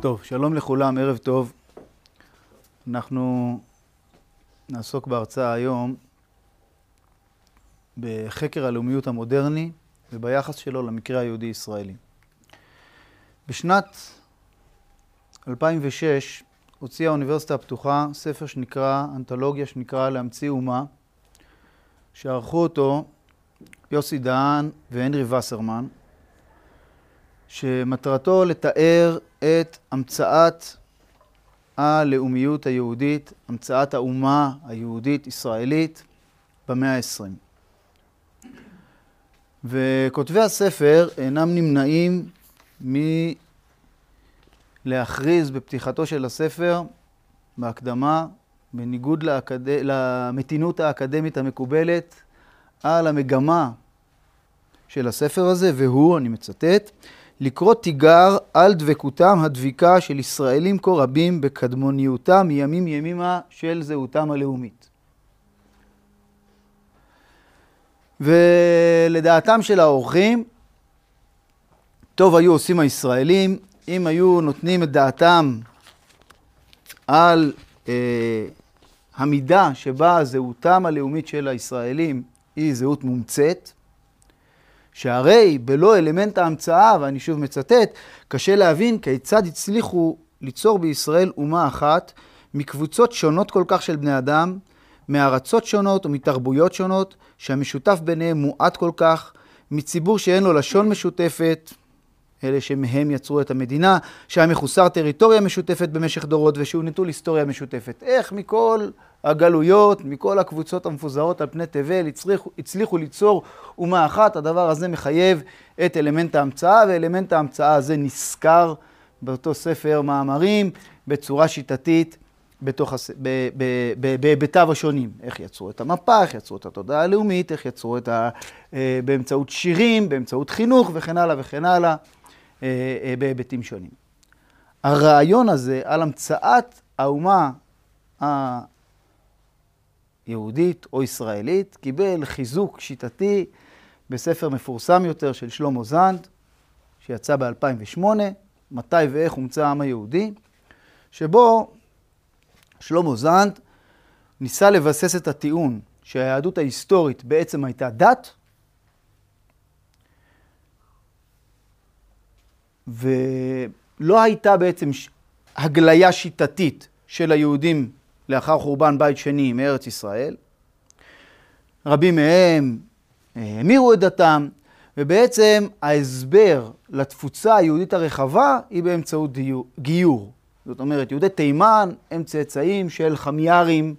טוב, שלום לכולם, ערב טוב. אנחנו נעסוק בהרצאה היום בחקר הלאומיות המודרני וביחס שלו למקרה היהודי-ישראלי. בשנת 2006 הוציאה האוניברסיטה הפתוחה ספר שנקרא, אנתולוגיה שנקרא להמציא אומה, שערכו אותו יוסי דהן והנרי וסרמן, שמטרתו לתאר את המצאת הלאומיות היהודית, המצאת האומה היהודית-ישראלית במאה ה-20. וכותבי הספר אינם נמנעים מלהכריז בפתיחתו של הספר, בהקדמה, בניגוד למתינות האקדמית המקובלת, על המגמה של הספר הזה, והוא, אני מצטט, לקרוא תיגר על דבקותם הדביקה של ישראלים כה רבים בקדמוניותם מימים ימימה של זהותם הלאומית. ולדעתם של האורחים, טוב היו עושים הישראלים אם היו נותנים את דעתם על המידה שבה זהותם הלאומית של הישראלים היא זהות מומצאת, שהרי בלא אלמנט ההמצאה, ואני שוב מצטט, קשה להבין כיצד הצליחו ליצור בישראל אומה אחת מקבוצות שונות כל כך של בני אדם, מארצות שונות ומתרבויות שונות, שהמשותף ביניהם מועט כל כך, מציבור שאין לו לשון משותפת, אלה שמהם יצרו את המדינה, שהיה מחוסר טריטוריה משותפת במשך דורות ושהוא נטול היסטוריה משותפת. איך מכל הגלויות, מכל הקבוצות המפוזרות על פני תבל, הצליחו ליצור אומה אחת? הדבר הזה מחייב את אלמנט ההמצאה, ואלמנט ההמצאה הזה נזכר באותו ספר מאמרים בצורה שיטתית בהיבטיו השונים. איך יצרו את המפה, איך יצרו את התודעה הלאומית, איך יצרו את באמצעות שירים, באמצעות חינוך וכן הלאה וכן הלאה, בהיבטים שונים. הרעיון הזה על המצאת האומה היהודית או ישראלית קיבל חיזוק שיטתי בספר מפורסם יותר של שלמה זנד, שיצא ב-2008, מתי ואיך הומצא העם היהודי, שבו שלמה זנד ניסה לבסס את הטיעון שהיהדות ההיסטורית בעצם הייתה דת, ולא הייתה בעצם הגליה שיטתית של היהודים לאחר חורבן בית שני מארץ ישראל. רבים מהם המירו את דתם, ובעצם ההסבר לתפוצה היהודית הרחבה היא באמצעות גיור. זאת אומרת, יהודי תימן הם צאצאים של חמיירים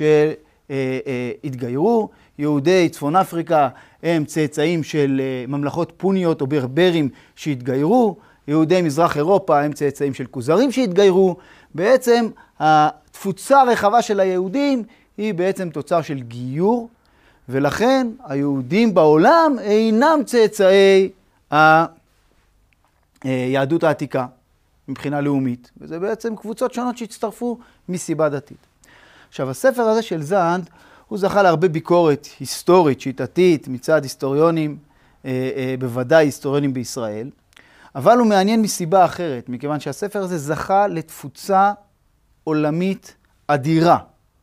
שהתגיירו, יהודי צפון אפריקה הם צאצאים של ממלכות פוניות או ברברים שהתגיירו, יהודי מזרח אירופה הם צאצאים של כוזרים שהתגיירו. בעצם התפוצה הרחבה של היהודים היא בעצם תוצר של גיור, ולכן היהודים בעולם אינם צאצאי היהדות העתיקה מבחינה לאומית, וזה בעצם קבוצות שונות שהצטרפו מסיבה דתית. עכשיו, הספר הזה של זנד הוא זכה להרבה ביקורת היסטורית, שיטתית, מצד היסטוריונים, בוודאי היסטוריונים בישראל, אבל הוא מעניין מסיבה אחרת, מכיוון שהספר הזה זכה לתפוצה עולמית אדירה.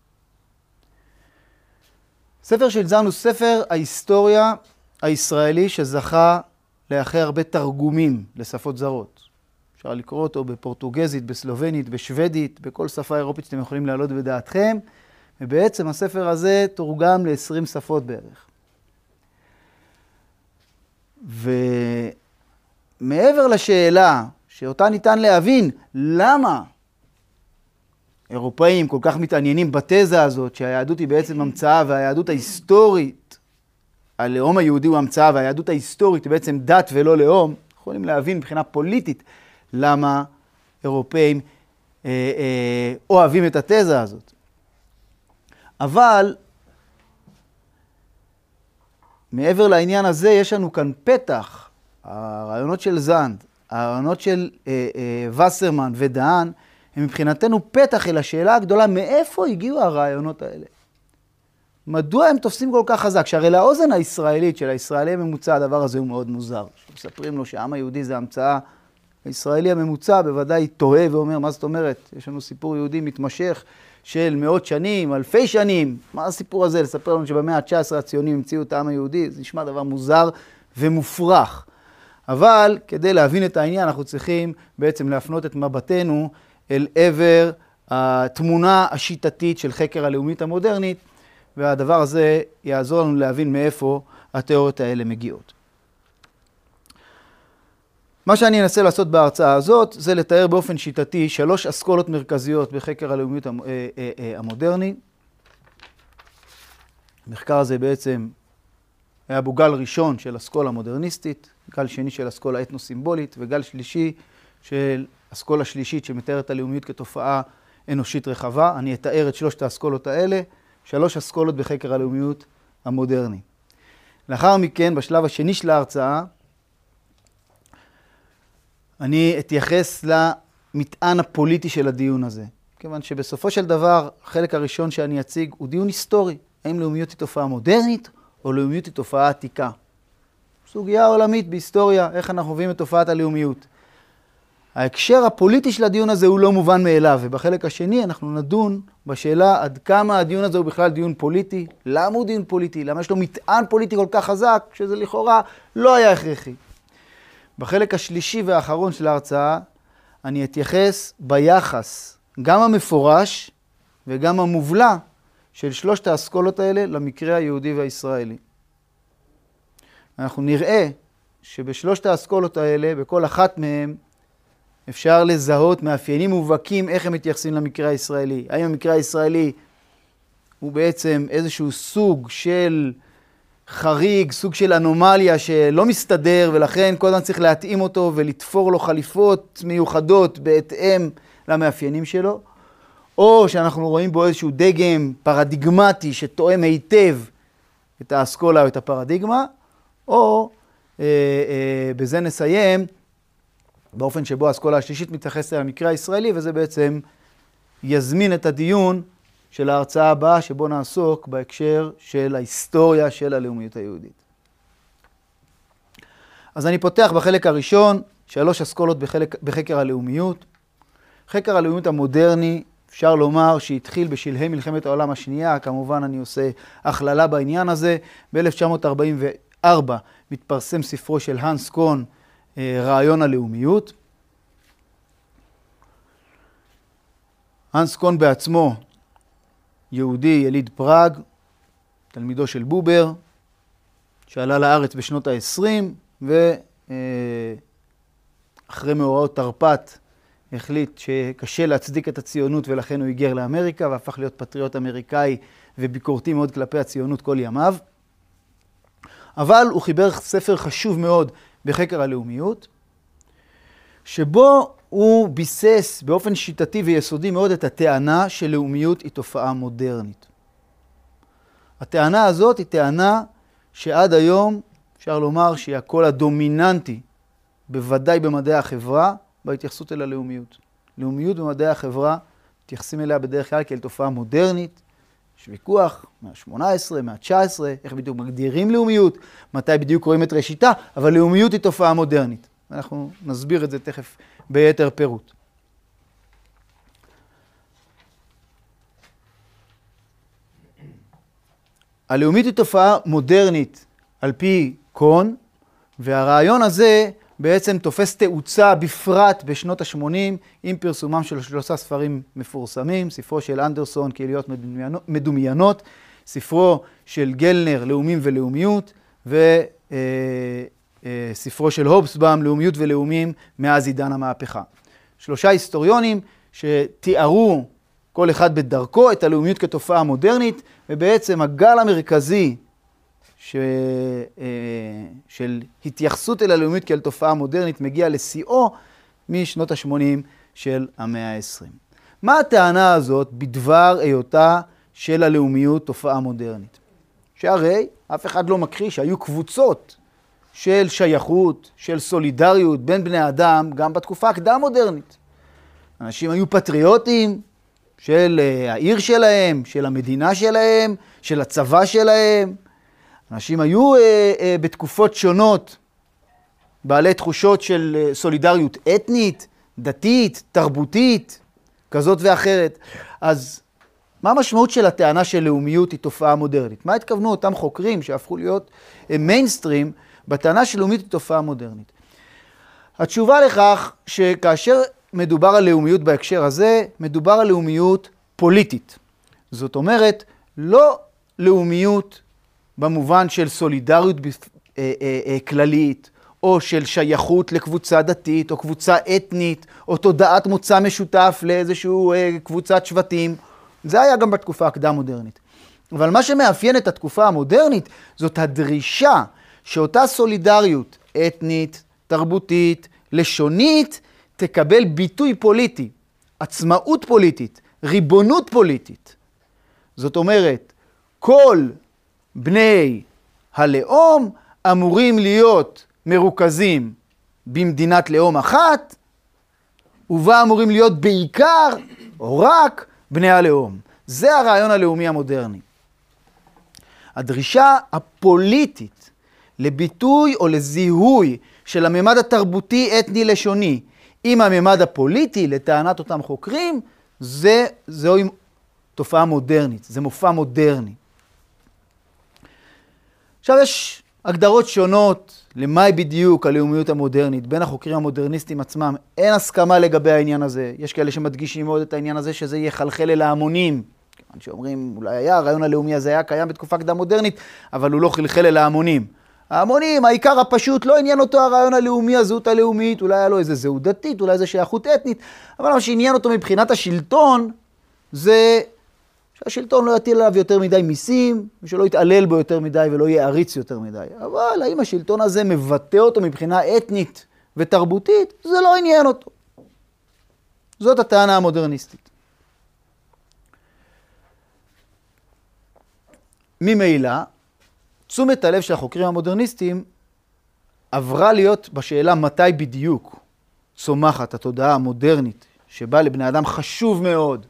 ספר של זנד הוא ספר ההיסטוריה הישראלי שזכה לאחר הרבה תרגומים לשפות זרות. אפשר לקרוא אותו בפורטוגזית, בסלובנית, בשוודית, בכל שפה אירופית שאתם יכולים להעלות בדעתכם, ובעצם הספר הזה תורגם ל-20 שפות בערך. ומעבר לשאלה שאותה ניתן להבין, למה אירופאים כל כך מתעניינים בתזה הזאת, שהיהדות היא בעצם המצאה, והיהדות ההיסטורית, הלאום היהודי הוא המצאה, והיהדות ההיסטורית היא בעצם דת ולא לאום, יכולים להבין מבחינה פוליטית למה אירופאים אוהבים את התזה הזאת. אבל מעבר לעניין הזה יש לנו כאן פתח, הרעיונות של זנד, הרעיונות של וסרמן ודהן, הם מבחינתנו פתח אל השאלה הגדולה, מאיפה הגיעו הרעיונות האלה? מדוע הם תופסים כל כך חזק? שהרי לאוזן הישראלית של הישראלי הממוצע הדבר הזה הוא מאוד מוזר. מספרים לו שהעם היהודי זה המצאה הישראלי הממוצע בוודאי תוהה ואומר, מה זאת אומרת? יש לנו סיפור יהודי מתמשך של מאות שנים, אלפי שנים. מה הסיפור הזה? לספר לנו שבמאה ה-19 הציונים המציאו את העם היהודי, זה נשמע דבר מוזר ומופרך. אבל כדי להבין את העניין אנחנו צריכים בעצם להפנות את מבטנו אל עבר התמונה השיטתית של חקר הלאומיות המודרנית, והדבר הזה יעזור לנו להבין מאיפה התיאוריות האלה מגיעות. מה שאני אנסה לעשות בהרצאה הזאת זה לתאר באופן שיטתי 3 אסכולות מרכזיות בחקר הלאומיות המודרני. המחקר הזה בעצם היה בו גל ראשון של אסכולה מודרניסטית, גל שני של אסכולה אתנו-סימבולית, וגל שלישי של אסכולה שלישית שמתארת הלאומיות כתופעה אנושית רחבה. אני אתאר את 3 האסכולות האלה, 3 אסכולות בחקר הלאומיות המודרני. לאחר מכן, בשלב השני של ההרצאה, אני אתייחס למטען הפוליטי של הדיון הזה. כיוון שבסופו של דבר, החלק הראשון שאני אציג הוא דיון היסטורי. האם לאומיות היא תופעה מודרנית או לאומיות היא תופעה עתיקה? סוגיה עולמית בהיסטוריה, איך אנחנו מביאים את תופעת הלאומיות. ההקשר הפוליטי של הדיון הזה הוא לא מובן מאליו, ובחלק השני אנחנו נדון בשאלה עד כמה הדיון הזה הוא בכלל דיון פוליטי, למה הוא דיון פוליטי, למה יש לו מטען פוליטי כל כך חזק, שזה לכאורה לא היה הכרחי. בחלק השלישי והאחרון של ההרצאה אני אתייחס ביחס גם המפורש וגם המובלע של 3 האסכולות האלה למקרה היהודי והישראלי. אנחנו נראה שבשלושת האסכולות האלה, בכל אחת מהם, אפשר לזהות מאפיינים מובהקים איך הם מתייחסים למקרה הישראלי. האם המקרה הישראלי הוא בעצם איזשהו סוג של חריג, סוג של אנומליה שלא מסתדר, ולכן כל הזמן צריך להתאים אותו ולתפור לו חליפות מיוחדות בהתאם למאפיינים שלו, או שאנחנו רואים בו איזשהו דגם פרדיגמטי שתואם היטב את האסכולה או את הפרדיגמה, או בזה נסיים באופן שבו האסכולה השלישית מתייחסת למקרה הישראלי, וזה בעצם יזמין את הדיון של ההרצאה הבאה שבו נעסוק בהקשר של ההיסטוריה של הלאומיות היהודית. אז אני פותח בחלק הראשון 3 אסכולות בחקר הלאומיות. חקר הלאומיות המודרני, אפשר לומר שהתחיל בשלהי מלחמת העולם השנייה, כמובן אני עושה הכללה בעניין הזה. ב-1944 מתפרסם ספרו של הנס קון, רעיון הלאומיות. הנס קון בעצמו יהודי יליד פראג, תלמידו של בובר, שעלה לארץ בשנות ה-20, ואחרי מאורעות תרפ"ט החליט שקשה להצדיק את הציונות, ולכן הוא היגר לאמריקה והפך להיות פטריוט אמריקאי וביקורתי מאוד כלפי הציונות כל ימיו. אבל הוא חיבר ספר חשוב מאוד בחקר הלאומיות, שבו הוא ביסס באופן שיטתי ויסודי מאוד את הטענה שלאומיות היא תופעה מודרנית. הטענה הזאת היא טענה שעד היום אפשר לומר שהיא הקול הדומיננטי, בוודאי במדעי החברה, בהתייחסות אל הלאומיות. לאומיות במדעי החברה מתייחסים אליה בדרך כלל כאל תופעה מודרנית. יש ויכוח מה-18, מה-19, איך בדיוק מגדירים לאומיות, מתי בדיוק רואים את ראשיתה, אבל לאומיות היא תופעה מודרנית. אנחנו נסביר את זה תכף ביתר פירוט. הלאומיות היא תופעה מודרנית על פי קון, והרעיון הזה בעצם תופס תאוצה בפרט בשנות ה-80 עם פרסומם של 3 ספרים מפורסמים, ספרו של אנדרסון קהיליות מדומיינות, ספרו של גלנר לאומים ולאומיות, וספרו של הובסבאום לאומיות ולאומים מאז עידן המהפכה. 3 היסטוריונים שתיארו כל אחד בדרכו את הלאומיות כתופעה מודרנית, ובעצם הגל המרכזי של התייחסות אל הלאומיות כאל תופעה מודרנית מגיע לשיאו משנות ה-80 של המאה ה-20. מה הטענה הזאת בדבר היותה של הלאומיות תופעה מודרנית? שהרי אף אחד לא מכחיש שהיו קבוצות של שייכות, של סולידריות בין בני אדם גם בתקופה הקדם מודרנית. אנשים היו פטריוטים של העיר שלהם, של המדינה שלהם, של הצבא שלהם. אנשים היו בתקופות שונות בעלי תחושות של סולידריות אתנית, דתית, תרבותית, כזאת ואחרת. אז מה המשמעות של הטענה של לאומיות היא תופעה מודרנית? מה התכוונו אותם חוקרים שהפכו להיות מיינסטרים בטענה של לאומיות היא תופעה מודרנית? התשובה לכך שכאשר מדובר על לאומיות בהקשר הזה, מדובר על לאומיות פוליטית. זאת אומרת, לא לאומיות במובן של סולידריות כללית, או של שייכות לקבוצה דתית, או קבוצה אתנית, או תודעת מוצא משותף לאיזשהו קבוצת שבטים. זה היה גם בתקופה הקדם-מודרנית. אבל מה שמאפיין את התקופה המודרנית, זאת הדרישה שאותה סולידריות אתנית, תרבותית, לשונית, תקבל ביטוי פוליטי, עצמאות פוליטית, ריבונות פוליטית. זאת אומרת, כל בני הלאום אמורים להיות מרוכזים במדינת לאום אחת, ובה אמורים להיות בעיקר או רק בני הלאום. זה הרעיון הלאומי המודרני. הדרישה הפוליטית לביטוי או לזיהוי של הממד התרבותי אתני לשוני עם הממד הפוליטי, לטענת אותם חוקרים, זוהי תופעה מודרנית, זה מופע מודרני. עכשיו יש הגדרות שונות למהי בדיוק הלאומיות המודרנית. בין החוקרים המודרניסטים עצמם אין הסכמה לגבי העניין הזה. יש כאלה שמדגישים מאוד את העניין הזה שזה יחלחל אל ההמונים. כיוון שאומרים, אולי הרעיון הלאומי הזה היה קיים בתקופה קדם מודרנית, אבל הוא לא חלחל אל ההמונים. ההמונים, העיקר הפשוט, לא עניין אותו הרעיון הלאומי, הזהות הלאומית, אולי היה לו איזה זהות דתית, אולי איזה שייכות אתנית, אבל מה שעניין אותו מבחינת השלטון, זה שהשלטון לא יטיל עליו יותר מדי מיסים, ושלא יתעלל בו יותר מדי ולא יעריץ יותר מדי. אבל האם השלטון הזה מבטא אותו מבחינה אתנית ותרבותית, זה לא עניין אותו. זאת הטענה המודרניסטית. ממילא, תשומת הלב של החוקרים המודרניסטים עברה להיות בשאלה מתי בדיוק צומחת התודעה המודרנית, שבה לבני אדם חשוב מאוד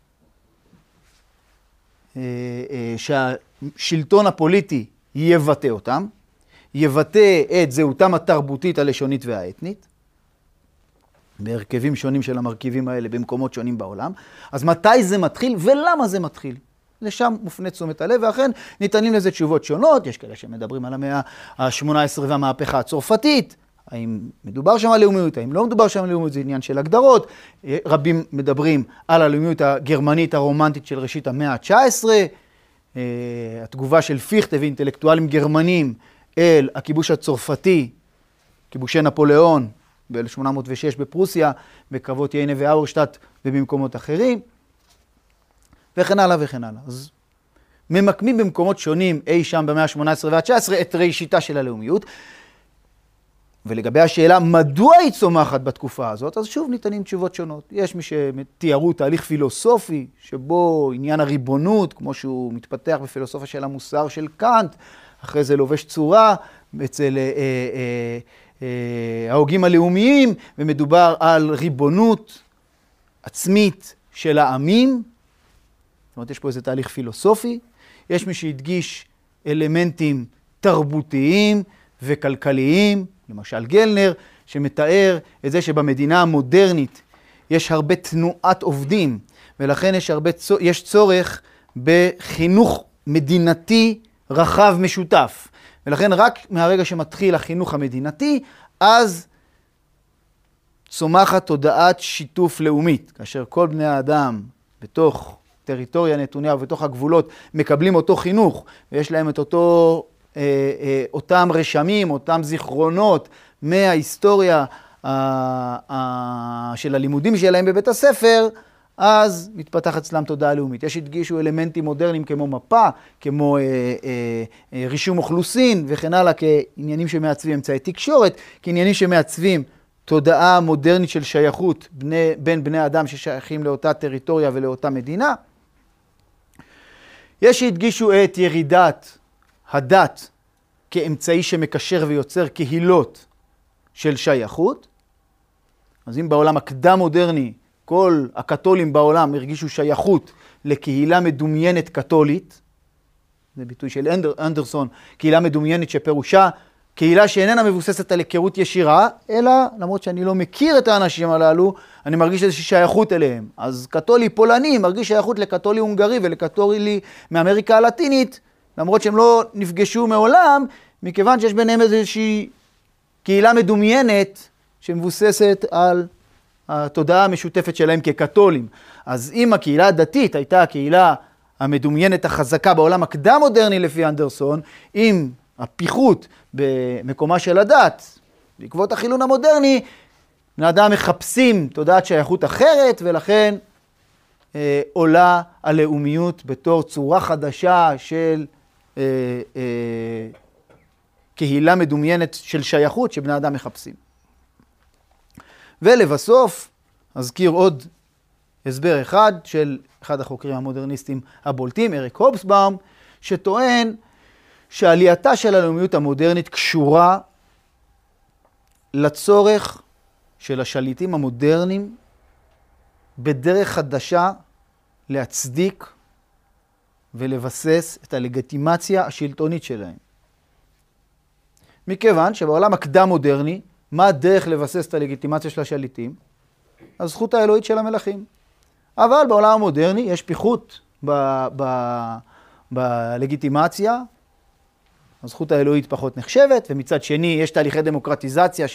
שהשלטון הפוליטי יבטא אותם, יבטא את זהותם התרבותית, הלשונית והאתנית, בהרכבים שונים של המרכיבים האלה במקומות שונים בעולם. אז מתי זה מתחיל ולמה זה מתחיל? לשם מופנה תשומת הלב, ואכן ניתנים לזה תשובות שונות. יש כאלה שמדברים על המאה ה-18 והמהפכה הצרפתית. האם מדובר שם על לאומיות, האם לא מדובר שם על לאומיות, זה עניין של הגדרות. רבים מדברים על הלאומיות הגרמנית הרומנטית של ראשית המאה ה-19, התגובה של פיכטה ואינטלקטואלים גרמנים אל הכיבוש הצרפתי, כיבושי נפוליאון ב-1806 בפרוסיה, בקרבות יינה ואורשטאט ובמקומות אחרים, וכן הלאה וכן הלאה. אז ממקמים במקומות שונים אי שם במאה ה-18 וה-19 את ראשיתה של הלאומיות. ולגבי השאלה מדוע היא צומחת בתקופה הזאת, אז שוב ניתנים תשובות שונות. יש מי שתיארו תהליך פילוסופי, שבו עניין הריבונות, כמו שהוא מתפתח בפילוסופיה של המוסר של קאנט, אחרי זה לובש צורה אצל ההוגים הלאומיים, ומדובר על ריבונות עצמית של העמים. זאת אומרת, יש פה איזה תהליך פילוסופי. יש מי שהדגיש אלמנטים תרבותיים וכלכליים, למשל גלנר, שמתאר את זה שבמדינה המודרנית יש הרבה תנועת עובדים, ולכן יש צורך בחינוך מדינתי רחב משותף. ולכן רק מהרגע שמתחיל החינוך המדינתי, אז צומחת תודעת שיתוף לאומית, כאשר כל בני האדם בתוך טריטוריה נתוניה ובתוך הגבולות מקבלים אותו חינוך, ויש להם את אותם רשמים, אותם זיכרונות מההיסטוריה של הלימודים שלהם בבית הספר, אז מתפתח אצלם תודעה לאומית. יש הדגישו אלמנטים מודרניים כמו מפה, כמו רישום אוכלוסין וכן הלאה, כעניינים שמעצבים אמצעי תקשורת, כעניינים שמעצבים תודעה מודרנית של שייכות בין בני אדם ששייכים לאותה טריטוריה ולאותה מדינה. יש שהדגישו את ירידת הדת כאמצעי שמקשר ויוצר קהילות של שייכות. אז אם בעולם הקדם מודרני כל הקתולים בעולם הרגישו שייכות לקהילה מדומיינת קתולית, זה ביטוי של אנדרסון, קהילה מדומיינת שפירושה קהילה שאיננה מבוססת על היכרות ישירה, אלא למרות שאני לא מכיר את האנשים הללו, אני מרגיש איזושהי שייכות אליהם. אז קתולי פולני מרגיש שייכות לקתולי הונגרי ולקתולי מאמריקה הלטינית, למרות שהם לא נפגשו מעולם, מכיוון שיש ביניהם איזושהי קהילה מדומיינת שמבוססת על התודעה המשותפת שלהם כקתולים. אז אם הקהילה הדתית הייתה הקהילה המדומיינת החזקה בעולם הקדם-מודרני לפי אנדרסון, עם הפיחות במקומה של הדת, בעקבות החילון המודרני, בני אדם מחפשים תודעת שייכות אחרת, ולכן עולה הלאומיות בתור צורה חדשה של קהילה מדומיינת של שייכות שבני אדם מחפשים. ולבסוף, אזכיר עוד הסבר אחד של אחד החוקרים המודרניסטים הבולטים, אריק הובסבאום, שטוען שעלייתה של הלאומיות המודרנית קשורה לצורך של השליטים המודרניים בדרך חדשה להצדיק ולבסס את הלגיטימציה השלטונית שלהם. מכיוון שבעולם הקדם-מודרני, מה הדרך לבסס את הלגיטימציה של השליטים? הזכות האלוהית של המלכים. אבל בעולם המודרני יש פיחות בלגיטימציה, הזכות האלוהית פחות נחשבת, ומצד שני יש תהליכי דמוקרטיזציה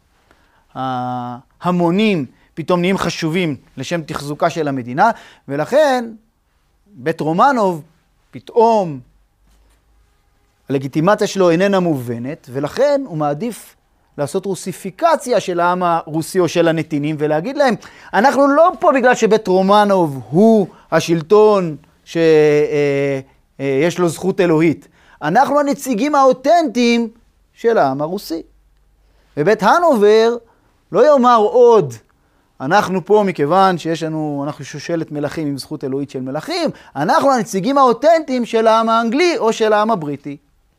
שהמונים פתאום נהיים חשובים לשם תחזוקה של המדינה, ולכן בית רומנוב פתאום הלגיטימציה שלו איננה מובנת, ולכן הוא מעדיף לעשות רוסיפיקציה של העם הרוסי או של הנתינים, ולהגיד להם, אנחנו לא פה בגלל שבית רומנוב הוא השלטון שיש לו זכות אלוהית. אנחנו הנציגים האותנטיים של העם הרוסי. ובית הנובר לא יאמר עוד, אנחנו פה מכיוון אנחנו שושלת מלכים עם זכות אלוהית של מלכים, אנחנו הנציגים האותנטיים של העם האנגלי או של העם הבריטי.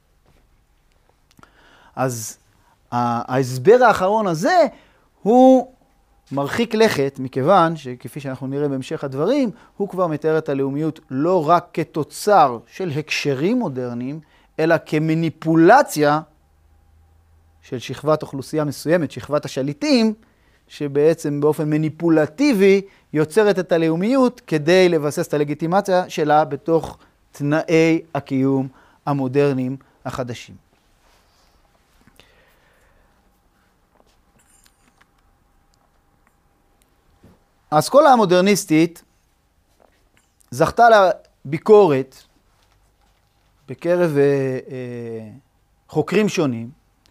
אז ההסבר האחרון הזה הוא מרחיק לכת, מכיוון שכפי שאנחנו נראה בהמשך הדברים, הוא כבר מתאר את הלאומיות לא רק כתוצר של הקשרים מודרניים, אלא כמניפולציה של שכבת אוכלוסייה מסוימת, שכבת השליטים, שבעצם באופן מניפולטיבי יוצרת את הלאומיות כדי לבסס את הלגיטימציה שלה בתוך תנאי הקיום המודרניים החדשים. האסכולה המודרניסטית זכתה לביקורת בקרב חוקרים שונים,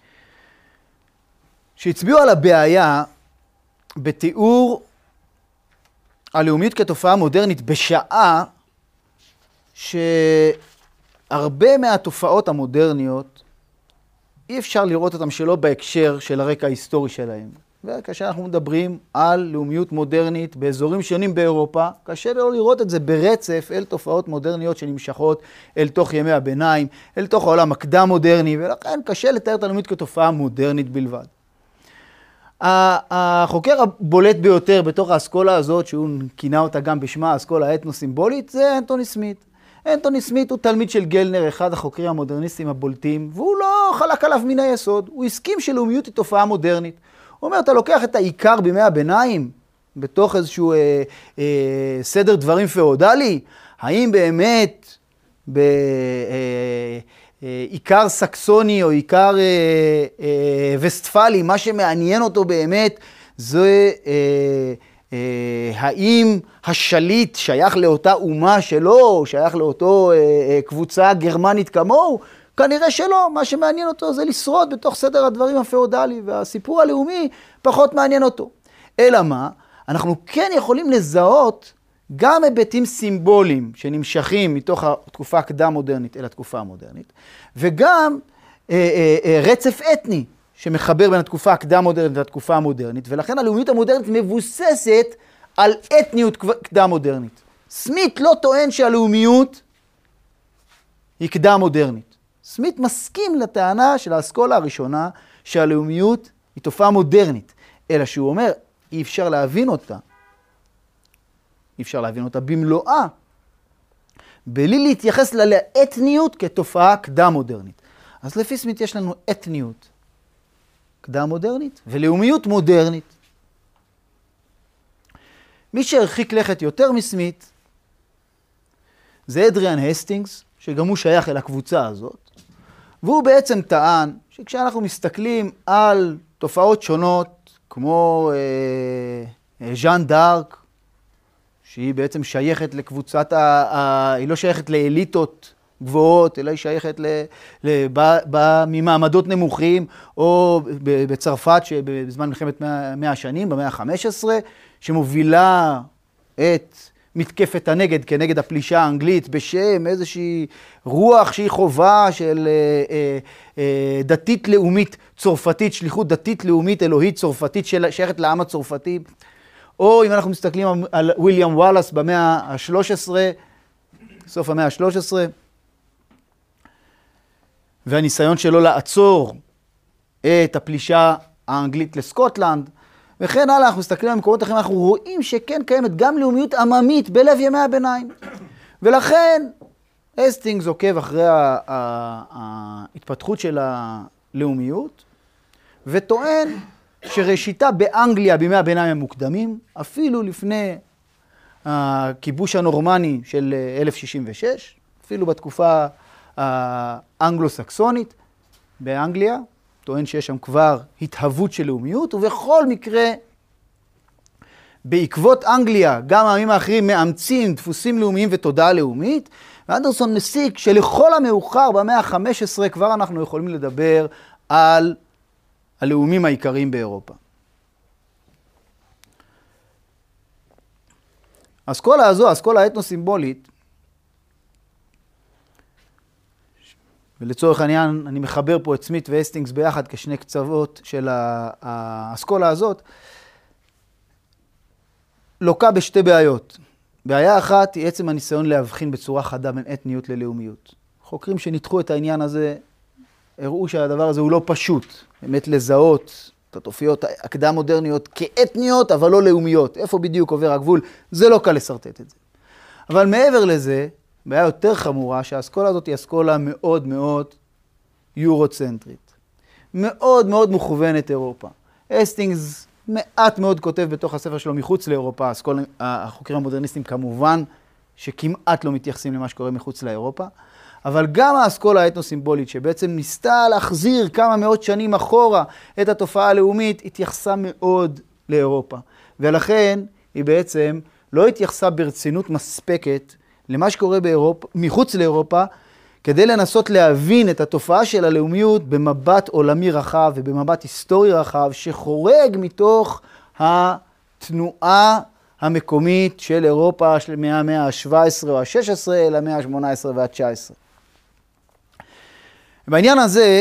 שהצביעו על הבעיה בתיאור הלאומיות כתופעה מודרנית בשעה שהרבה מהתופעות המודרניות אי אפשר לראות אותם שלא בהקשר של הרקע ההיסטורי שלהם. וכאשר אנחנו מדברים על לאומיות מודרנית באזורים שונים באירופה, קשה לא לראות את זה ברצף אל תופעות מודרניות שנמשכות אל תוך ימי הביניים, אל תוך העולם הקדם-מודרני, ולכן קשה לתאר את הלאומיות כתופעה מודרנית בלבד. החוקר הבולט ביותר בתוך האסכולה הזאת, שהוא כינה אותה גם בשמה האסכולה האתנו-סימבולית, זה אנטוני סמית. אנטוני סמית הוא תלמיד של גלנר, אחד החוקרים המודרניסטים הבולטים, והוא לא חלק עליו מן היסוד. הוא הסכים שלאומיות היא תופעה מודרנית. הוא אומר, אתה לוקח את העיקר בימי הביניים, בתוך איזשהו סדר דברים פאודלי, האם באמת בעיקר סקסוני או עיקר וסטפלי, מה שמעניין אותו באמת זה האם השליט שייך לאותה אומה שלו, שייך לאותו קבוצה גרמנית כמוהו? כנראה שלא, מה שמעניין אותו זה לשרוד בתוך סדר הדברים הפאודלי, והסיפור הלאומי פחות מעניין אותו. אלא מה? אנחנו כן יכולים לזהות גם היבטים סימבוליים שנמשכים מתוך התקופה הקדם-מודרנית אל התקופה המודרנית, וגם רצף אתני שמחבר בין התקופה הקדם-מודרנית לתקופה המודרנית, ולכן הלאומיות המודרנית מבוססת על אתניות קדם-מודרנית. סמית לא טוען שהלאומיות היא קדם-מודרנית. סמית מסכים לטענה של האסכולה הראשונה שהלאומיות היא תופעה מודרנית, אלא שהוא אומר, אי אפשר להבין אותה. אי אפשר להבין אותה במלואה, בלי להתייחס לאתניות כתופעה קדם-מודרנית. אז לפי סמית יש לנו אתניות קדם מודרנית ולאומיות מודרנית. מי שהרחיק לכת יותר מסמית זה אדריאן הסטינגס, שגם הוא שייך אל הקבוצה הזאת, והוא בעצם טען שכשאנחנו מסתכלים על תופעות שונות, כמו ז'אן דארק, שהיא בעצם שייכת לקבוצת, היא לא שייכת לאליטות גבוהות, אלא היא שייכת ממעמדות נמוכים, או בצרפת שבזמן מלחמת 100 השנים, במאה ה-15, שמובילה את מתקפת הנגד כנגד הפלישה האנגלית בשם איזושהי רוח שהיא חובה של דתית לאומית צרפתית, שליחות דתית לאומית אלוהית צרפתית שייכת לעם הצרפתי. או אם אנחנו מסתכלים על וויליאם וואלאס במאה ה-13, סוף המאה ה-13, והניסיון שלו לעצור את הפלישה האנגלית לסקוטלנד, וכן הלאה, אנחנו מסתכלים על מקומות אחרים, אנחנו רואים שכן קיימת גם לאומיות עממית בלב ימי הביניים. ולכן, הסטינגס עוקב אחרי ההתפתחות של הלאומיות, וטוען שראשיתה באנגליה בימי הביניים המוקדמים, אפילו לפני הכיבוש הנורמני של 1066, אפילו בתקופה האנגלו-סקסונית באנגליה, טוען שיש שם כבר התהוות של לאומיות, ובכל מקרה, בעקבות אנגליה, גם העמים האחרים מאמצים דפוסים לאומיים ותודעה לאומית, ואנדרסון מסיק שלכל המאוחר במאה ה-15 כבר אנחנו יכולים לדבר על הלאומים העיקריים באירופה. האסכולה הזו, האסכולה האתנו-סימבולית, ולצורך העניין אני מחבר פה את סמית והסטינגס ביחד כשני קצוות של האסכולה הזאת, לוקה בשתי בעיות. בעיה אחת היא עצם הניסיון להבחין בצורה חדה בין אתניות ללאומיות. חוקרים שניתחו את העניין הזה הראו שהדבר הזה הוא לא פשוט, באמת לזהות את התופעות הקדם-מודרניות כאתניות אבל לא לאומיות. איפה בדיוק עובר הגבול? זה לא קל לסרטט את זה. אבל מעבר לזה, בעיה יותר חמורה שהאסכולה הזאת היא אסכולה מאוד מאוד יורוצנטרית. מאוד מאוד מוכוונת אירופה. הסטינגס מעט מאוד כותב בתוך הספר שלו מחוץ לאירופה. החוקרים המודרניסטים כמובן שכמעט לא מתייחסים למה שקורה מחוץ לאירופה. אבל גם האסכולה האתנו-סימבולית שבעצם ניסתה להחזיר כמה מאות שנים אחורה את התופעה הלאומית, התייחסה מאוד לאירופה. ולכן היא בעצם לא התייחסה ברצינות מספקת למה שקורה באירופה, מחוץ לאירופה, כדי לנסות להבין את התופעה של הלאומיות במבט עולמי רחב ובמבט היסטורי רחב, שחורג מתוך התנועה המקומית של אירופה של מהמאה ה-17 או ה-16 אל המאה ה-18 וה-19. בעניין הזה,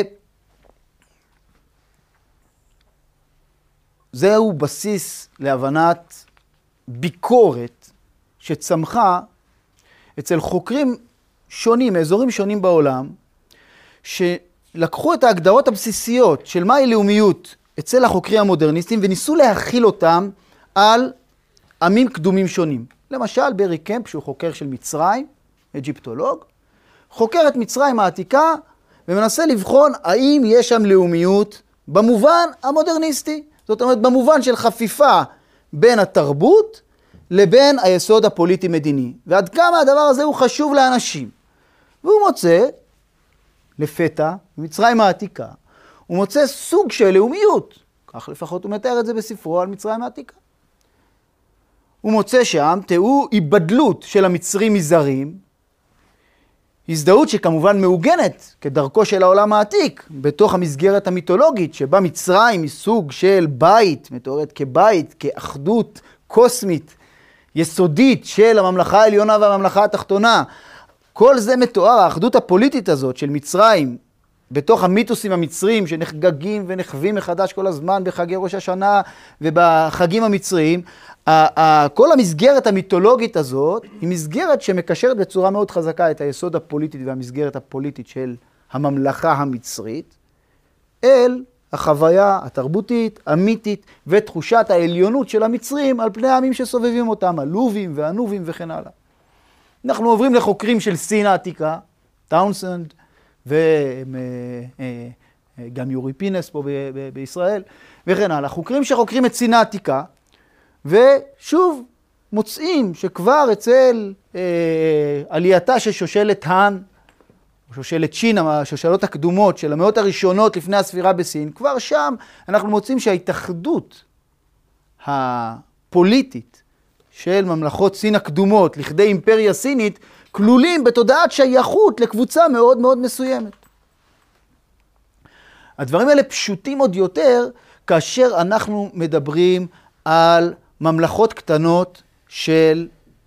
זהו בסיס להבנת ביקורת שצמחה אצל חוקרים שונים, מאזורים שונים בעולם, שלקחו את ההגדרות הבסיסיות של מהי לאומיות אצל החוקרים המודרניסטים, וניסו להכיל אותם על עמים קדומים שונים. למשל, ברי קמפ, שהוא חוקר של מצרים, אג'יפטולוג, חוקר את מצרים העתיקה, ומנסה לבחון האם יש שם לאומיות במובן המודרניסטי. זאת אומרת, במובן של חפיפה בין התרבות לבין היסוד הפוליטי-מדיני. ועד כמה הדבר הזה הוא חשוב לאנשים. והוא מוצא, לפתע, במצרים העתיקה, הוא מוצא סוג של לאומיות. כך לפחות הוא מתאר את זה בספרו על מצרים העתיקה. הוא מוצא שם תיאור היבדלות של המצרים מזרים, הזדהות שכמובן מעוגנת כדרכו של העולם העתיק, בתוך המסגרת המיתולוגית, שבה מצרים היא סוג של בית, מתוארת כבית, כאחדות קוסמית, יסודית של הממלכה העליונה והממלכה התחתונה. כל זה מתואר, האחדות הפוליטית הזאת של מצרים, בתוך המיתוסים המצרים שנחגגים ונחווים מחדש כל הזמן בחגי ראש השנה ובחגים המצריים, כל המסגרת המיתולוגית הזאת היא מסגרת שמקשרת בצורה מאוד חזקה את היסוד הפוליטית והמסגרת הפוליטית של הממלכה המצרית, אל החוויה התרבותית, המיתית ותחושת העליונות של המצרים על פני העמים שסובבים אותם, הלובים והנובים וכן הלאה. אנחנו עוברים לחוקרים של סין העתיקה, טאונסנד וגם יוריפינס פה בישראל, וכן הלאה. חוקרים שחוקרים את סין העתיקה, ושוב מוצאים שכבר אצל עלייתה של שושלת האן, שושלת שין, השושלות הקדומות של המאות הראשונות לפני הספירה בסין, כבר שם אנחנו מוצאים שההתאחדות הפוליטית של ממלכות סין הקדומות לכדי אימפריה סינית, כלולים בתודעת שייכות לקבוצה מאוד מאוד מסוימת. הדברים האלה פשוטים עוד יותר כאשר אנחנו מדברים על ממלכות קטנות של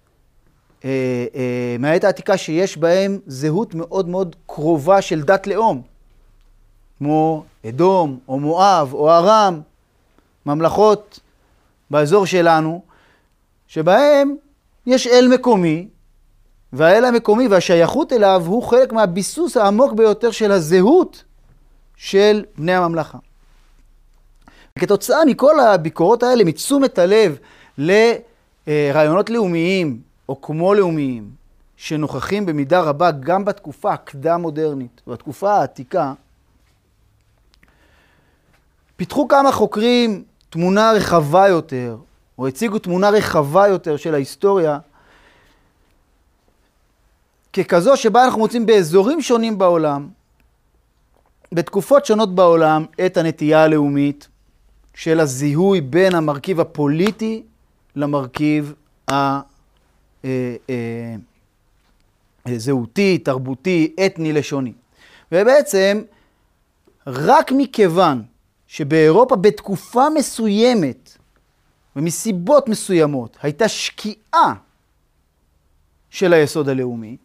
מהעת העתיקה שיש בהם זהות מאוד מאוד קרובה של דת לאום, כמו אדום או מואב או ארם, ממלכות באזור שלנו, שבהם יש אל מקומי, והאל המקומי והשייכות אליו הוא חלק מהביסוס העמוק ביותר של הזהות של בני הממלכה. וכתוצאה מכל הביקורות האלה, מתשומת הלב לרעיונות לאומיים או כמו לאומיים, שנוכחים במידה רבה גם בתקופה הקדם-מודרנית, בתקופה העתיקה, פיתחו כמה חוקרים תמונה רחבה יותר, או הציגו תמונה רחבה יותר של ההיסטוריה, ככזו שבה אנחנו מוצאים באזורים שונים בעולם, בתקופות שונות בעולם, את הנטייה הלאומית של הזיהוי בין המרכיב הפוליטי למרכיב זהותי, תרבותי, אתני, לשוני. ובעצם, רק מכיוון שבאירופה בתקופה מסוימת, ומסיבות מסוימות, הייתה שקיעה של היסוד הלאומי,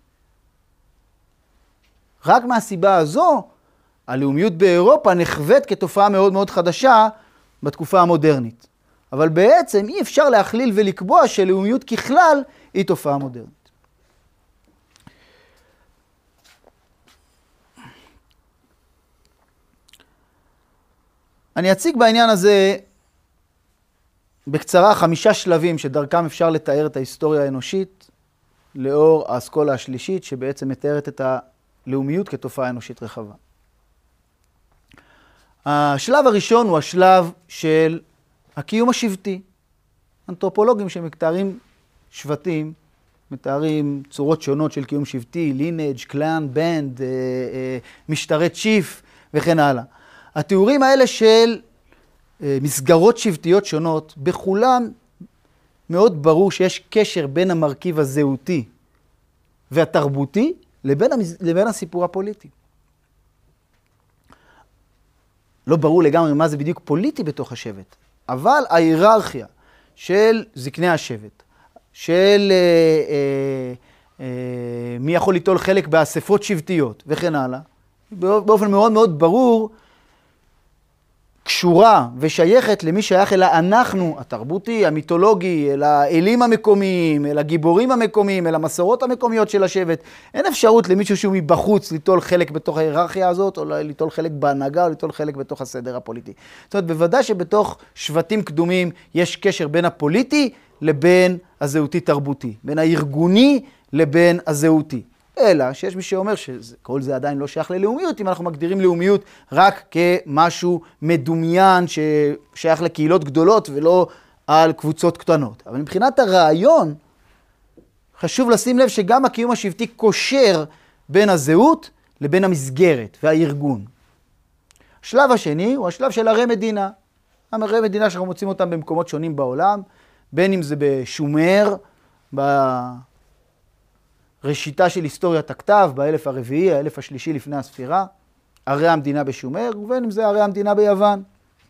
רק מהסיבה הזו, הלאומיות באירופה נחוות כתופעה מאוד מאוד חדשה בתקופה המודרנית. אבל בעצם אי אפשר להכליל ולקבוע שלאומיות ככלל היא תופעה מודרנית. אני אציג בעניין הזה בקצרה 5 שלבים שדרכם אפשר לתאר את ההיסטוריה האנושית לאור האסכולה השלישית שבעצם מתארת את הלאומיות כתופעה אנושית רחבה. השלב הראשון הוא השלב של הקיום השבטי. אנתרופולוגים שמתארים שבטים, מתארים צורות שונות של קיום שבטי, לינאג', קלאן, בנד, משטרי צ'יף וכן הלאה. התיאורים האלה של מסגרות שבטיות שונות, בכולם מאוד ברור שיש קשר בין המרכיב הזהותי והתרבותי לבין הסיפור הפוליטי. לא ברור לגמרי מה זה בדיוק פוליטי בתוך השבט, אבל ההיררכיה של זקני השבט, של מי יכול ליטול חלק באספות שבטיות וכן הלאה, באופן מאוד מאוד ברור, קשורה ושייכת למי שייך אל האנחנו התרבותי, המיתולוגי, אל האלים המקומיים, אל הגיבורים המקומיים, אל המסורות המקומיות של השבט. אין אפשרות למישהו שהוא מבחוץ ליטול חלק בתוך ההיררכיה הזאת, או ליטול חלק בהנהגה, או ליטול חלק בתוך הסדר הפוליטי. זאת אומרת, בוודאי שבתוך שבטים קדומים יש קשר בין הפוליטי לבין הזהותי תרבותי, בין הארגוני לבין הזהותי. אלא שיש מי שאומר שכל זה עדיין לא שייך ללאומיות, אם אנחנו מגדירים לאומיות רק כמשהו מדומיין ששייך לקהילות גדולות ולא על קבוצות קטנות. אבל מבחינת הרעיון, חשוב לשים לב שגם הקיום השבטי קושר בין הזהות לבין המסגרת והארגון. השלב השני הוא השלב של ערי מדינה. ערי מדינה שאנחנו מוצאים אותם במקומות שונים בעולם, בין אם זה בשומר, ראשיתה של היסטוריית הכתב, באלף הרביעי, האלף השלישי לפני הספירה, ערי המדינה בשומר, ובין אם זה ערי המדינה ביוון.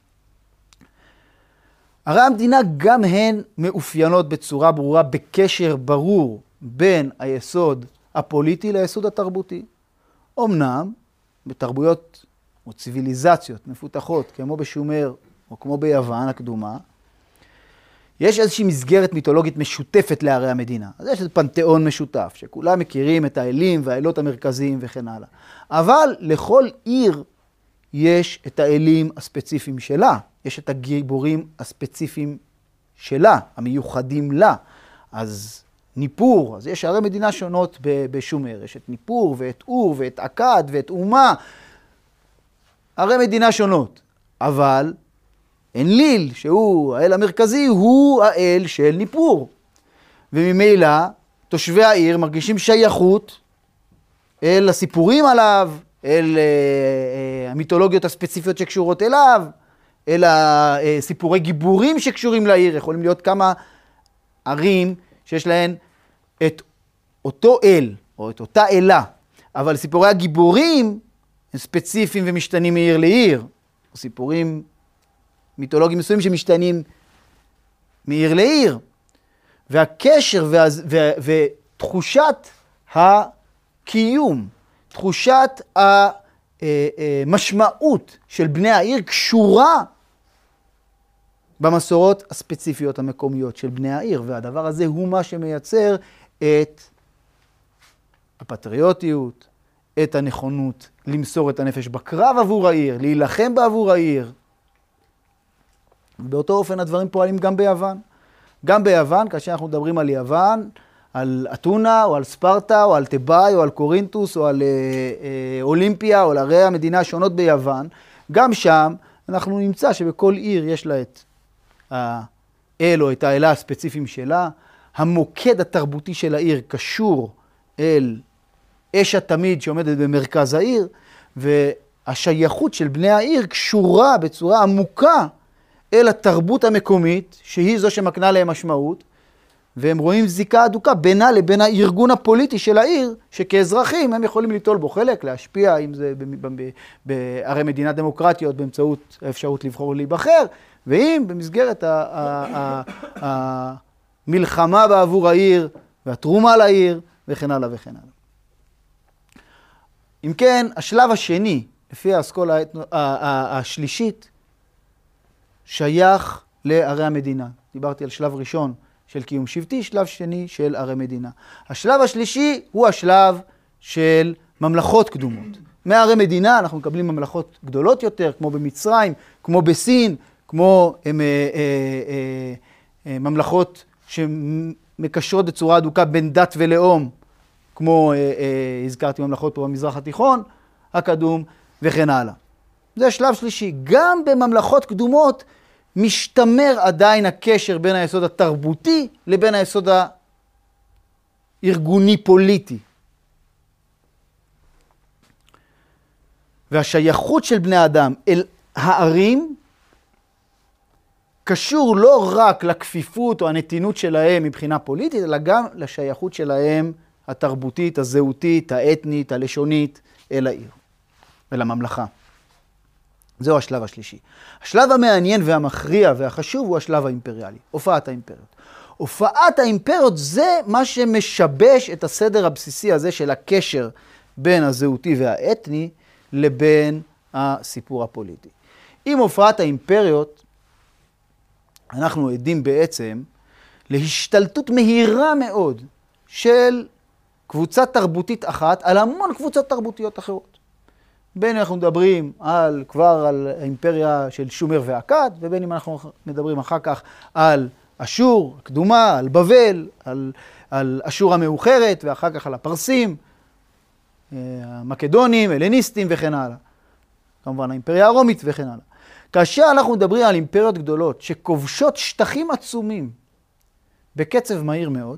ערי המדינה גם הן מאופיינות בצורה ברורה, בקשר ברור בין היסוד הפוליטי ליסוד התרבותי. אמנם, בתרבויות או ציוויליזציות מפותחות, כמו בשומר או כמו ביוון הקדומה, יש איזושהי מסגרת מיתולוגית משותפת לערי המדינה. אז יש איזה פנתיאון משותף, שכולם מכירים את האלים והאלות המרכזיים וכן הלאה. אבל לכל עיר יש את האלים הספציפיים שלה. יש את הגיבורים הספציפיים שלה, המיוחדים לה. אז ניפור, אז יש ערי מדינה שונות בשומר, יש את ניפור ואת אור ואת עקד ואת אומה, ערי מדינה שונות, אבל אנליל, שהוא האל המרכזי, הוא האל של ניפור, וממילא תושבי העיר מרגישים שייכות אל הסיפורים עליו, אל המיתולוגיות הספציפיות שקשורות אליו, אל הסיפורי גיבורים שקשורים לעיר. יכולים להיות כמה ערים שיש להן את אותו אל, או את אותה אלה, אבל סיפורי הגיבורים הם ספציפיים ומשתנים מעיר לעיר, או סיפורים מיתולוגיים מסוימים שמשתנים מעיר לעיר. והקשר ותחושת הקיום, תחושת המשמעות של בני העיר קשורה במסורות הספציפיות המקומיות של בני העיר, והדבר הזה הוא מה שמייצר את הפטריוטיות, את הנכונות למסור את הנפש בקרב עבור העיר, להילחם בעבור העיר. באותו אופן הדברים פועלים גם ביוון. גם ביוון, כאשר אנחנו מדברים על יוון, על אתונה, או על ספרטה, או על תיבאי, או על קורינטוס, או על אולימפיה, או על ערי המדינה השונות ביוון, גם שם אנחנו נמצא שבכל עיר יש לה את האל או את האלה הספציפיים שלה. המוקד התרבותי של העיר קשור אל אש התמיד שעומדת במרכז העיר, והשייכות של בני העיר קשורה בצורה עמוקה אל התרבות המקומית, שהיא זו שמקנה להם משמעות, והם רואים זיקה אדוקה בינה לבין הארגון הפוליטי של העיר, שכאזרחים הם יכולים ליטול בו חלק, להשפיע, אם זה בערי מדינה דמוקרטיות, באמצעות האפשרות לבחור ולהיבחר, ואם במסגרת המלחמה בעבור העיר, והתרומה לעיר, וכן הלאה וכן הלאה. אם כן, השלב השני, לפי האסכולה השלישית, שייך לערי המדינה. דיברתי על שלב ראשון של קיום שבטי, שלב שני של ערי מדינה. השלב השלישי הוא השלב של ממלכות קדומות. מערי מדינה אנחנו מקבלים ממלכות גדולות יותר, כמו במצרים, כמו בסין, כמו ממלכות שמקשרות בצורה אדוקה בין דת ולאום, כמו הזכרתי ממלכות פה במזרח התיכון, הקדום וכן הלאה. זה השלב שלישי. גם בממלכות קדומות משתמר עדיין הקשר בין היסוד התרבותי לבין היסוד הארגוני פוליטי. והשייכות של בני אדם אל הערים קשור לא רק לכפיפות או הנתינות שלהם מבחינה פוליטית, אלא גם לשייכות שלהם התרבותית, הזהותית, האתנית, הלשונית אל העיר ולממלכה. זהו השלב השלישי. השלב המעניין והמכריע והחשוב הוא השלב האימפריאלי, הופעת האימפריות. הופעת האימפריות זה מה שמשבש את הסדר הבסיסי הזה של הקשר בין הזהותי והאתני לבין הסיפור הפוליטי. עם הופעת האימפריות אנחנו עדים בעצם להשתלטות מהירה מאוד של קבוצה תרבותית אחת על המון קבוצות תרבותיות אחרות. בין אנחנו מדברים כבר על האימפריה של שומר ואכד, ובין אם אנחנו מדברים אחר כך על אשור הקדומה, על בבל, על אשור המאוחרת, ואחר כך על הפרסים, המקדונים, הלניסטים וכן הלאה. כמובן האימפריה הרומית וכן הלאה. כאשר אנחנו מדברים על אימפריות גדולות שכובשות שטחים עצומים בקצב מהיר מאוד,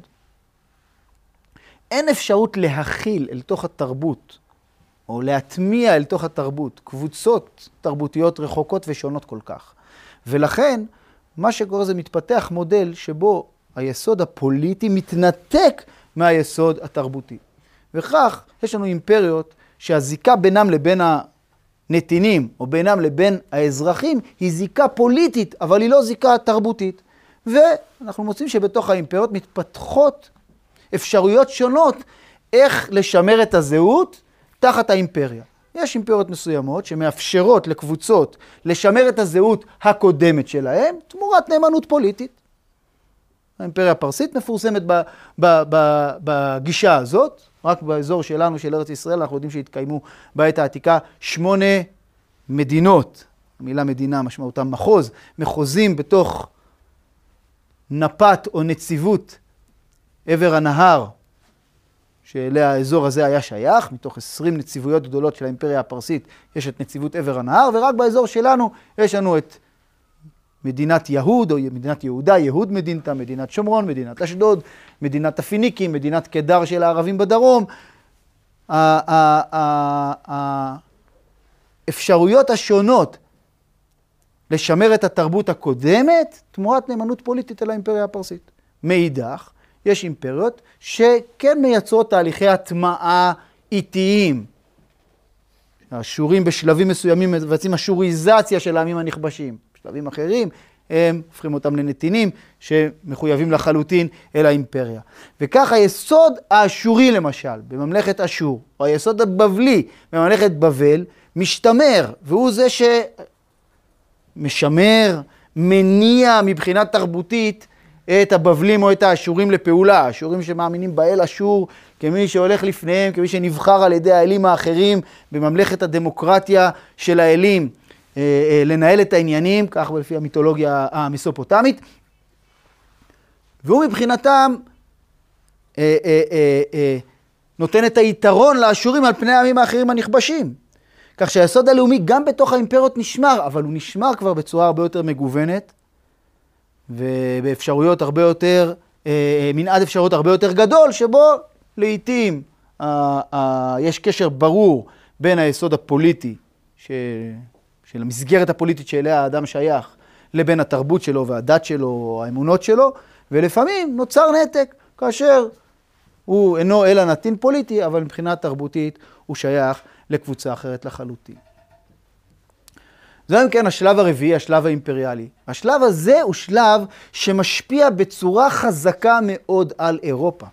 אין אפשרות להכיל אל תוך התרבות, או להטמיע אל תוך התרבות, קבוצות תרבותיות רחוקות ושונות כל כך. ולכן, מה שקורה זה מתפתח מודל שבו היסוד הפוליטי מתנתק מהיסוד התרבותי. וכך, יש לנו אימפריות שהזיקה בינם לבין הנתינים, או בינם לבין האזרחים, היא זיקה פוליטית, אבל היא לא זיקה תרבותית. ואנחנו מוצאים שבתוך האימפריות מתפתחות אפשרויות שונות איך לשמר את הזהות תחת האימפריה. יש אימפריות מסוימות שמאפשרות לקבוצות לשמר את הזהות הקודמת שלהם תמורת נאמנות פוליטית. האימפריה הפרסית מפורסמת בגישה הזאת, רק באזור שלנו של ארץ ישראל אנחנו יודעים שהתקיימו בעת העתיקה 8 מדינות, המילה מדינה משמעותה מחוז, מחוזים בתוך נפת או נציבות עבר הנהר, שאליה האזור הזה היה שייך, מתוך 20 נציבויות גדולות של האימפריה הפרסית, יש את נציבות עבר הנהר, ורק באזור שלנו יש לנו את מדינת יהוד, או מדינת יהודה, יהוד מדינתה, מדינת שומרון, מדינת אשדוד, מדינת הפיניקים, מדינת קדר של הערבים בדרום. האפשרויות השונות לשמר את התרבות הקודמת, תמורת נאמנות פוליטית אל האימפריה הפרסית. מאידך, יש אימפריות שכן מייצרות תהליכי הטמעה איטיים. האשורים בשלבים מסוימים מבצעים אשוריזציה של העמים הנכבשים. בשלבים אחרים הם הופכים אותם לנתינים שמחויבים לחלוטין אל האימפריה. וכך היסוד האשורי למשל, בממלכת אשור, או היסוד הבבלי בממלכת בבל, משתמר, והוא זה שמשמר, מניע מבחינה תרבותית את הבבלים או את האשורים לפעולה. האשורים שמאמינים באל אשור כמי שהולך לפניהם, כמי שנבחר על ידי האלים האחרים בממלכת הדמוקרטיה של האלים, לנהל את העניינים, כך לפי המיתולוגיה המסופוטמית. והוא מבחינתם נותן את היתרון לאשורים על פני העמים האחרים הנכבשים. כך שהיסוד הלאומי גם בתוך האימפריות נשמר, אבל הוא נשמר כבר בצורה הרבה יותר מגוונת, ובאפשרויות הרבה יותר, מנעד אפשרויות הרבה יותר גדול, שבו לעתים יש קשר ברור בין היסוד הפוליטי, של המסגרת הפוליטית שאליה האדם שייך, לבין התרבות שלו והדת שלו או האמונות שלו, ולפעמים נוצר נתק, כאשר הוא אינו אלא נתין פוליטי, אבל מבחינה תרבותית הוא שייך לקבוצה אחרת לחלוטין. זה אם כן השלב הרביעי, השלב האימפריאלי. השלב הזה הוא שלב שמשפיע בצורה חזקה מאוד על אירופה.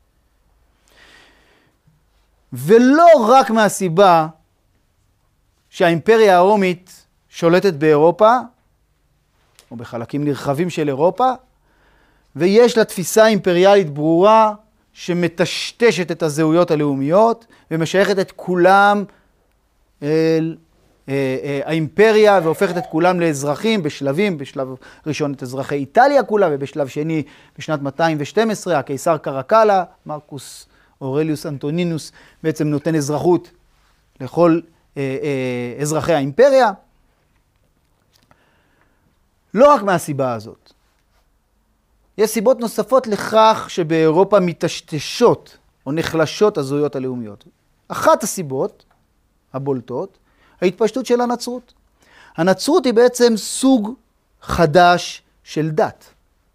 ולא רק מהסיבה שהאימפריה הרומית שולטת באירופה, או בחלקים נרחבים של אירופה, ויש לה תפיסה אימפריאלית ברורה שמטשטשת את הזהויות הלאומיות, ומשייכת את כולם אל האימפריה, והופכת את כולם לאזרחים בשלבים, בשלב ראשון את אזרחי איטליה כולה, ובשלב שני בשנת 212, הקיסר קרקלה, מרקוס אורליוס אנטונינוס, בעצם נותן אזרחות לכל אזרחי האימפריה. לא רק מהסיבה הזאת. יש סיבות נוספות לכך שבאירופה מטשטשות או נחלשות הזהויות הלאומיות. אחת הסיבות הבולטות, ההתפשטות של הנצרות. הנצרות היא בעצם סוג חדש של דת.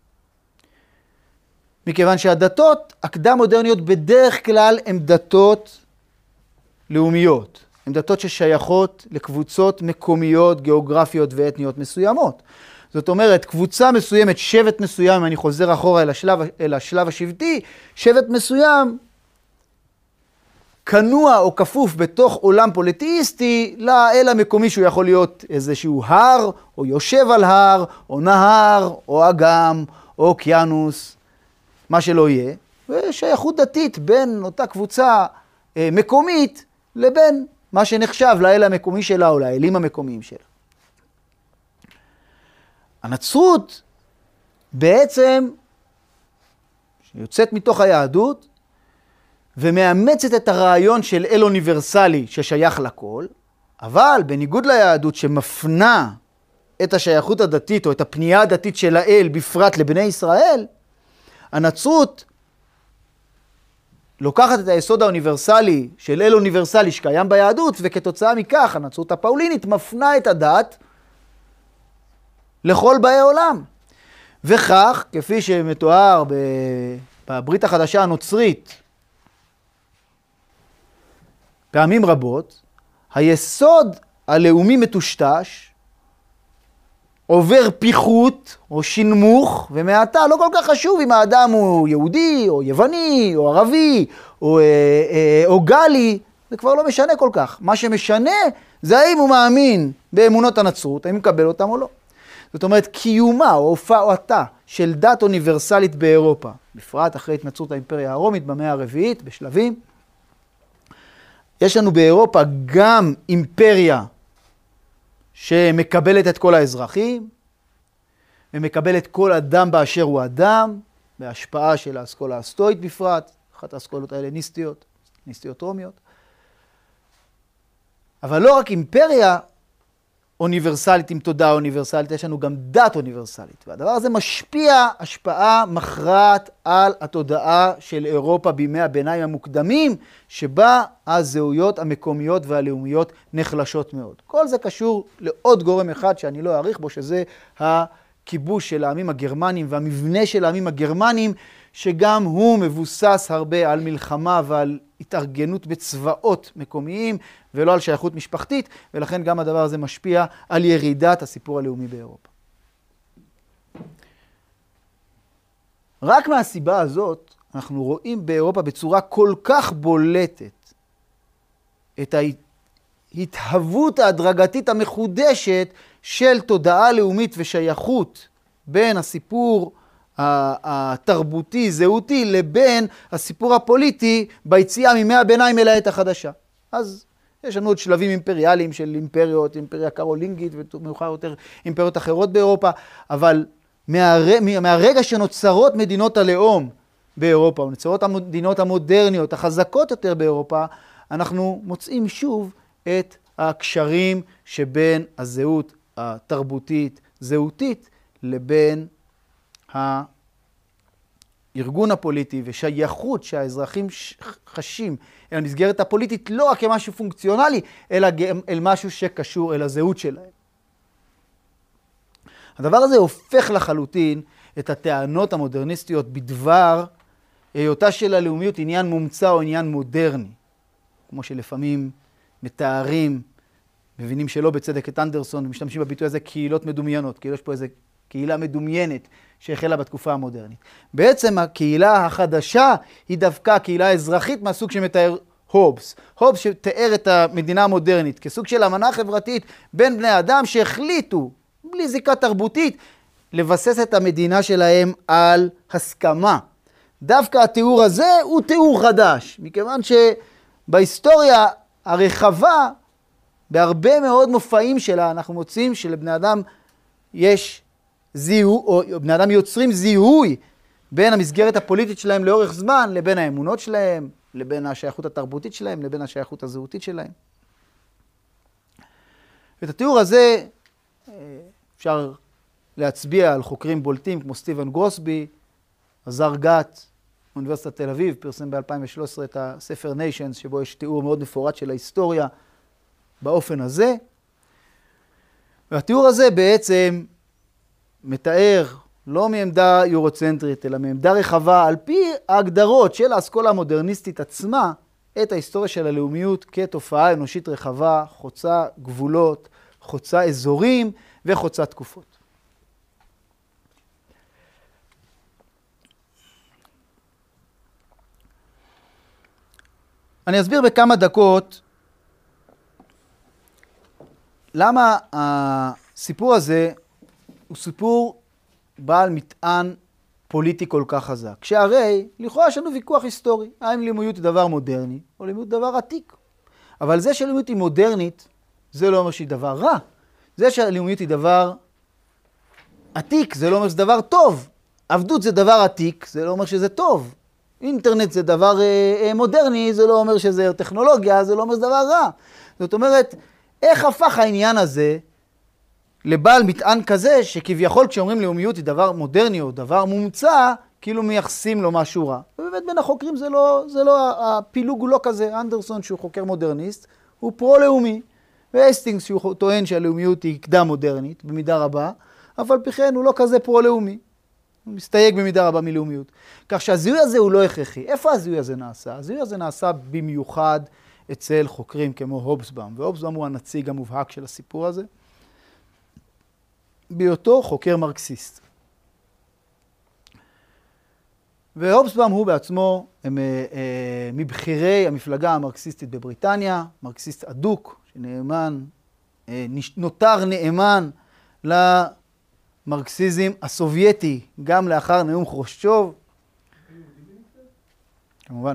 מכיוון שהדתות הקדם-מודרניות בדרך כלל הן דתות לאומיות. הן דתות ששייכות לקבוצות מקומיות, גיאוגרפיות ואתניות מסוימות. זאת אומרת, קבוצה מסוימת, שבט מסוים, אני חוזר אחורה אל השלב השבטי, שבט מסוים כנוע או כפוף בתוך עולם פוליטאיסטי לאל המקומי, שהוא יכול להיות איזשהו הר, או יושב על הר, או נהר, או אגם, או אוקיינוס, מה שלא יהיה, ושייכות דתית בין אותה קבוצה מקומית לבין מה שנחשב לאל המקומי שלה או לאלים המקומיים שלה. הנצרות בעצם שיוצאת מתוך היהדות ומאמצת את הרעיון של אל אוניברסלי ששייך לכל, אבל בניגוד ליהדות שמפנה את השייכות הדתית או את הפנייה הדתית של האל בפרט לבני ישראל, הנצרות לוקחת את היסוד האוניברסלי של אל אוניברסלי שקיים ביהדות, וכתוצאה מכך הנצרות הפאולינית מפנה את הדת לכל באי עולם. וכך, כפי שמתואר בברית החדשה הנוצרית, פעמים רבות, היסוד הלאומי מטושטש, עובר פיחות או שינמוך, ומעתה לא כל כך חשוב אם האדם הוא יהודי או יווני או ערבי או גלי, זה כבר לא משנה כל כך. מה שמשנה זה האם הוא מאמין באמונות הנצרות, האם הוא מקבל אותם או לא. זאת אומרת, קיומה או הופעתה של דת אוניברסלית באירופה, בפרט אחרי התנצרות האימפריה הרומית במאה הרביעית בשלבים, יש לנו באירופה גם אימפריה שמקבלת את כל האזרחים, ומקבלת כל אדם באשר הוא אדם, בהשפעה של האסכולה הסטואית בפרט, אחת האסכולות ההלניסטיות, ניסטיות רומיות. אבל לא רק אימפריה אוניברסלית עם תודעה אוניברסלית, יש לנו גם דת אוניברסלית. והדבר הזה משפיע השפעה מכרעת על התודעה של אירופה בימי הביניים המוקדמים, שבה הזהויות המקומיות והלאומיות נחלשות מאוד. כל זה קשור לעוד גורם אחד שאני לא אעריך בו, שזה הכיבוש של העמים הגרמנים והמבנה של העמים הגרמנים, שגם הוא מבוסס הרבה על מלחמה ועל התארגנות בצבאות מקומיים, ולא על שייכות משפחתית, ולכן גם הדבר הזה משפיע על ירידת הסיפור הלאומי באירופה. רק מהסיבה הזאת, אנחנו רואים באירופה בצורה כל כך בולטת את ההתהוות ההדרגתית המחודשת של תודעה לאומית ושייכות בין הסיפור התרבותי, זהותי, לבין הסיפור הפוליטי ביציאה מימי הביניים אל העת החדשה. אז יש לנו עוד שלבים אימפריאליים של אימפריות, אימפריה קרולינגית ומאוחר יותר אימפריות אחרות באירופה, אבל מהרגע שנוצרות מדינות הלאום באירופה, ונוצרות המדינות המודרניות, החזקות יותר באירופה, אנחנו מוצאים שוב את הקשרים שבין הזהות התרבותית, זהותית, לבין הארגון הפוליטי ושייכות שהאזרחים חשים אל המסגרת הפוליטית לא רק כמשהו פונקציונלי, אלא גם אל משהו שקשור אל הזהות שלהם. הדבר הזה הופך לחלוטין את הטענות המודרניסטיות בדבר היותה של הלאומיות עניין מומצא או עניין מודרני. כמו שלפעמים מתארים, מבינים שלא בצדק את אנדרסון, ומשתמשים בביטוי הזה קהילות מדומיינות, כאילו יש פה איזה קהילה מדומיינת שהחלה בתקופה המודרנית. בעצם הקהילה החדשה היא דווקא הקהילה האזרחית מהסוג שמתאר הובס. הובס שתיאר את המדינה המודרנית כסוג של אמנה חברתית בין בני אדם שהחליטו, בלי זיקה תרבותית, לבסס את המדינה שלהם על הסכמה. דווקא התיאור הזה הוא תיאור חדש, מכיוון שבהיסטוריה הרחבה, בהרבה מאוד מופעים שלה, אנחנו מוצאים שלבני אדם יש או בני אדם יוצרים זיהוי בין המסגרת הפוליטית שלהם לאורך זמן, לבין האמונות שלהם, לבין השייכות התרבותית שלהם, לבין השייכות הזהותית שלהם. ואת התיאור הזה אפשר להצביע על חוקרים בולטים כמו סטיבן גרוסבי, עזר גת, אוניברסיטת תל אביב, פרסם ב-2013 את הספר Nations, שבו יש תיאור מאוד מפורט של ההיסטוריה באופן הזה. והתיאור הזה בעצם מתאר לא מעמדה יורוצנטרית, אלא מעמדה רחבה, על פי ההגדרות של האסכולה המודרניסטית עצמה, את ההיסטוריה של הלאומיות כתופעה אנושית רחבה, חוצה גבולות, חוצה אזורים וחוצה תקופות. אני אסביר בכמה דקות למה הסיפור הזה הוא סיפור בעל מטען פוליטי כל כך חזק. שהרי, לכאורה יש לנו ויכוח היסטורי. האם לאומיות היא דבר מודרני, או לאומיות דבר עתיק. אבל זה שלאומיות היא מודרנית, זה לא אומר שהיא דבר רע. זה שלאומיות היא דבר עתיק, זה לא אומר שזה דבר טוב. עבדות זה דבר עתיק, זה לא אומר שזה טוב. אינטרנט זה דבר מודרני, זה לא אומר שזה טכנולוגיה, זה לא אומר שזה דבר רע. זאת אומרת, איך הפך העניין הזה לבעל מטען כזה, שכביכול כשאומרים לאומיות היא דבר מודרני או דבר מומצא, כאילו מייחסים לו משהו רע. ובאמת בין החוקרים הפילוג הוא לא כזה. אנדרסון שהוא חוקר מודרניסט, הוא פרו-לאומי. והסטינגס שהוא טוען שהלאומיות היא קדם מודרנית, במידה רבה, אבל בכן הוא לא כזה פרו-לאומי. הוא מסתייג במידה רבה מלאומיות. כך שהזיהוי הזה הוא לא הכרחי. איפה הזיהוי הזה נעשה? הזיהוי הזה נעשה במיוחד אצל חוקרים כמו הובסבאום. והובסבאום הוא הנציג המובהק של הסיפור הזה. בהיותו חוקר מרקסיסט. והובסבאום הוא בעצמו מבחירי המפלגה המרקסיסטית בבריטניה, מרקסיסט אדוק, שנאמן, נותר נאמן למרקסיזם הסובייטי, גם לאחר נאום חרושצ'וב. כמובן.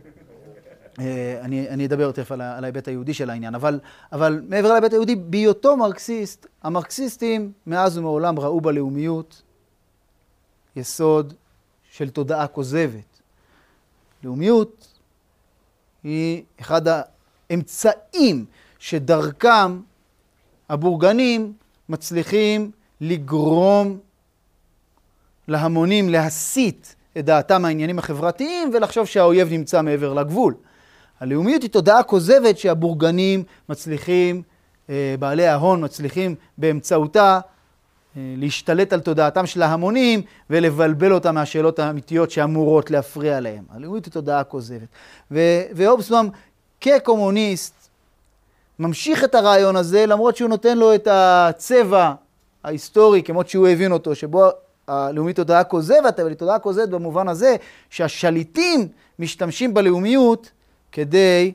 אני אדבר יותר על ההיבט היהודי של העניין, אבל מעבר להיבט היהודי, בהיותו מרקסיסט, המרקסיסטים מאז ומעולם ראו בלאומיות יסוד של תודעה כוזבת. לאומיות היא אחד האמצעים שדרכם הבורגנים מצליחים לגרום להמונים להסיט את דעתם מהעניינים החברתיים ולחשוב שהאויב נמצא מעבר לגבול. הלאומיות היא תודעה כוזבת שהבורגנים מצליחים, בעלי ההון מצליחים באמצעותה להשתלט על תודעתם של ההמונים ולבלבל אותם מהשאלות האמיתיות שאמורות להפריע להם. הלאומיות היא תודעה כוזבת. והובסבאום כקומוניסט ממשיך את הרעיון הזה, למרות שהוא נותן לו את הצבע ההיסטורי כמות שהוא הבין אותו, שבו הלאומית תודעה כוזבת, אבל היא תודעה כוזבת במובן הזה שהשליטים משתמשים בלאומיות כדי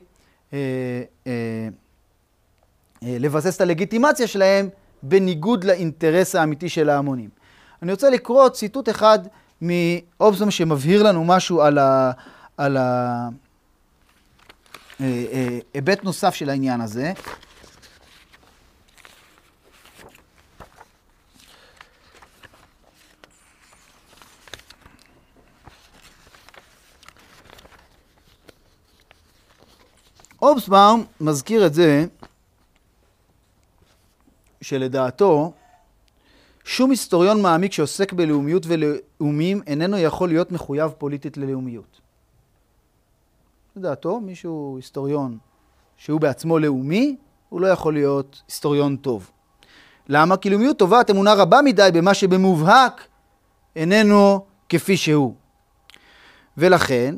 לבסס את הלגיטימציה שלהם בניגוד לאינטרס האמיתי של ההמונים. אני רוצה לקרוא ציטוט אחד מהובסבאום שמבהיר לנו משהו על היבט נוסף של העניין הזה. הובסבאום מזכיר את זה שלדעתו שום היסטוריון מעמיק שעוסק בלאומיות ולאומים איננו יכול להיות מחויב פוליטית ללאומיות. לדעתו, מישהו היסטוריון שהוא בעצמו לאומי, הוא לא יכול להיות היסטוריון טוב. למה? כי לאומיות טובה אמונה רבה מדי במה שבמובהק איננו כפי שהוא. ולכן,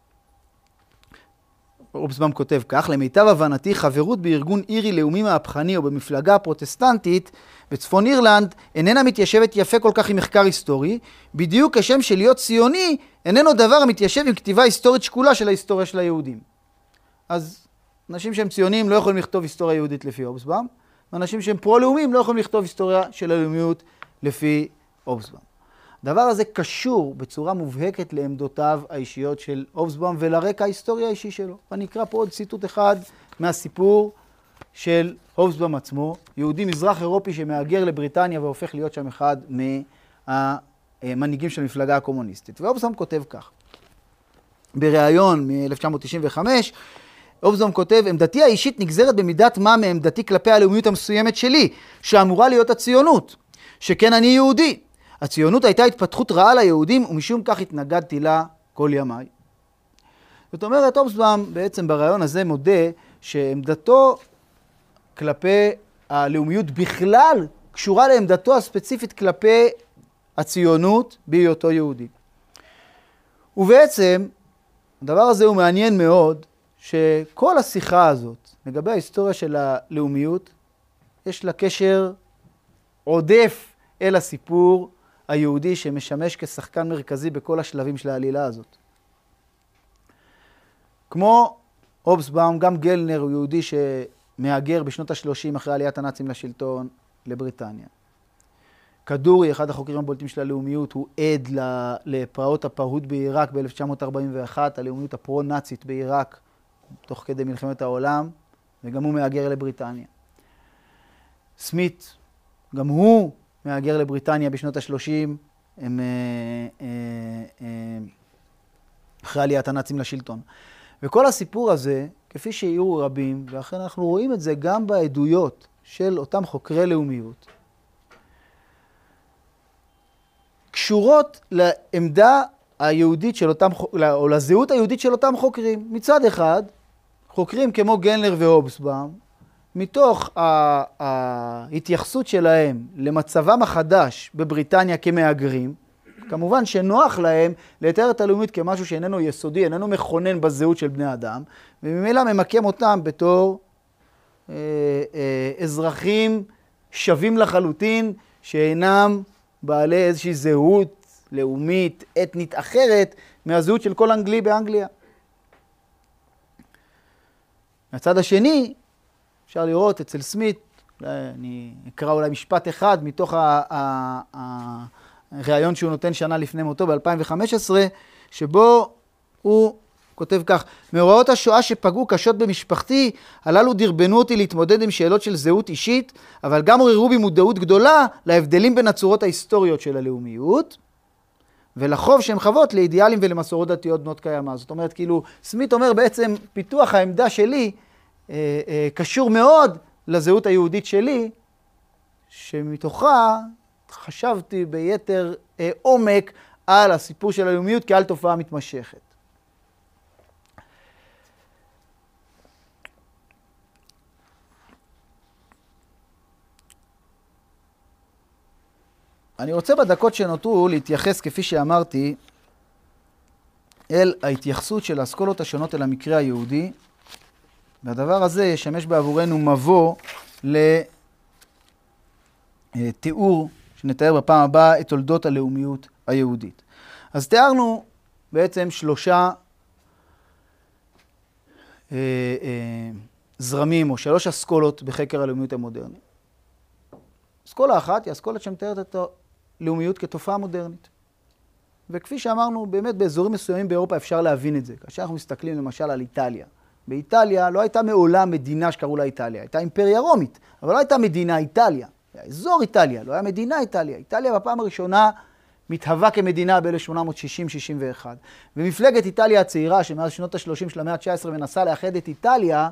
הובסבאום כותב כך, למיטב הבנתי, חברות בארגון אירי לאומי מהפכני או במפלגה הפרוטסטנטית בצפון אירלנד איננה מתיישבת יפה כל כך עם מחקר היסטורי, בדיוק כשם שלהיות ציוני איננו דבר המתיישב עם כתיבה היסטורית שקולה של ההיסטוריה של היהודים. אז אנשים שהם ציונים לא יכולים לכתוב היסטוריה יהודית לפי הובסבאום, ואנשים שהם פרו-לאומיים לא יכולים לכתוב היסטוריה של הלאומיות לפי הובסבאום. הדבר הזה קשור בצורה מובהקת לעמדותיו האישיות של הובסבאום ולרקע ההיסטוריה האישי שלו. ואני אקרא פה עוד ציטוט אחד מהסיפור של הובסבאום עצמו, יהודי מזרח אירופי שמהגר לבריטניה והופך להיות שם אחד מהמנהיגים של המפלגה הקומוניסטית. והובסבאום כותב כך, בריאיון מ-1995, הובסבאום כותב, עמדתי האישית נגזרת במידת מה מעמדתי כלפי הלאומיות המסוימת שלי, שאמורה להיות הציונות, שכן אני יהודי. הציונות הייתה התפתחות רעה ליהודים, ומשום כך התנגדתי לה כל ימיי. זאת אומרת, הובסבאום בעצם ברעיון הזה מודה שעמדתו כלפי הלאומיות בכלל קשורה לעמדתו הספציפית כלפי הציונות בהיותו יהודי. ובעצם, הדבר הזה הוא מעניין מאוד, שכל השיחה הזאת לגבי ההיסטוריה של הלאומיות, יש לה קשר עודף אל הסיפור היהודי שמשמש כשחקן מרכזי בכל השלבים של העלילה הזאת. כמו הובסבאום, גם גלנר הוא יהודי שמהגר בשנות ה-30 אחרי עליית הנאצים לשלטון לבריטניה. כדורי, אחד החוקרים הבולטים של הלאומיות, הוא עד לפרעות הפרהוד בעיראק ב-1941, הלאומיות הפרו-נאצית בעיראק, תוך כדי מלחמת העולם, וגם הוא מהגר לבריטניה. סמית, גם הוא מהגר לבריטניה בשנות ה-30, אחרי עליית הנאצים לשלטון. וכל הסיפור הזה, כפי שהעירו רבים, ואכן אנחנו רואים את זה גם בעדויות של אותם חוקרי לאומיות, קשורות לעמדה היהודית של אותם, או לזהות היהודית של אותם חוקרים. מצד אחד, חוקרים כמו גלנר והובסבאום, מתוך ההתייחסות שלהם למצבם החדש בבריטניה כמהגרים, כמובן שנוח להם לתאר את הלאומיות כמשהו שאיננו יסודי, איננו מכונן בזהות של בני אדם, וממילא ממקם אותם בתור אזרחים שווים לחלוטין, שאינם בעלי איזושהי זהות לאומית, אתנית אחרת, מהזהות של כל אנגלי באנגליה. מהצד השני, אפשר לראות אצל סמית, אני אקרא אולי משפט אחד מתוך הראיון שהוא נותן שנה לפני מותו ב-2015, שבו הוא כותב כך, מאורעות השואה שפגעו קשות במשפחתי, הללו דרבנו אותי להתמודד עם שאלות של זהות אישית, אבל גם עוררו בי מודעות גדולה להבדלים בין הצורות ההיסטוריות של הלאומיות, ולחוב שהן חוות לאידיאלים ולמסורות דתיות בנות קיימא. זאת אומרת, כאילו, סמית אומר בעצם, פיתוח העמדה שלי קשור מאוד לזהות היהודית שלי, שמתוכה חשבתי ביתר עומק על הסיפור של הלאומיות כעל תופעה מתמשכת. אני רוצה בדקות שנותרו להתייחס, כפי שאמרתי, אל ההתייחסות של האסכולות השונות אל המקרה היהודי, והדבר הזה ישמש בעבורנו מבוא לתיאור, שנתאר בפעם הבאה, את תולדות הלאומיות היהודית. אז תיארנו בעצם 3 זרמים, או 3 אסכולות בחקר הלאומיות המודרנית. אסכולה אחת היא אסכולה שמתארת את הלאומיות כתופעה מודרנית. וכפי שאמרנו, באמת באזורים מסוימים באירופה אפשר להבין את זה. כאשר אנחנו מסתכלים למשל על איטליה. באיטליה לא הייתה מעולם מדינה שקראו לה איטליה, הייתה אימפריה רומית, אבל לא הייתה מדינה איטליה. היה אזור איטליה, לא היה מדינה איטליה. איטליה בפעם הראשונה מתהווה כמדינה ב-1860-61. ומפלגת איטליה הצעירה, שמאז שנות ה-30 של המאה ה-19 מנסה לאחד את איטליה,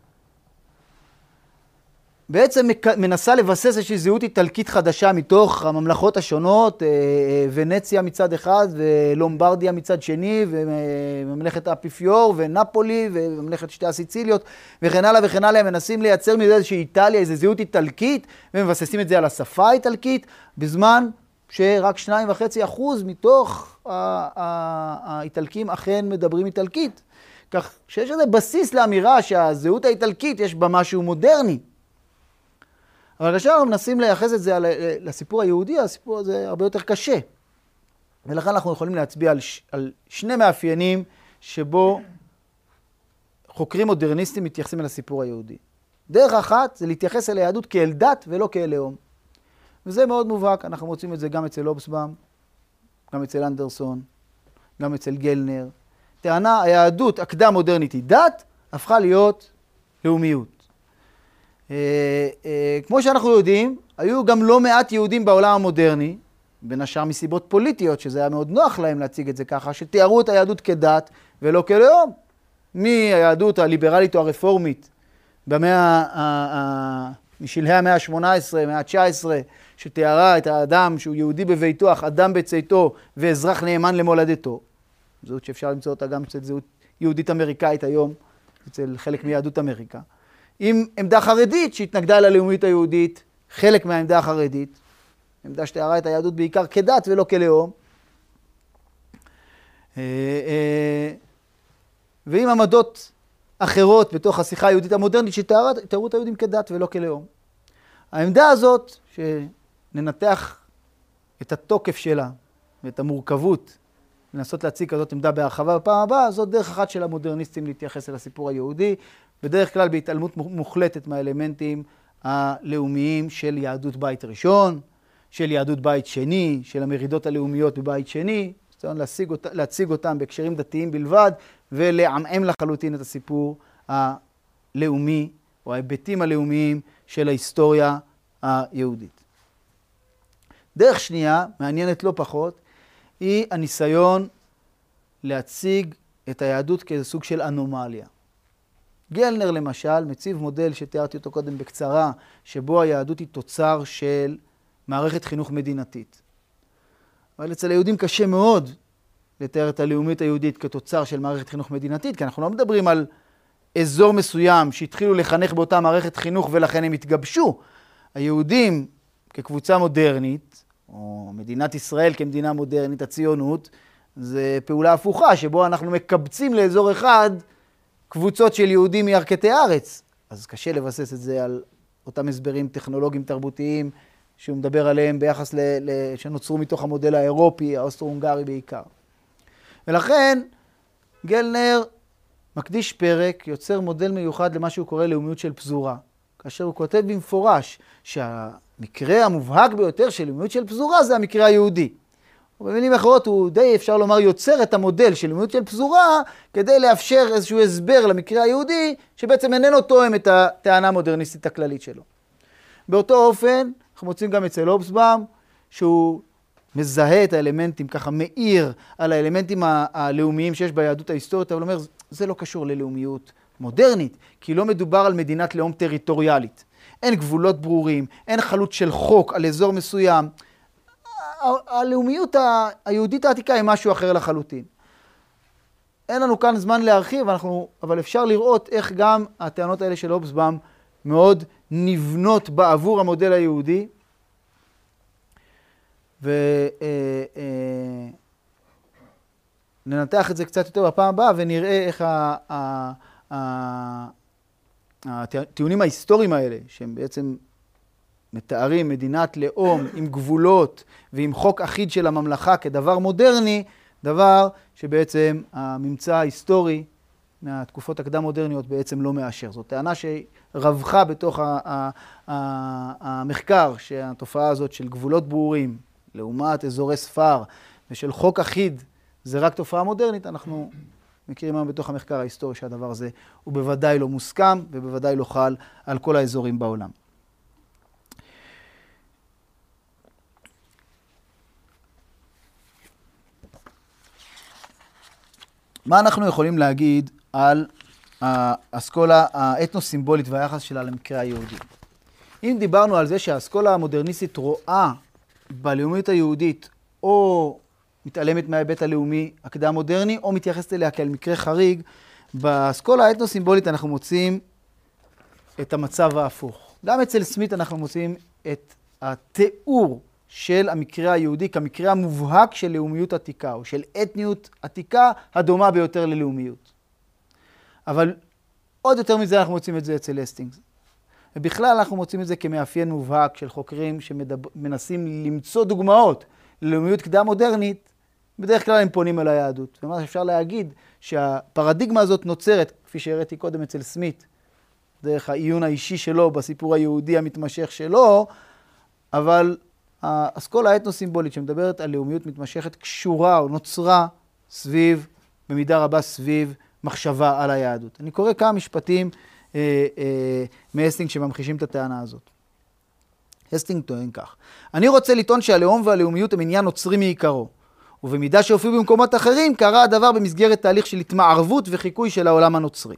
בעצם מנסה לבסס איזושהי זהות איטלקית חדשה מתוך הממלכות השונות, ונציה מצד אחד ולומברדיה מצד שני, וממלכת האפיפיור ונפולי וממלכת שתי הסיציליות וכן הלאה וכן הלאה. הם מנסים לייצר מזה איזושהי איטליה, איזו זהות איטלקית, ומבססים את זה על השפה האיטלקית, בזמן שרק 2.5% מתוך האיטלקים אכן מדברים איטלקית. כך שיש איזה בסיס לאמירה שהזהות האיטלקית יש בה משהו מודרני. אבל כאשר אנחנו מנסים לייחס את זה לסיפור היהודי, הסיפור הזה הרבה יותר קשה. ולכן אנחנו יכולים להצביע על 2 מאפיינים שבו חוקרים מודרניסטים מתייחסים אל הסיפור היהודי. דרך אחת זה להתייחס אל היהדות כאל דת ולא כאל לאום. וזה מאוד מובהק, אנחנו מוצאים את זה גם אצל אובסבאם, גם אצל אנדרסון, גם אצל גלנר. טענה, היהדות הקדם מודרנית היא דת, הפכה להיות לאומיות. כמו שאנחנו יודעים, היו גם לא מעט יהודים בעולם המודרני, בין השאר מסיבות פוליטיות, שזה היה מאוד נוח להם להציג את זה ככה, שתיארו את היהדות כדת ולא כלאום. מהיהדות הליברלית או הרפורמית, משלהי המאה ה-18, המאה ה-19, שתיארה את האדם שהוא יהודי בביתו, אך אדם בצאתו ואזרח נאמן למולדתו. זאת שאפשר למצוא אותה גם אצל זהות יהודית אמריקאית היום, אצל חלק מיהדות אמריקה. עם עמדה חרדית שהתנגדה ללאומיות היהודית, חלק מהעמדה החרדית, עמדה שתיארה את היהדות בעיקר כדת ולא כלאום. ועם עמדות אחרות בתוך השיחה היהודית המודרנית שתיארו את היהודים כדת ולא כלאום. העמדה הזאת, שננתח את התוקף שלה ואת המורכבות, לנסות להציג כזאת עמדה בהרחבה בפעם הבאה, זאת דרך אחת של המודרניסטים להתייחס אל הסיפור היהודי, בדרך כלל בהתעלמות מוחלטת מהאלמנטים הלאומיים של יהדות בית ראשון, של יהדות בית שני, של המרידות הלאומיות בבית שני, להציג אותם בהקשרים דתיים בלבד, ולעמעם לחלוטין את הסיפור הלאומי, או ההיבטים הלאומיים של ההיסטוריה היהודית. דרך שנייה, מעניינת לא פחות, היא הניסיון להציג את היהדות כסוג של אנומליה. גלנר למשל מציב מודל שתיארתי אותו קודם בקצרה, שבו היהדות היא תוצר של מערכת חינוך מדינתית. אבל אצל היהודים קשה מאוד לתאר את הלאומיות היהודית כתוצר של מערכת חינוך מדינתית, כי אנחנו לא מדברים על אזור מסוים שהתחילו לחנך באותה מערכת חינוך ולכן הם התגבשו. היהודים כקבוצה מודרנית, או מדינת ישראל כמדינה מודרנית, הציונות, זה פעולה הפוכה, שבו אנחנו מקבצים לאזור אחד קבוצות של יהודים מירכתי הארץ. אז קשה לבסס את זה על אותם הסברים טכנולוגיים תרבותיים שהוא מדבר עליהם ביחס שנוצרו מתוך המודל האירופי, האוסטרו-הונגרי בעיקר. ולכן גלנר מקדיש פרק, יוצר מודל מיוחד למה שהוא קורא לאומיות של פזורה. כאשר הוא כותב במפורש שהמקרה המובהק ביותר של לאומיות של פזורה זה המקרה היהודי. ובמילים אחרות הוא די אפשר לומר יוצר את המודל של לאומיות של פזורה כדי לאפשר איזשהו הסבר למקרה היהודי שבעצם איננו תואם את הטענה המודרניסטית הכללית שלו. באותו אופן אנחנו מוצאים גם אצל אובסבאום שהוא מזהה את האלמנטים, ככה מאיר על האלמנטים הלאומיים שיש ביהדות ההיסטורית, אבל אומר, זה לא קשור ללאומיות מודרנית, כי לא מדובר על מדינת לאום טריטוריאלית. אין גבולות ברורים, אין חלות של חוק על אזור מסוים. הלאומיות היהודית העתיקה היא משהו אחר לחלוטין. אין לנו כאן זמן להרחיב, אבל אפשר לראות איך גם הטענות האלה של הובסבאום מאוד נבנות בעבור המודל היהודי. וננתח את זה קצת יותר בפעם הבאה ונראה איך הטיעונים ההיסטוריים האלה, שהם בעצם מתארים מדינת לאום עם גבולות ועם חוק אחיד של הממלכה כדבר מודרני, דבר שבעצם הממצא ההיסטורי מהתקופות הקדם-מודרניות בעצם לא מאשר. זאת טענה שרווחה בתוך המחקר, שהתופעה הזאת של גבולות ברורים, לעומת אזורי ספר, ושל חוק אחיד, זה רק תופעה מודרנית. אנחנו מכירים היום בתוך המחקר ההיסטורי שהדבר הזה הוא בוודאי לא מוסכם, ובוודאי לא חל על כל האזורים בעולם. מה אנחנו יכולים להגיד על האסכולה האתנו-סימבולית והיחס שלה למקרה היהודי? אם דיברנו על זה שהאסכולה המודרניסטית רואה בלאומיות היהודית או מתעלמת מההיבט הלאומי הקדם-מודרני, או מתייחסת אליה כאל מקרה חריג, באסכולה האתנו-סימבולית אנחנו מוצאים את המצב ההפוך. גם אצל סמית אנחנו מוצאים את התיאור של המקרה היהודי כמקרה המובהק של לאומיות עתיקה, או של אתניות עתיקה הדומה ביותר ללאומיות. אבל עוד יותר מזה אנחנו מוצאים את זה אצל הסטינגס. ובכלל אנחנו מוצאים את זה כמאפיין מובהק של חוקרים שמנסים למצוא דוגמאות ללאומיות קדם מודרנית, בדרך כלל הם פונים אל היהדות. ומה שאפשר להגיד שהפרדיגמה הזאת נוצרת, כפי שהראיתי קודם אצל סמית, דרך העיון האישי שלו בסיפור היהודי המתמשך שלו, אבל האסכולה האתנו-סימבולית שמדברת על לאומיות מתמשכת קשורה או נוצרה סביב, במידה רבה סביב, מחשבה על היהדות. אני קורא כמה משפטים מהסטינג שממחישים את הטענה הזאת. הסטינג טוען כך: אני רוצה לטעון שהלאום והלאומיות הם עניין נוצרי מעיקרו, ובמידה שהופיעו במקומות אחרים קרה הדבר במסגרת תהליך של התמערבות וחיקוי של העולם הנוצרי.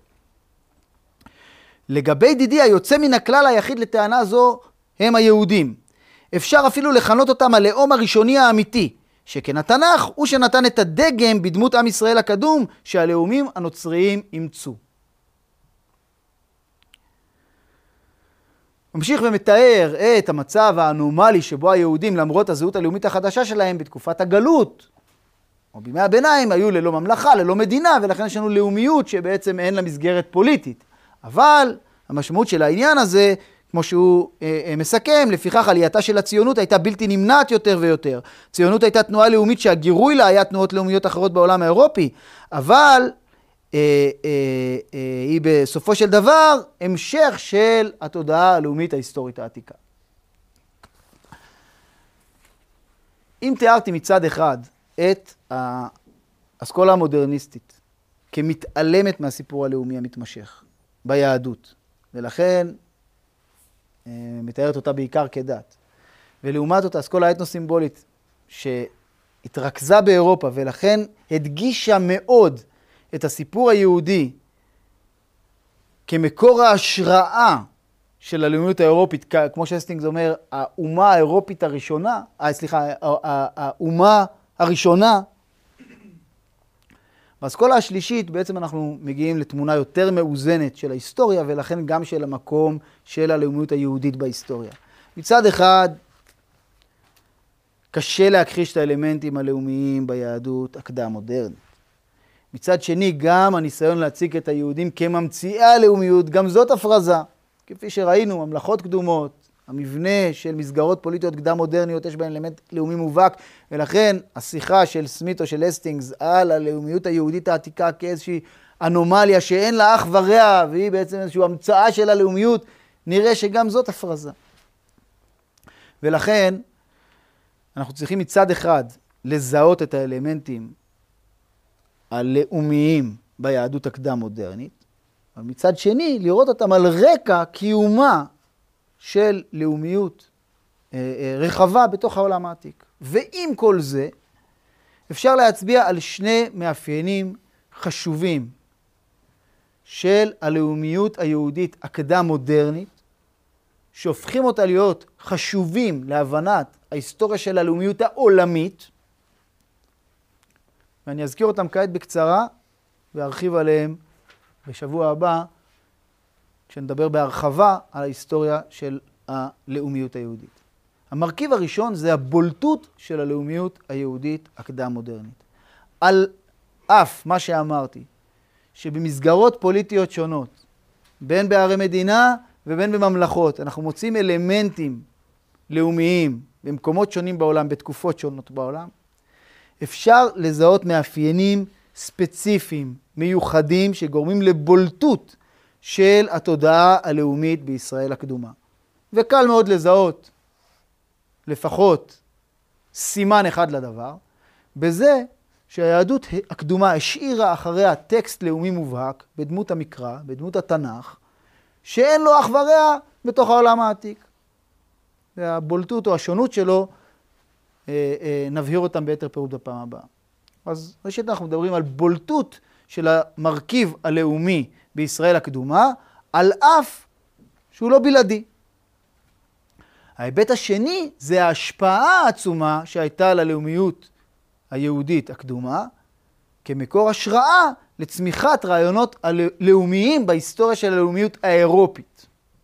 לגבי דידי היוצא מן הכלל היחיד לטענה זו הם היהודים. אפשר אפילו לכנות אותם הלאום הראשוני האמיתי, שכן התנ"ך הוא שנתן את הדגם בדמות עם ישראל הקדום שהלאומים הנוצריים אימצו. ממשיך ומתאר את המצב האנומלי שבו היהודים, למרות הזהות הלאומית החדשה שלהם בתקופת הגלות, או בימי הביניים, היו ללא ממלכה, ללא מדינה, ולכן יש לנו לאומיות שבעצם אין לה מסגרת פוליטית. אבל המשמעות של העניין הזה, כמו שהוא מסכם, לפיכך עלייתה של הציונות הייתה בלתי נמנעת יותר ויותר. ציונות הייתה תנועה לאומית שהגירוי לה היה תנועות לאומיות אחרות בעולם האירופי, אבל היא בסופו של דבר המשך של התודעה הלאומית ההיסטורית העתיקה. אם תיארתי מצד אחד את האסכולה המודרניסטית כמתעלמת מהסיפור הלאומי המתמשך ביהדות, ולכן מתארת אותה בעיקר כדת, ולעומת אותה אסכולה האתנו-סימבולית שהתרכזה באירופה ולכן הדגישה מאוד את הסיפור היהודי כמקור ההשראה של הלאומיות האירופית, כמו שהסטינגס אומר, האומה האירופית הראשונה, האומה הראשונה. באסכולה השלישית בעצם אנחנו מגיעים לתמונה יותר מאוזנת של ההיסטוריה, ולכן גם של המקום של הלאומיות היהודית בהיסטוריה. מצד אחד, קשה להכחיש את האלמנטים הלאומיים ביהדות הקדם-מודרנית. מצד שני, גם הניסיון להציג את היהודים כממציאי הלאומיות, גם זאת הפרזה. כפי שראינו, ממלכות קדומות, המבנה של מסגרות פוליטיות קדם-מודרניות, יש בהן אלמנט לאומי מובהק, ולכן השיחה של סמית או של הסטינגס על הלאומיות היהודית העתיקה כאיזושהי אנומליה שאין לה אח ורע, והיא בעצם איזושהי המצאה של הלאומיות, נראה שגם זאת הפרזה. ולכן, אנחנו צריכים מצד אחד לזהות את האלמנטים הלאומיים ביהדות הקדם-מודרנית, אבל מצד שני לראות אותם על רקע קיומה של לאומיות רחבה בתוך העולם העתיק. ועם כל זה, אפשר להצביע על שני מאפיינים חשובים של הלאומיות היהודית הקדם-מודרנית, שהופכים אותה להיות חשובים להבנת ההיסטוריה של הלאומיות העולמית, ואני אזכיר אותם כעת בקצרה, וארחיב עליהם בשבוע הבא, כשנדבר בהרחבה על ההיסטוריה של הלאומיות היהודית. המרכיב הראשון זה הבולטות של הלאומיות היהודית הקדם-מודרנית. על אף מה שאמרתי, שבמסגרות פוליטיות שונות, בין בערי מדינה ובין בממלכות, אנחנו מוצאים אלמנטים לאומיים במקומות שונים בעולם, בתקופות שונות בעולם, אפשר לזהות מאפיינים ספציפיים, מיוחדים, שגורמים לבולטות של התודעה הלאומית בישראל הקדומה. וקל מאוד לזהות לפחות סימן אחד לדבר, בזה שהיהדות הקדומה השאירה אחריה טקסט לאומי מובהק בדמות המקרא, בדמות התנ"ך, שאין לו אח ורע בתוך העולם העתיק. והבולטות או השונות שלו, נבהיר אותם ביתר פירוט בפעם הבאה. אז ראשית אנחנו מדברים על בולטות של המרכיב הלאומי בישראל הקדומה, על אף שהוא לא בלעדי. ההיבט השני זה ההשפעה העצומה שהייתה ללאומיות היהודית הקדומה, כמקור השראה לצמיחת רעיונות לאומיים בהיסטוריה של הלאומיות האירופית.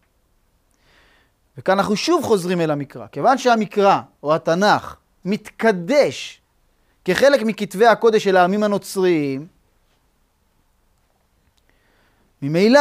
וכאן אנחנו שוב חוזרים אל המקרא. כיוון שהמקרא או התנ"ך מתקדש כחלק מכתבי הקודש של העמים הנוצריים, ממילא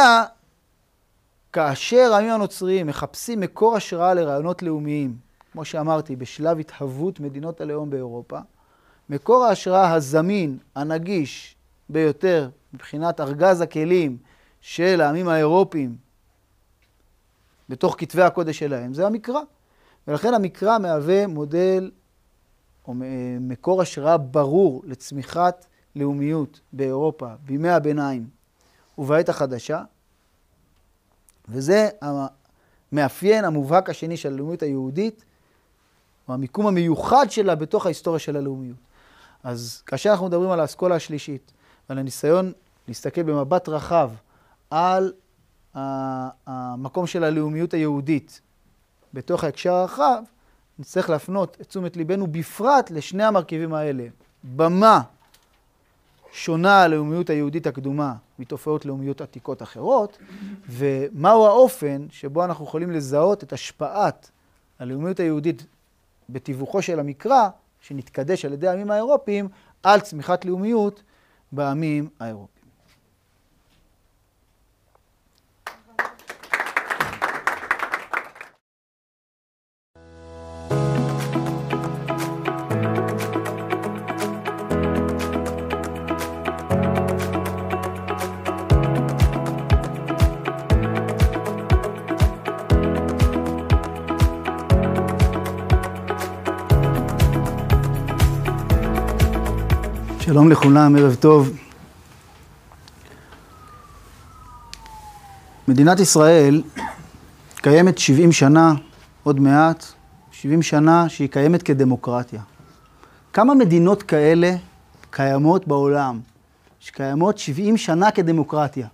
כאשר העמים הנוצריים מחפשים מקור השראה לרעיונות לאומיים, כמו שאמרתי, בשלב התהוות מדינות הלאום באירופה, מקור ההשראה הזמין, הנגיש ביותר מבחינת ארגז הכלים של העמים האירופיים בתוך כתבי הקודש שלהם, זה המקרא. ולכן המקרא מהווה מודל או מקור השראה ברור לצמיחת לאומיות באירופה בימי הביניים ובעת החדשה, וזה המאפיין המובהק השני של הלאומיות היהודית, או המיקום המיוחד שלה בתוך ההיסטוריה של הלאומיות. אז כאשר אנחנו מדברים על האסכולה השלישית, ועל הניסיון להסתכל במבט רחב על המקום של הלאומיות היהודית בתוך ההקשר הרחב, נצטרך להפנות את תשומת ליבנו בפרט לשני המרכיבים האלה. במה שונה הלאומיות היהודית הקדומה מתופעות לאומיות עתיקות אחרות, ומהו האופן שבו אנחנו יכולים לזהות את השפעת הלאומיות היהודית בתיווכו של המקרא, שנתקדש על ידי העמים האירופיים, על צמיחת לאומיות בעמים האירופיים. שלום לכולם, ערב טוב. מדינת ישראל קיימת 70 שנה, עוד מעט, 70 שנה שהיא קיימת כדמוקרטיה. כמה מדינות כאלה קיימות בעולם, שקיימות 70 שנה כדמוקרטיה?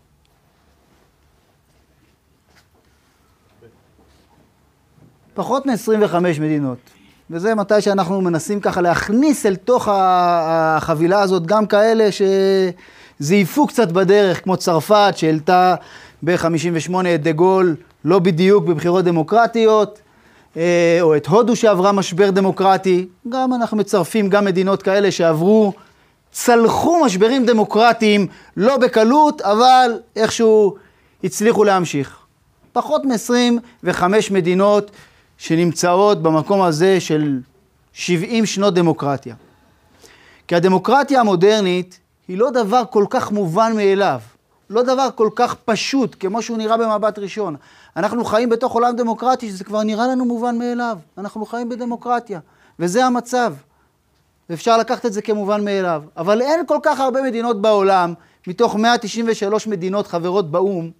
פחות מ-25 מדינות. וזה מתי שאנחנו מנסים ככה להכניס אל תוך החבילה הזאת גם כאלה שזייפו קצת בדרך, כמו צרפת שהעלתה ב-58 את דה גול, לא בדיוק בבחירות דמוקרטיות, או את הודו שעברה משבר דמוקרטי. גם אנחנו מצרפים גם מדינות כאלה שעברו, צלחו משברים דמוקרטיים, לא בקלות, אבל איכשהו הצליחו להמשיך. פחות מ-25 מדינות שנמצאות במקום הזה של 70 שנות דמוקרטיה. כי הדמוקרטיה המודרנית היא לא דבר כל כך מובן מאליו, לא דבר כל כך פשוט כמו שהוא נראה במבט ראשון. אנחנו חיים בתוך עולם דמוקרטי שזה כבר נראה לנו מובן מאליו. אנחנו חיים בדמוקרטיה, וזה המצב. ואפשר לקחת את זה כמובן מאליו. אבל אין כל כך הרבה מדינות בעולם, מתוך 193 מדינות חברות באום,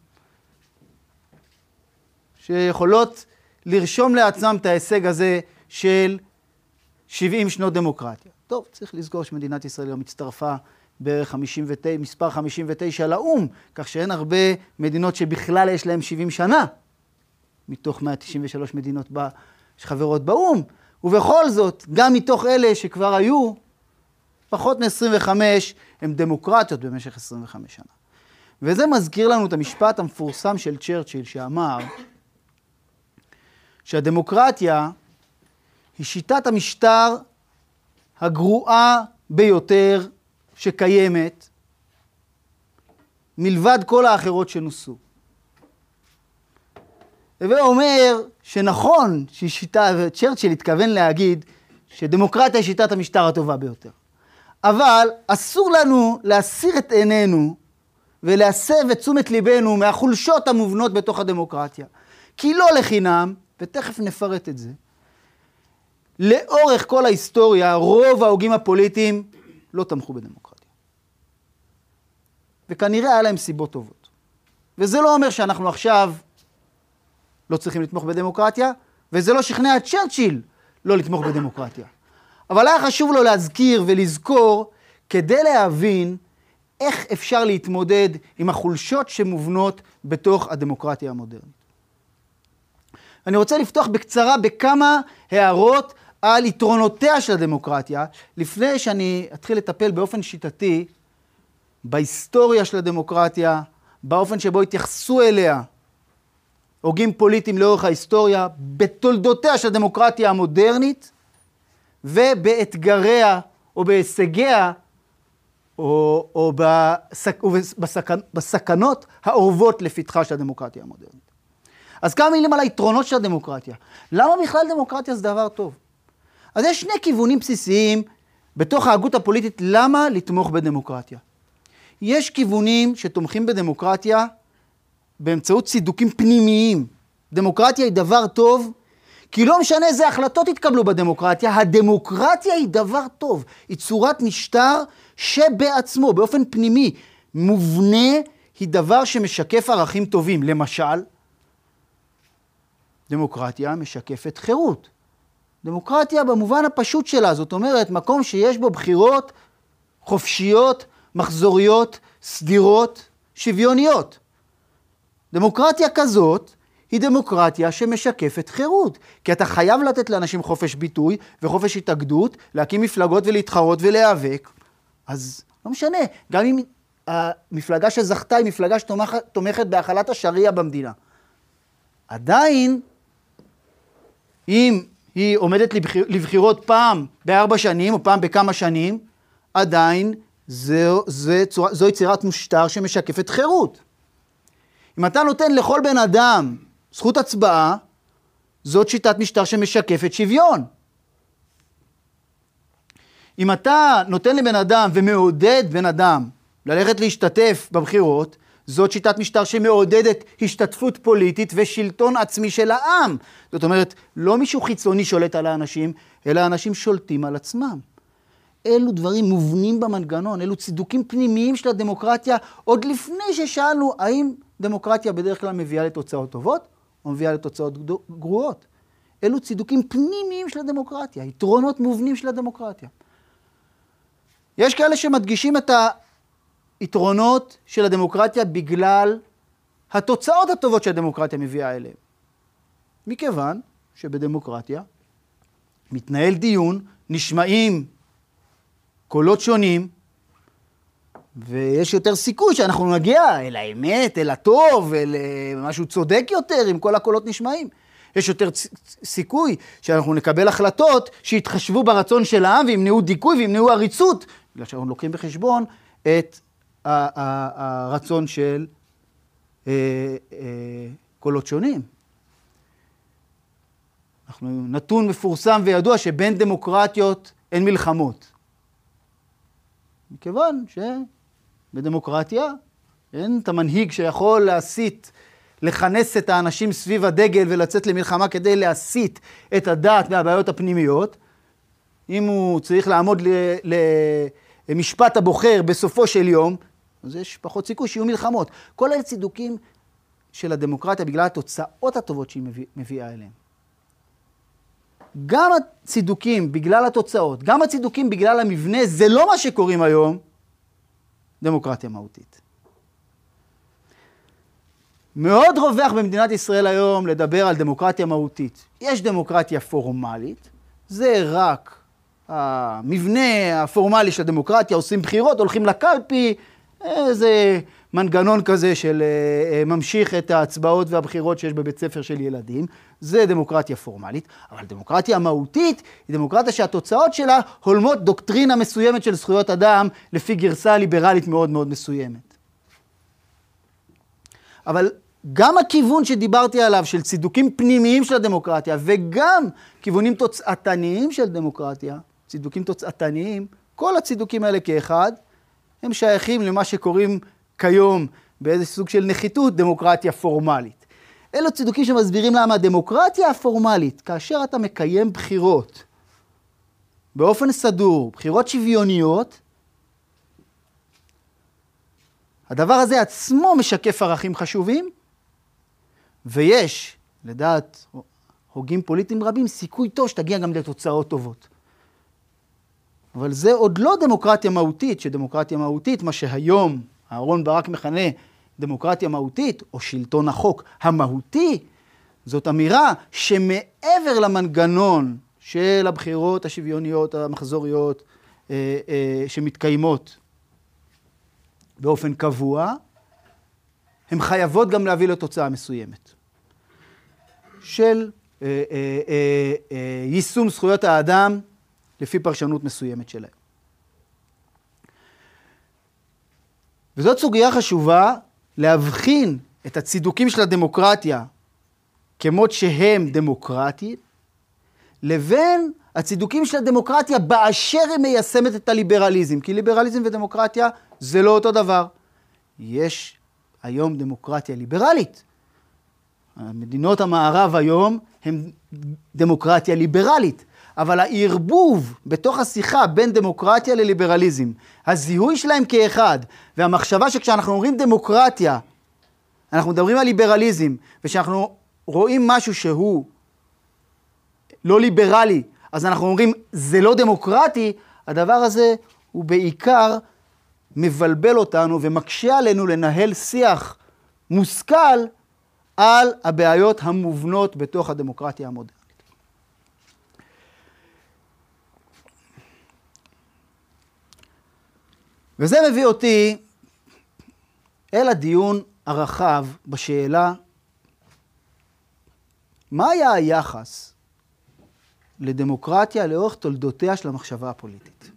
שיכולות לרשום לעצמם את ההישג הזה של 70 שנות דמוקרטיה. טוב, צריך לזכור שמדינת ישראל גם הצטרפה בערך מספר 59 לאום, כך שאין הרבה מדינות שבכלל יש להם 70 שנה, מתוך 193 מדינות שחברות באום, ובכל זאת, גם מתוך אלה שכבר היו, פחות מ-25 הם דמוקרטיות במשך 25 שנה. וזה מזכיר לנו את המשפט המפורסם של צ'רצ'יל, שאמר שהדמוקרטיה היא שיטת המשטר הגרועה ביותר שקיימת, מלבד כל האחרות שנוסו. והוא אומר שנכון שהיא שיטה, וצ'רצ'יל התכוון להגיד שדמוקרטיה היא שיטת המשטר הטובה ביותר. אבל אסור לנו להסיר את עינינו ולהסב את תשומת ליבנו מהחולשות המובנות בתוך הדמוקרטיה. כי לא לחינם, ותכף נפרט את זה, לאורך כל ההיסטוריה, רוב ההוגים הפוליטיים לא תמכו בדמוקרטיה. וכנראה היה להם סיבות טובות. וזה לא אומר שאנחנו עכשיו לא צריכים לתמוך בדמוקרטיה, וזה לא שכנע את צ'רצ'יל לא לתמוך בדמוקרטיה. אבל היה חשוב לו להזכיר ולזכור, כדי להבין איך אפשר להתמודד עם החולשות שמובנות בתוך הדמוקרטיה המודרנית. אני רוצה לפתוח בקצרה בכמה הערות על יתרונותיה של הדמוקרטיה, לפני שאני אתחיל לטפל באופן שיטתי בהיסטוריה של הדמוקרטיה, באופן שבו התייחסו אליה הוגים פוליטיים לאורך ההיסטוריה, בתולדותיה של הדמוקרטיה המודרנית, ובאתגריה או בהישגיה, או בסכנות האורבות לפתחה של הדמוקרטיה המודרנית. אז כמה מילים על היתרונות של הדמוקרטיה. למה בכלל דמוקרטיה זה דבר טוב? אז יש שני כיוונים בסיסיים בתוך ההגות הפוליטית למה לתמוך בדמוקרטיה. יש כיוונים שתומכים בדמוקרטיה באמצעות צידוקים פנימיים. דמוקרטיה היא דבר טוב, כי לא משנה איזה החלטות יתקבלו בדמוקרטיה, הדמוקרטיה היא דבר טוב. היא צורת משטר שבעצמו, באופן פנימי, מובנה, היא דבר שמשקף ערכים טובים. למשל, דמוקרטיה משקפת חירות. דמוקרטיה במובן הפשוט שלה, זאת אומרת, מקום שיש בו בחירות חופשיות, מחזוריות, סדירות, שוויוניות. דמוקרטיה כזאת היא דמוקרטיה שמשקפת חירות, כי אתה חייב לתת לאנשים חופש ביטוי וחופש התאגדות, להקים מפלגות ולהתחרות ולהיאבק. אז לא משנה, גם אם המפלגה שזכתה היא מפלגה שתומכת בהחלת השריעה במדינה. עדיין, אם היא עומדת לבחירות פעם ב4 שנים או פעם בכמה שנים, עדיין זו יצירת משטר שמשקפת חירות. אם אתה נותן לכל בן אדם זכות הצבעה, זאת שיטת משטר שמשקפת שוויון. אם אתה נותן לבן אדם ומעודד בן אדם ללכת להשתתף בבחירות, זאת שיטת משטר שמעודדת השתתפות פוליטית ושלטון עצמי של העם. זאת אומרת, לא מישהו חיצוני שולט על האנשים, אלא האנשים שולטים על עצמם. אלו דברים מובנים במנגנון, אלו צידוקים פנימיים של הדמוקרטיה, עוד לפני ששאלנו האם דמוקרטיה בדרך כלל מביאה לתוצאות טובות, או מביאה לתוצאות גרועות. אלו צידוקים פנימיים של הדמוקרטיה, יתרונות מובנים של הדמוקרטיה. יש כאלה שמדגישים את היתרונות של הדמוקרטיה בגלל התוצאות הטובות שהדמוקרטיה מביאה אליהם. מכיוון שבדמוקרטיה מתנהל דיון, נשמעים קולות שונים, ויש יותר סיכוי שאנחנו נגיע אל האמת, אל הטוב, אל משהו צודק יותר, אם כל הקולות נשמעים. יש יותר סיכוי שאנחנו נקבל החלטות שיתחשבו ברצון של העם, וימנעו דיכוי וימנעו עריצות, בגלל שאנחנו לוקחים בחשבון את הרצון של קולות שונים. נתון מפורסם וידוע שבין דמוקרטיות אין מלחמות. מכיוון שבדמוקרטיה אין את המנהיג שיכול להסית, לכנס את האנשים סביב הדגל ולצאת למלחמה כדי להסית את הדעת מהבעיות הפנימיות. אם הוא צריך לעמוד למשפט הבוחר בסופו של יום, אז יש פחות סיכוי שיהיו מלחמות. כל אלה צידוקים של הדמוקרטיה בגלל התוצאות הטובות שהיא מביאה אליהם. גם הצידוקים בגלל התוצאות, גם הצידוקים בגלל המבנה, זה לא מה שקוראים היום דמוקרטיה מהותית. מאוד רווח במדינת ישראל היום לדבר על דמוקרטיה מהותית. יש דמוקרטיה פורמלית, זה רק המבנה הפורמלי של הדמוקרטיה, עושים בחירות, הולכים לקלפי, איזה מנגנון כזה של ממשיך את ההצבעות והבחירות שיש בבית ספר של ילדים, זה דמוקרטיה פורמלית, אבל דמוקרטיה מהותית היא דמוקרטיה שהתוצאות שלה הולמות דוקטרינה מסוימת של זכויות אדם לפי גרסה ליברלית מאוד מאוד מסוימת. אבל גם הכיוון שדיברתי עליו של צידוקים פנימיים של הדמוקרטיה וגם כיוונים תוצאתניים של דמוקרטיה, צידוקים תוצאתניים, כל הצידוקים האלה כאחד, הם שייכים למה שקוראים כיום באיזה סוג של נחיתות דמוקרטיה פורמלית. אלו צידוקים שמסבירים למה הדמוקרטיה הפורמלית, כאשר אתה מקיים בחירות באופן סדור, בחירות שוויוניות, הדבר הזה עצמו משקף ערכים חשובים, ויש, לדעת הוגים פוליטיים רבים, סיכוי טוב שתגיע גם לתוצאות טובות. אבל זה עוד לא דמוקרטיה מהותית, שדמוקרטיה מהותית, מה שהיום אהרון ברק מכנה דמוקרטיה מהותית, או שלטון החוק המהותי, זאת אמירה שמעבר למנגנון של הבחירות השוויוניות, המחזוריות, שמתקיימות באופן קבוע, הן חייבות גם להביא לתוצאה מסוימת של יישום זכויות האדם לפי פרשנות מסוימת שלהם. וזאת סוגיה חשובה להבחין את הצידוקים של הדמוקרטיה כמות שהם דמוקרטיים, לבין הצידוקים של הדמוקרטיה באשר היא מיישמת את הליברליזם. כי ליברליזם ודמוקרטיה זה לא אותו דבר. יש היום דמוקרטיה ליברלית. מדינות המערב היום הן דמוקרטיה ליברלית. אבל הערבוב בתוך השיחה בין דמוקרטיה לליברליזם, הזיהוי שלהם כאחד, והמחשבה שכשאנחנו אומרים דמוקרטיה, אנחנו מדברים על ליברליזם, ושאנחנו רואים משהו שהוא לא ליברלי, אז אנחנו אומרים זה לא דמוקרטי, הדבר הזה הוא בעיקר מבלבל אותנו ומקשה עלינו לנהל שיח מושכל על הבעיות המובנות בתוך הדמוקרטיה המודרנית. וזה מביא אותי אל הדיון הרחב בשאלה, מה היה היחס לדמוקרטיה לאורך תולדותיה של המחשבה הפוליטית?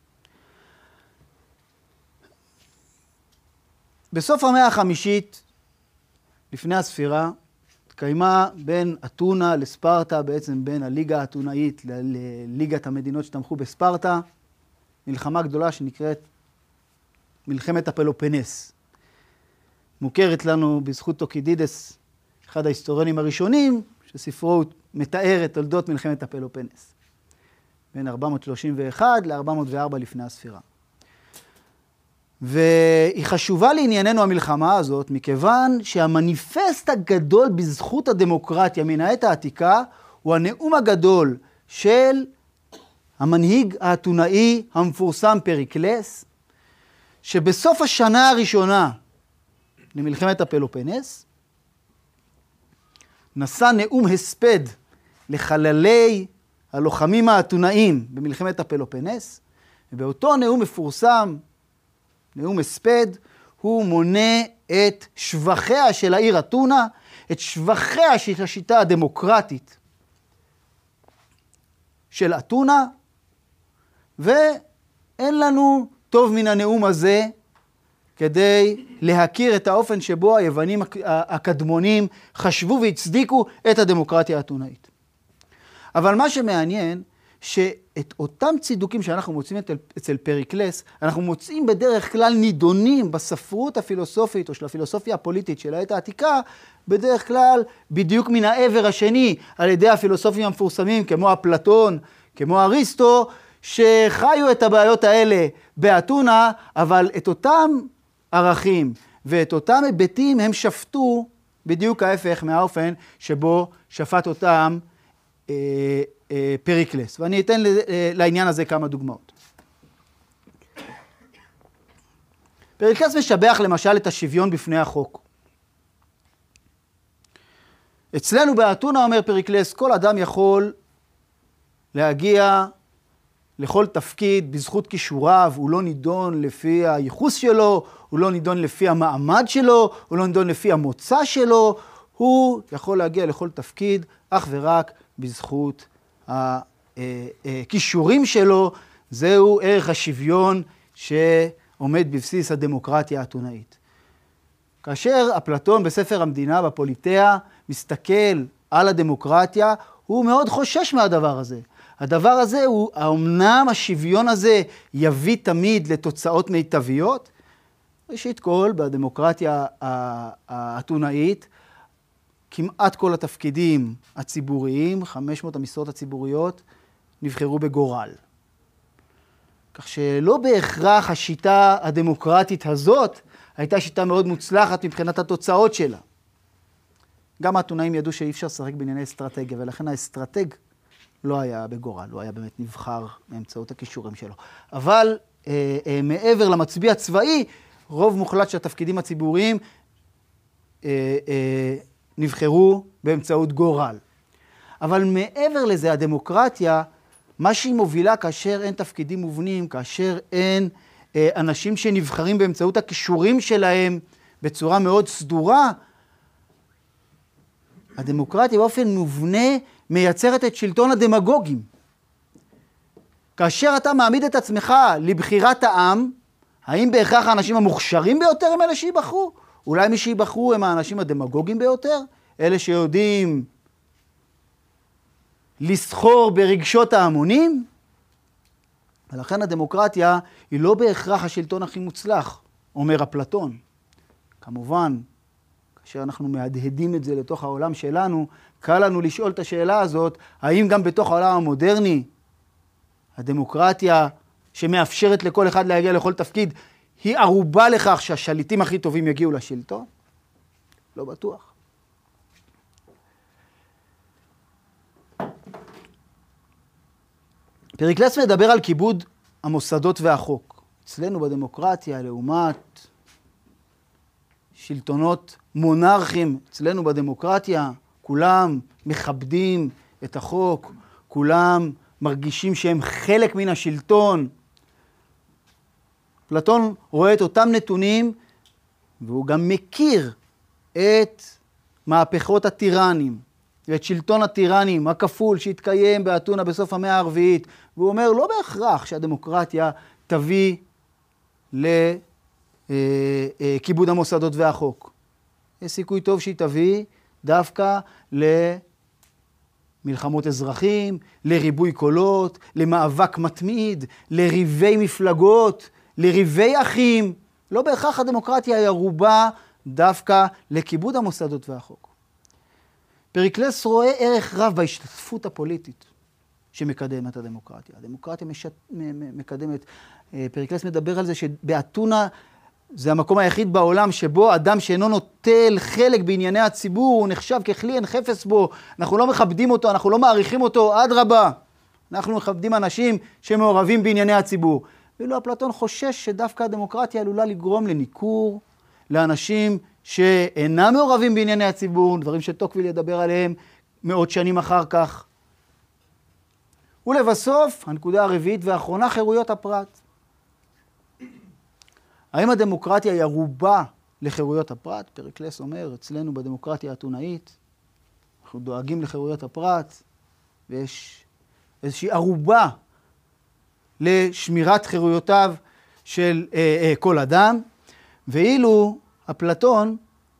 בסוף המאה החמישית, לפני הספירה, התקיימה בין אתונה לספרטה, בעצם בין הליגה האתונאית לליגת המדינות שתמכו בספרטה, מלחמה גדולה שנקראת מלחמת הפלופנס. מוכרת לנו בזכות טוקידידס, אחד ההיסטוריונים הראשונים, שספרו מתאר את תולדות מלחמת הפלופנס. בין 431 ל-404 לפני הספירה. והיא חשובה לענייננו המלחמה הזאת, מכיוון שהמניפסט הגדול בזכות הדמוקרטיה מן העת העתיקה, הוא הנאום הגדול של המנהיג האתונאי המפורסם פריקלס, שבסוף השנה הראשונה למלחמת הפלופנס, נשא נאום הספד לחללי הלוחמים האתונאים במלחמת הפלופנס, ובאותו נאום מפורסם, נאום הספד, הוא מונה את שבחיה של העיר אתונה, את שבחיה של השיטה הדמוקרטית של אתונה, ואין לנו טוב מן הנאום הזה כדי להכיר את האופן שבו היוונים הקדמונים חשבו והצדיקו את הדמוקרטיה האתונאית. אבל מה שמעניין, שאת אותם צידוקים שאנחנו מוצאים אצל פריקלס, אנחנו מוצאים בדרך כלל נידונים בספרות הפילוסופית או של הפילוסופיה הפוליטית של העת העתיקה, בדרך כלל בדיוק מן העבר השני, על ידי הפילוסופים המפורסמים כמו אפלטון, כמו אריסטו, שחיו את הבעיות האלה באתונה, אבל את אותם ערכים ואת אותם היבטים הם שפטו בדיוק ההפך מהאופן שבו שפט אותם פריקלס, ואני אתן לעניין הזה כמה דוגמאות. פריקלס משבח למשל את השוויון בפני החוק. אצלנו באתונה, אומר פריקלס, כל אדם יכול להגיע לכל תפקיד בזכות כישוריו, הוא לא נידון לפי הייחוס שלו, הוא לא נידון לפי המעמד שלו, הוא לא נידון לפי המוצא שלו, הוא יכול להגיע לכל תפקיד אך ורק בזכות הכישורים שלו. זהו ערך השוויון שעומד בבסיס הדמוקרטיה האתונאית. כאשר אפלטון בספר המדינה, בפוליטאה, מסתכל על הדמוקרטיה, הוא מאוד חושש מהדבר הזה. הדבר הזה הוא, האמנם השוויון הזה יביא תמיד לתוצאות מיטביות? ראשית כל, בדמוקרטיה האתונאית, כמעט כל התפקידים הציבוריים, 500 המשרות הציבוריות, נבחרו בגורל. כך שלא בהכרח השיטה הדמוקרטית הזאת הייתה שיטה מאוד מוצלחת מבחינת התוצאות שלה. גם האתונאים ידעו שאי אפשר לשחק בענייני אסטרטגיה, ולכן האסטרטג לא היה בגורל, הוא היה באמת נבחר באמצעות הכישורים שלו. אבל מעבר למצביע הצבאי, רוב מוחלט של התפקידים הציבוריים נבחרו באמצעות גורל. אבל מעבר לזה, הדמוקרטיה, מה שהיא מובילה כאשר אין תפקידים מובנים, כאשר אין אנשים שנבחרים באמצעות הכישורים שלהם בצורה מאוד סדורה, הדמוקרטיה באופן מובנה מייצרת את שלטון הדמגוגים. כאשר אתה מעמיד את עצמך לבחירת העם, האם בהכרח האנשים המוכשרים ביותר הם אלה שיבחרו? אולי מי שיבחרו הם האנשים הדמגוגים ביותר? אלה שיודעים לסחור ברגשות ההמונים? ולכן הדמוקרטיה היא לא בהכרח השלטון הכי מוצלח, אומר אפלטון. כמובן, כאשר אנחנו מהדהדים את זה לתוך העולם שלנו, קל לנו לשאול את השאלה הזאת, האם גם בתוך העולם המודרני, הדמוקרטיה שמאפשרת לכל אחד להגיע לכל תפקיד, היא ערובה לכך שהשליטים הכי טובים יגיעו לשלטון? לא בטוח. פריקלס מדבר על כיבוד המוסדות והחוק. אצלנו בדמוקרטיה, לעומת שלטונות מונרכיים, אצלנו בדמוקרטיה, כולם מכבדים את החוק, כולם מרגישים שהם חלק מן השלטון. אפלטון רואה את אותם נתונים, והוא גם מכיר את מהפכות הטירנים, ואת שלטון הטירנים הכפול שהתקיים באתונה בסוף המאה הרביעית, והוא אומר לא בהכרח שהדמוקרטיה תביא לכיבוד המוסדות והחוק. יש סיכוי טוב שהיא תביא דווקא למלחמות אזרחים, לריבוי קולות, למאבק מתמיד, לריבי מפלגות, לריבי אחים. לא בהכרח הדמוקרטיה היא ערובה דווקא לכיבוד המוסדות והחוק. פריקלס רואה ערך רב בהשתתפות הפוליטית שמקדמת הדמוקרטיה. הדמוקרטיה מקדמת, פריקלס מדבר על זה שבאתונה זה המקום היחיד בעולם שבו אדם שאינו נוטל חלק בענייני הציבור, הוא נחשב ככלי אין חפץ בו, אנחנו לא מכבדים אותו, אנחנו לא מעריכים אותו, אדרבה. אנחנו מכבדים אנשים שמעורבים בענייני הציבור. ואילו אפלטון חושש שדווקא הדמוקרטיה עלולה לגרום לניכור, לאנשים שאינם מעורבים בענייני הציבור, דברים שטוקוויל ידבר עליהם מאות שנים אחר כך. ולבסוף, הנקודה הרביעית והאחרונה, חירויות הפרט. האם הדמוקרטיה היא ערובה לחירויות הפרט? פריקלס אומר, אצלנו בדמוקרטיה האתונאית, אנחנו דואגים לחירויות הפרט, ויש איזושהי ערובה לשמירת חירויותיו של כל אדם, ואילו אפלטון,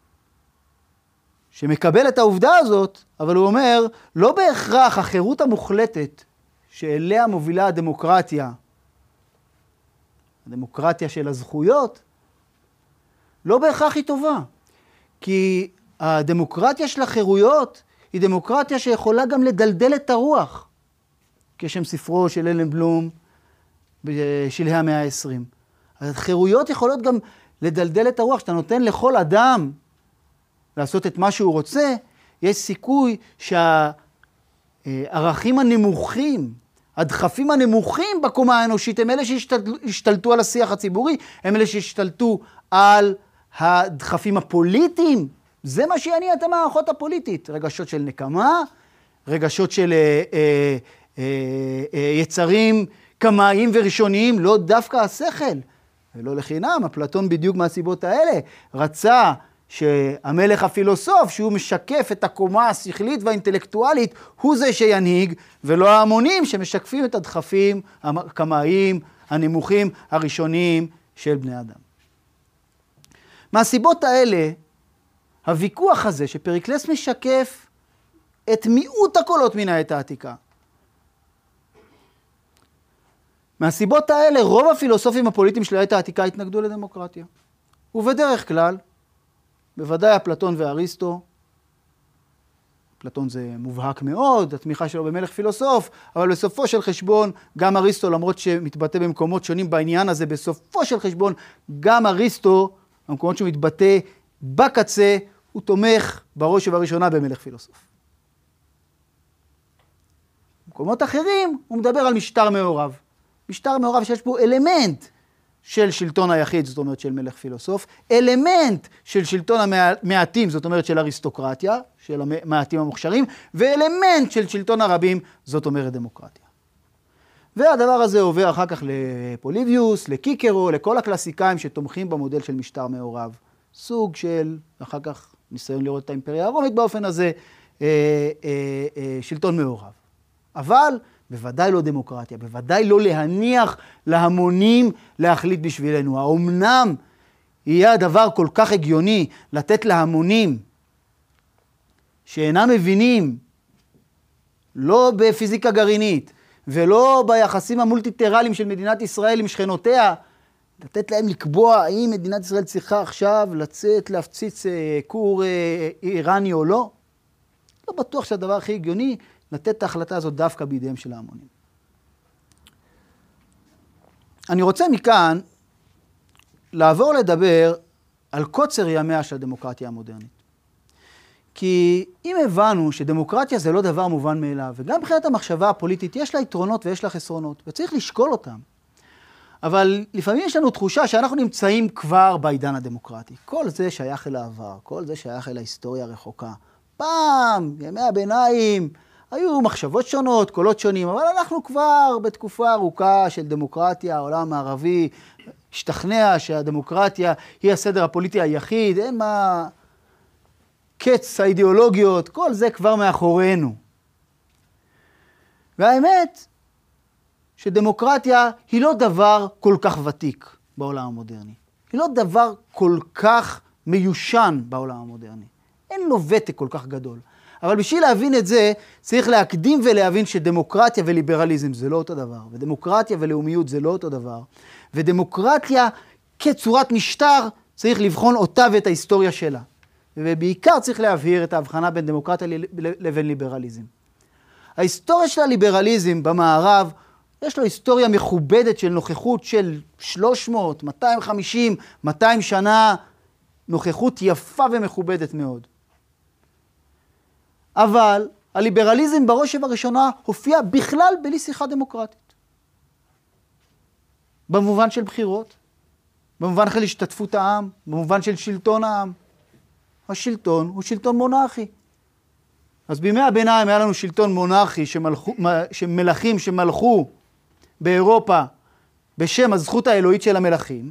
שמקבל את העובדה הזאת, אבל הוא אומר, לא בהכרח החירות המוחלטת שאליה מובילה הדמוקרטיה, הדמוקרטיה של הזכויות, לא בהכרח היא טובה. כי הדמוקרטיה של החירויות היא דמוקרטיה שיכולה גם לדלדל את הרוח, כשם ספרו של אלן בלום בשלהי המאה ה-20. החירויות יכולות גם לדלדל את הרוח, שאתה נותן לכל אדם לעשות את מה שהוא רוצה, יש סיכוי הערכים הנמוכים, הדחפים הנמוכים בקומה האנושית, הם אלה שהשתלטו על השיח הציבורי, הם אלה שהשתלטו על הדחפים הפוליטיים. זה מה שיניע את המערכות הפוליטית. רגשות של נקמה, רגשות של יצרים קמאיים וראשוניים, לא דווקא השכל. ולא לחינם, אפלטון בדיוק מהסיבות האלה רצה שהמלך הפילוסוף, שהוא משקף את הקומה השכלית והאינטלקטואלית, הוא זה שינהיג, ולא ההמונים שמשקפים את הדחפים הקמאיים, הנמוכים, הראשוניים של בני אדם. מהסיבות האלה, הוויכוח הזה שפריקלס משקף את מיעוט הקולות מן העת העתיקה. מהסיבות האלה, רוב הפילוסופים הפוליטיים של העת העתיקה התנגדו לדמוקרטיה. ובדרך כלל, בוודאי אפלטון ואריסטו, אפלטון זה מובהק מאוד, התמיכה שלו במלך פילוסוף, אבל בסופו של חשבון, גם אריסטו, למרות שמתבטא במקומות שונים בעניין הזה, בסופו של חשבון, גם אריסטו, במקומות שהוא מתבטא בקצה, הוא תומך בראש ובראשונה במלך פילוסוף. במקומות אחרים, הוא מדבר על משטר מעורב. משטר מעורב שיש בו אלמנט של שלטון היחיד, זאת אומרת של מלך פילוסוף, אלמנט של שלטון המעטים, זאת אומרת של אריסטוקרטיה, של המעטים המוכשרים, ואלמנט של שלטון הרבים, זאת אומרת דמוקרטיה. והדבר הזה עובר אחר כך לפוליביוס, לקיקרו, לכל הקלאסיקאים שתומכים במודל של משטר מעורב. סוג של, אחר כך ניסיון לראות את האימפריה הרומית באופן הזה, שלטון מעורב. אבל בוודאי לא דמוקרטיה, בוודאי לא להניח להמונים להחליט בשבילנו. האומנם יהיה הדבר כל כך הגיוני לתת להמונים שאינם מבינים, לא בפיזיקה גרעינית ולא ביחסים המולטיטרליים של מדינת ישראל עם שכנותיה, לתת להם לקבוע האם מדינת ישראל צריכה עכשיו לצאת להפציץ כור איראני או לא. לא בטוח שהדבר הכי הגיוני לתת את ההחלטה הזאת דווקא בידיהם של ההמונים. אני רוצה מכאן לעבור לדבר על קוצר ימיה של הדמוקרטיה המודרנית. כי אם הבנו שדמוקרטיה זה לא דבר מובן מאליו, וגם מבחינת המחשבה הפוליטית יש לה יתרונות ויש לה חסרונות, וצריך לשקול אותם. אבל לפעמים יש לנו תחושה שאנחנו נמצאים כבר בעידן הדמוקרטי. כל זה שייך אל העבר, כל זה שייך אל ההיסטוריה הרחוקה. פעם, ימי הביניים, היו מחשבות שונות, קולות שונים, אבל אנחנו כבר בתקופה ארוכה של דמוקרטיה, העולם המערבי, השתכנע שהדמוקרטיה היא הסדר הפוליטי היחיד, אין מה קץ האידיאולוגיות, כל זה כבר מאחורינו. והאמת שדמוקרטיה היא לא דבר כל כך ותיק בעולם המודרני. היא לא דבר כל כך מיושן בעולם המודרני. אין לו ותק כל כך גדול. אבל בשביל להבין את זה, צריך להקדים ולהבין שדמוקרטיה וליברליזם זה לא אותו דבר, ודמוקרטיה ולאומיות זה לא אותו דבר, ודמוקרטיה כצורת משטר צריך לבחון אותה ואת ההיסטוריה שלה. ובעיקר צריך להבהיר את ההבחנה בין דמוקרטיה לבין ליברליזם. ההיסטוריה של הליברליזם במערב, יש לו היסטוריה מכובדת של נוכחות של 300, 250, 200 שנה, נוכחות יפה ומכובדת מאוד. אבל הליברליזם בראש ובראשונה הופיע בכלל בלי שיחה דמוקרטית. במובן של בחירות, במובן של השתתפות העם, במובן של שלטון העם. השלטון הוא שלטון מונרכי. אז בימי הביניים היה לנו שלטון מונרכי שמלכים שמלכו באירופה בשם הזכות האלוהית של המלכים.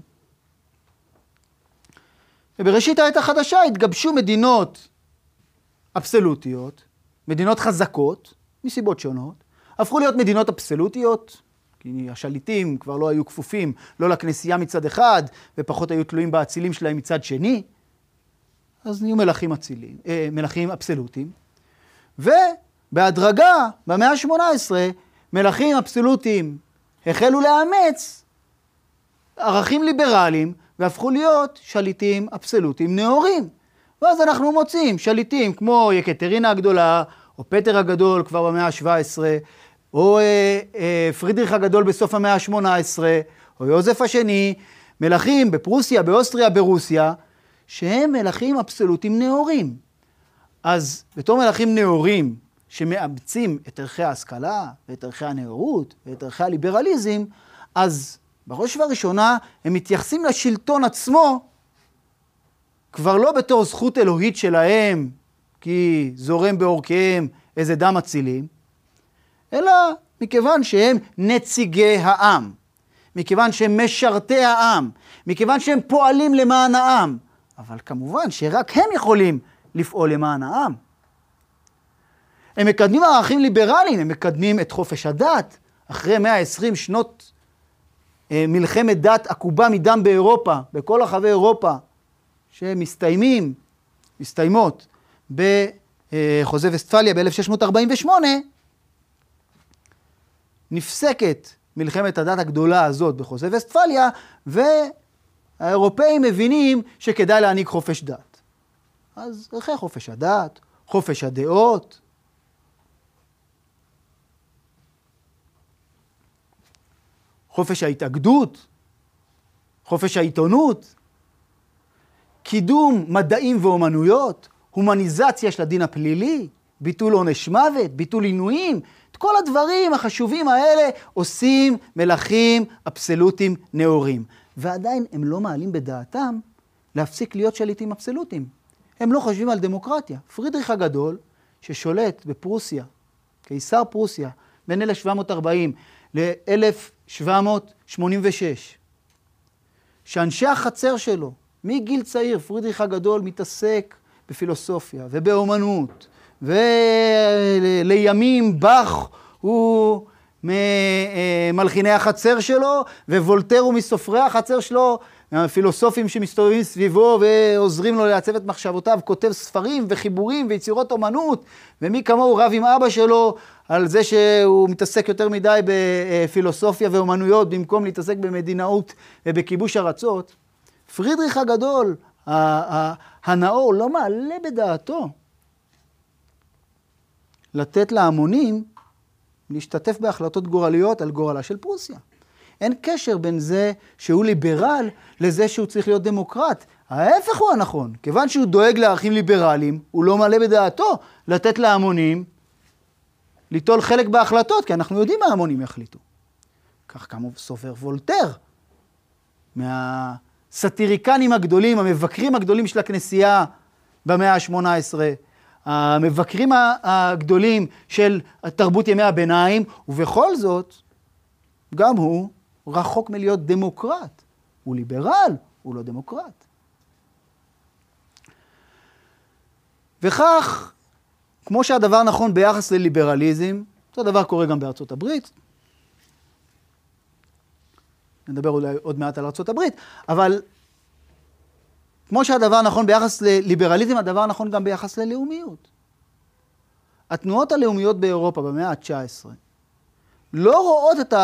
ובראשית העת החדשה התגבשו מדינות אבסולוטיות, מדינות חזקות, מסיבות שונות, הפכו להיות מדינות אבסולוטיות, כי השליטים כבר לא היו כפופים, לא לכנסייה מצד אחד, ופחות היו תלויים באצילים שלהם מצד שני, אז נהיו מלכים אבסולוטיים, ובהדרגה, במאה ה-18, מלכים אבסולוטיים החלו לאמץ ערכים ליברליים, והפכו להיות שליטים אבסולוטיים נאורים. ואז אנחנו מוצאים שליטים כמו יקטרינה הגדולה, או פטר הגדול כבר במאה ה-17, או פרידריך הגדול בסוף המאה ה-18, או יוזף השני, מלכים בפרוסיה, באוסטריה, ברוסיה, שהם מלכים אבסולוטיים נאורים. אז בתור מלכים נאורים, שמאמצים את ערכי ההשכלה, ואת ערכי הנאורות, ואת ערכי הליברליזם, אז בראש ובראשונה הם מתייחסים לשלטון עצמו, כבר לא בתור זכות אלוהית שלהם, כי זורם בעורקיהם איזה דם אצילים, אלא מכיוון שהם נציגי העם, מכיוון שהם משרתי העם, מכיוון שהם פועלים למען העם, אבל כמובן שרק הם יכולים לפעול למען העם. הם מקדמים ערכים ליברליים, הם מקדמים את חופש הדת, אחרי 120 שנות מלחמת דת עקובה מדם באירופה, בכל רחבי אירופה, מסתיימות בחוזה וסטפליה ב-1648, נפסקת מלחמת הדת הגדולה הזאת בחוזה וסטפליה, והאירופאים מבינים שכדאי להעניק חופש דת. אז ערכי חופש הדת, חופש הדעות, חופש ההתאגדות, חופש העיתונות, קידום מדעים ואומנויות, הומניזציה של הדין הפלילי, ביטול עונש מוות, ביטול עינויים, את כל הדברים החשובים האלה עושים מלכים אבסולוטים נאורים. ועדיין הם לא מעלים בדעתם להפסיק להיות שליטים אבסולוטים. הם לא חושבים על דמוקרטיה. פרידריך הגדול, ששולט בפרוסיה, קיסר פרוסיה, בין 1740 ל-1786, שאנשי החצר שלו, מגיל צעיר, פרידריך הגדול מתעסק בפילוסופיה ובאומנות, ולימים באך הוא מלחיני החצר שלו, ווולטר הוא מסופרי החצר שלו, הפילוסופים שמסתובבים סביבו ועוזרים לו לעצב את מחשבותיו, כותב ספרים וחיבורים ויצירות אומנות, ומי כמוהו רב עם אבא שלו על זה שהוא מתעסק יותר מדי בפילוסופיה ואומנויות, במקום להתעסק במדינאות ובכיבוש ארצות. פרידריך הגדול, הנאור, לא מעלה בדעתו לתת להמונים להשתתף בהחלטות גורליות על גורלה של פרוסיה. אין קשר בין זה שהוא ליברל לזה שהוא צריך להיות דמוקרט. ההפך הוא הנכון. כיוון שהוא דואג לערכים ליברליים, הוא לא מעלה בדעתו לתת להמונים ליטול חלק בהחלטות, כי אנחנו יודעים מה ההמונים יחליטו. כך כמו סופר וולטר, מהסטיריקנים הגדולים, המבקרים הגדולים של הכנסייה במאה ה-18, המבקרים הגדולים של תרבות ימי הביניים, ובכל זאת, גם הוא רחוק מלהיות דמוקרט. הוא ליברל, הוא לא דמוקרט. וכך, כמו שהדבר נכון ביחס לליברליזם, אותו דבר קורה גם בארצות הברית. נדבר אולי עוד מעט על ארצות הברית, אבל כמו שהדבר נכון ביחס לליברליזם, הדבר נכון גם ביחס ללאומיות. התנועות הלאומיות באירופה במאה ה-19 לא רואות את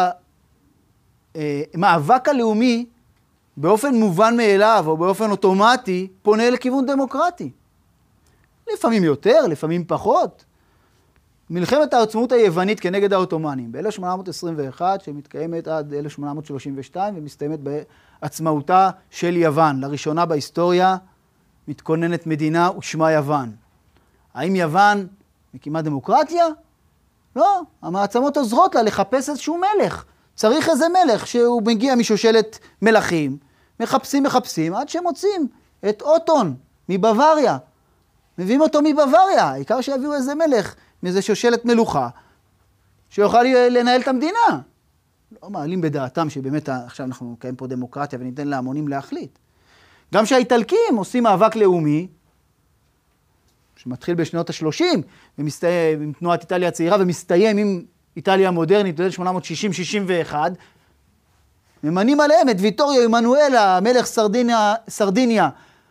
המאבק הלאומי באופן מובן מאליו או באופן אוטומטי פונה לכיוון דמוקרטי. לפעמים יותר, לפעמים פחות. מלחמת העצמאות היוונית כנגד העות'מאנים ב-1821, שמתקיימת עד 1832 ומסתיימת בעצמאותה של יוון. לראשונה בהיסטוריה מתכוננת מדינה ושמה יוון. האם יוון מקימה דמוקרטיה? לא, המעצמות עוזרות לה לחפש איזשהו מלך. צריך איזה מלך שהוא מגיע משושלת מלכים, מחפשים עד שמוצאים את אוטון מבוואריה. מביאים אותו מבוואריה, העיקר שיביאו איזה מלך מאיזה שושלת מלוכה, שיוכל לנהל את המדינה. לא מעלים בדעתם שבאמת עכשיו אנחנו נקיים פה דמוקרטיה וניתן להמונים להחליט. גם שהאיטלקים עושים מאבק לאומי, שמתחיל בשנות ה-30, ומסתיים עם תנועת איטליה הצעירה, ומסתיים עם איטליה המודרנית, ב-1860-61, ממנים עליהם את ויטוריו עמנואל, המלך סרדיניה,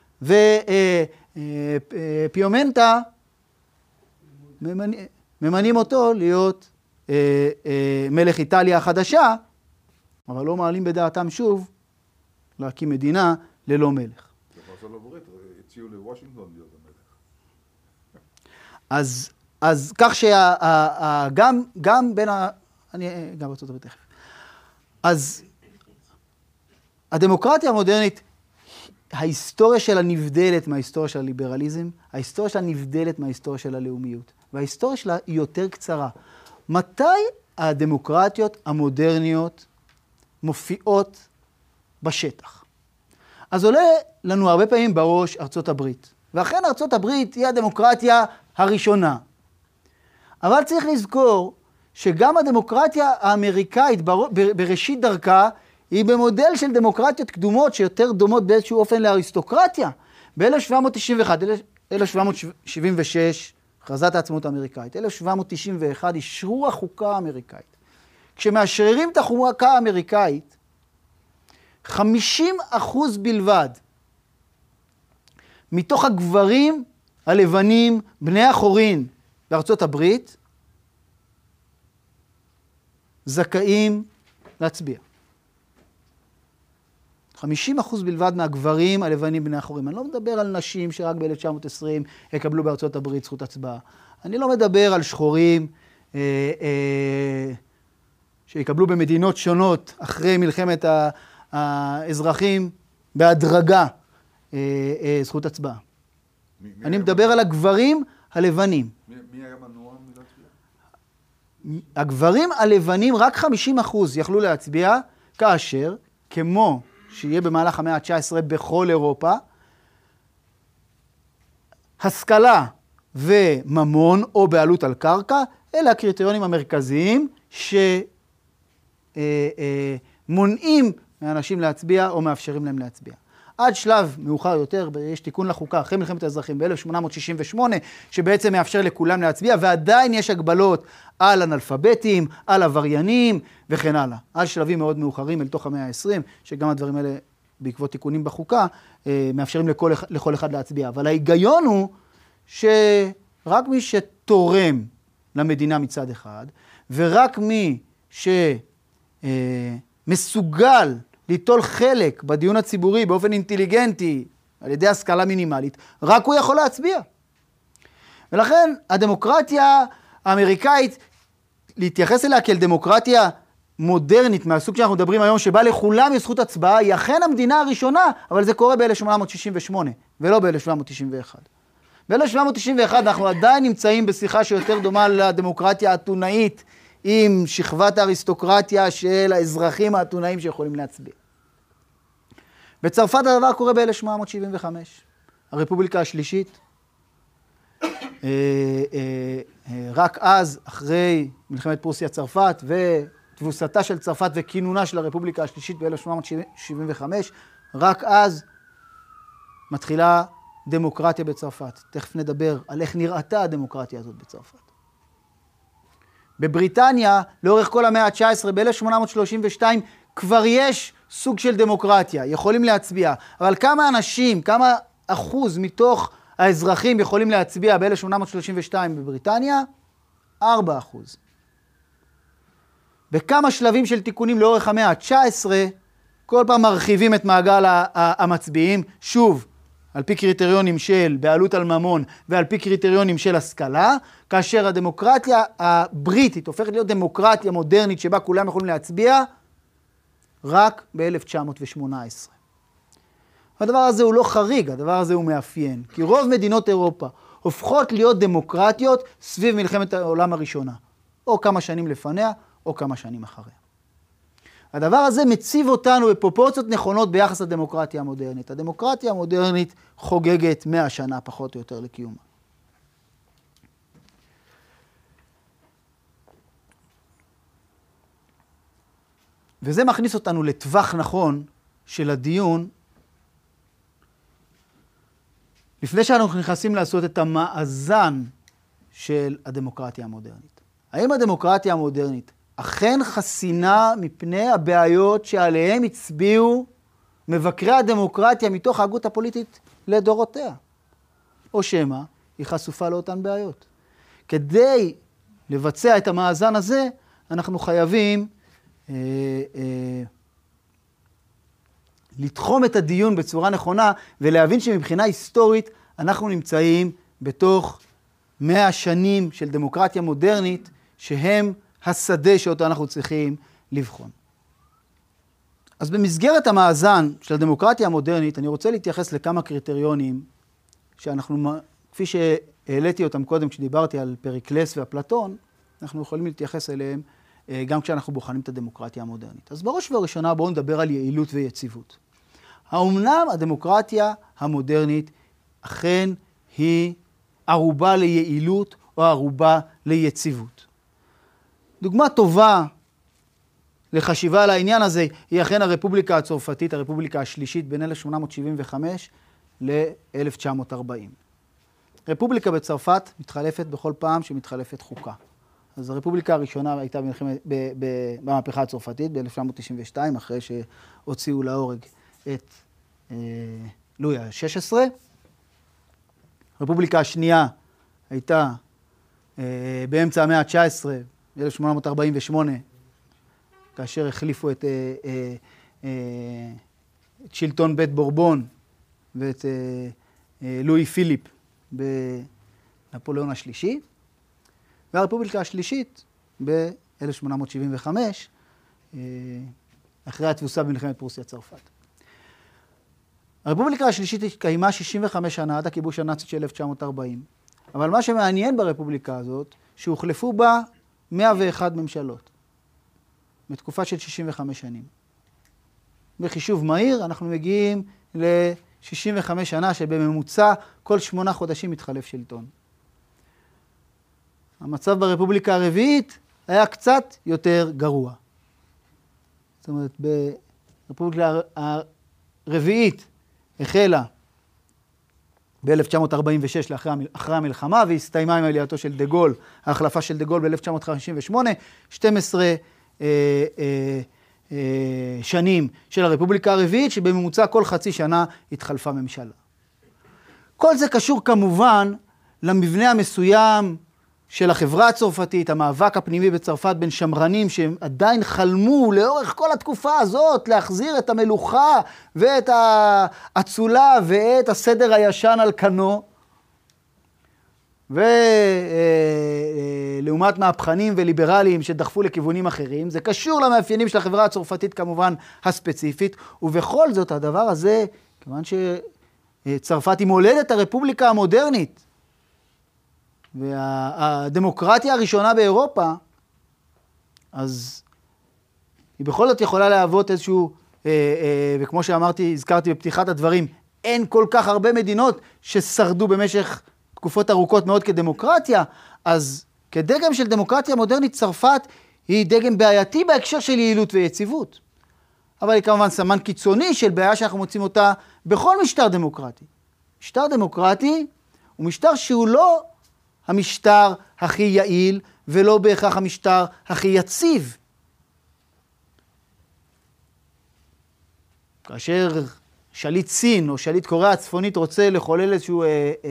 ופיומנטה, ממנים אותו להיות מלך איטליה החדשה, אבל לא מעלים בדעתם שוב להקים מדינה ללא מלך. בארצות הברית הציעו לוושינגטון להיות המלך. אז כך שגם בין אני גם בארצות הברית תכף. אז הדמוקרטיה המודרנית, ההיסטוריה שלה נבדלת מההיסטוריה של הליברליזם, ההיסטוריה שלה נבדלת מההיסטוריה של הלאומיות. וההיסטוריה שלה היא יותר קצרה. מתי הדמוקרטיות המודרניות מופיעות בשטח? אז עולה לנו הרבה פעמים בראש ארצות הברית. ואכן ארצות הברית היא הדמוקרטיה הראשונה. אבל צריך לזכור שגם הדמוקרטיה האמריקאית בראשית דרכה היא במודל של דמוקרטיות קדומות שיותר דומות באיזשהו אופן לאריסטוקרטיה. ב-1791, 1776, הכרזת העצמאות האמריקאית, 1791 אישרו החוקה האמריקאית. כשמאשררים את החוקה האמריקאית, 50% בלבד מתוך הגברים הלבנים, בני החורין בארצות הברית, זכאים להצביע. 50% בלבד מהגברים הלבנים בני החורין. אני לא מדבר על נשים שרק ב-1920 יקבלו בארצות הברית זכות הצבעה. אני לא מדבר על שחורים שיקבלו במדינות שונות אחרי מלחמת האזרחים בהדרגה זכות הצבעה. אני מדבר על הגברים הלבנים. מי היה מנוע מלהצביע? הגברים הלבנים, רק 50% יכלו להצביע, כאשר, כמו שיהיה במהלך המאה ה-19 בכל אירופה, השכלה וממון או בעלות על קרקע, אלה הקריטריונים המרכזיים שמונעים מאנשים להצביע או מאפשרים להם להצביע. עד שלב מאוחר יותר, יש תיקון לחוקה, אחרי מלחמת האזרחים ב-1868, שבעצם מאפשר לכולם להצביע, ועדיין יש הגבלות על אנאלפביתים, על עבריינים וכן הלאה. עד שלבים מאוד מאוחרים אל תוך המאה ה-20, שגם הדברים האלה בעקבות תיקונים בחוקה, מאפשרים לכל אחד להצביע. אבל ההיגיון הוא שרק מי שתורם למדינה מצד אחד, ורק מי שמסוגל ליטול חלק בדיון הציבורי באופן אינטליגנטי, על ידי השכלה מינימלית, רק הוא יכול להצביע. ולכן הדמוקרטיה האמריקאית, להתייחס אליה כאל דמוקרטיה מודרנית, מהסוג שאנחנו מדברים היום, שבה לכולם יש זכות הצבעה, היא אכן המדינה הראשונה, אבל זה קורה ב-1868, ולא ב-1791. ב-1791 אנחנו עדיין נמצאים בשיחה שיותר דומה לדמוקרטיה האתונאית, עם שכבת האריסטוקרטיה של האזרחים האתונאים שיכולים להצביע. בצרפת הדבר קורה ב-1875, הרפובליקה השלישית. רק אז, אחרי מלחמת פרוסיה צרפת ותבוסתה של צרפת וכינונה של הרפובליקה השלישית ב-1875, רק אז מתחילה דמוקרטיה בצרפת. תכף נדבר על איך נראתה הדמוקרטיה הזאת בצרפת. בבריטניה, לאורך כל המאה ה-19, ב-1832, כבר יש סוג של דמוקרטיה, יכולים להצביע. אבל כמה אנשים, כמה אחוז מתוך האזרחים יכולים להצביע ב-1832 בבריטניה? 4%. בכמה שלבים של תיקונים לאורך המאה ה-19, כל פעם מרחיבים את מעגל המצביעים, שוב, על פי קריטריונים של בעלות על ממון ועל פי קריטריונים של השכלה, כאשר הדמוקרטיה הבריטית הופכת להיות דמוקרטיה מודרנית שבה כולם יכולים להצביע, רק ב-1918. הדבר הזה הוא לא חריג, הדבר הזה הוא מאפיין, כי רוב מדינות אירופה הופכות להיות דמוקרטיות סביב מלחמת העולם הראשונה, או כמה שנים לפניה, או כמה שנים אחריה. הדבר הזה מציב אותנו בפרופורציות נכונות ביחס לדמוקרטיה המודרנית. הדמוקרטיה המודרנית חוגגת 100 שנה פחות או יותר לקיומה. וזה מכניס אותנו לטווח נכון של הדיון, לפני שאנחנו נכנסים לעשות את המאזן של הדמוקרטיה המודרנית. האם הדמוקרטיה המודרנית אכן חסינה מפני הבעיות שעליהם הצביעו מבקרי הדמוקרטיה מתוך ההגות הפוליטית לדורותיה? או שמא היא חשופה לאותן בעיות. כדי לבצע את המאזן הזה, אנחנו חייבים לתחום את הדיון בצורה נכונה, ולהבין שמבחינה היסטורית אנחנו נמצאים בתוך 100 שנים של דמוקרטיה מודרנית, שהם השדה שאותו אנחנו צריכים לבחון. אז במסגרת המאזן של הדמוקרטיה המודרנית, אני רוצה להתייחס לכמה קריטריונים שאנחנו, כפי שהעליתי אותם קודם כשדיברתי על פריקלס ואפלטון, אנחנו יכולים להתייחס אליהם גם כשאנחנו בוחנים את הדמוקרטיה המודרנית. אז בראש ובראשונה בואו נדבר על יעילות ויציבות. האמנם הדמוקרטיה המודרנית אכן היא ערובה ליעילות או ערובה ליציבות. דוגמה טובה לחשיבה על העניין הזה היא אכן הרפובליקה הצרפתית, הרפובליקה השלישית בין 1875 ל-1940. רפובליקה בצרפת מתחלפת בכל פעם שמתחלפת חוקה. אז הרפובליקה הראשונה הייתה במהפכה הצרפתית ב-1992, אחרי שהוציאו להורג את לואי ה-16. הרפובליקה השנייה הייתה באמצע המאה ה-19, ב-1848, כאשר החליפו את שלטון בית בורבון ואת לואי פיליפ בנפוליאון השלישי. והרפובליקה השלישית ב-1875, אחרי התבוסה במלחמת פרוסיה צרפת. הרפובליקה השלישית התקיימה 65 שנה עד הכיבוש הנאצי של 1940. אבל מה שמעניין ברפובליקה הזאת, שהוחלפו בה 101 ממשלות, בתקופה של 65 שנים. בחישוב מהיר אנחנו מגיעים ל-65 שנה שבממוצע כל 8 חודשים מתחלף שלטון. המצב ברפובליקה הרביעית היה קצת יותר גרוע. זאת אומרת, ברפובליקה הרביעית החלה ב-1946 אחרי המלחמה, והסתיימה עם עלייתו של דה גול, ההחלפה של דה גול ב-1958, 12 שנים של הרפובליקה הרביעית, שבממוצע כל חצי שנה התחלפה ממשלה. כל זה קשור כמובן למבנה המסוים של החברה הצרפתית, המאבק הפנימי בצרפת בין שמרנים שהם עדיין חלמו לאורך כל התקופה הזאת להחזיר את המלוכה ואת האצולה ואת הסדר הישן על כנו. ולעומת מהפכנים וליברליים שדחפו לכיוונים אחרים, זה קשור למאפיינים של החברה הצרפתית כמובן הספציפית, ובכל זאת הדבר הזה, כיוון שצרפת היא מולדת הרפובליקה המודרנית, והדמוקרטיה הראשונה באירופה, אז היא בכל זאת יכולה להוות איזשהו, וכמו שאמרתי, הזכרתי בפתיחת הדברים, אין כל כך הרבה מדינות ששרדו במשך תקופות ארוכות מאוד כדמוקרטיה, אז כדגם של דמוקרטיה מודרנית, צרפת היא דגם בעייתי בהקשר של יעילות ויציבות. אבל היא כמובן סמן קיצוני של בעיה שאנחנו מוצאים אותה בכל משטר דמוקרטי. משטר דמוקרטי הוא משטר שהוא לא המשטר הכי יעיל, ולא בהכרח המשטר הכי יציב. כאשר שליט סין או שליט קוריאה הצפונית רוצה לחולל איזשהו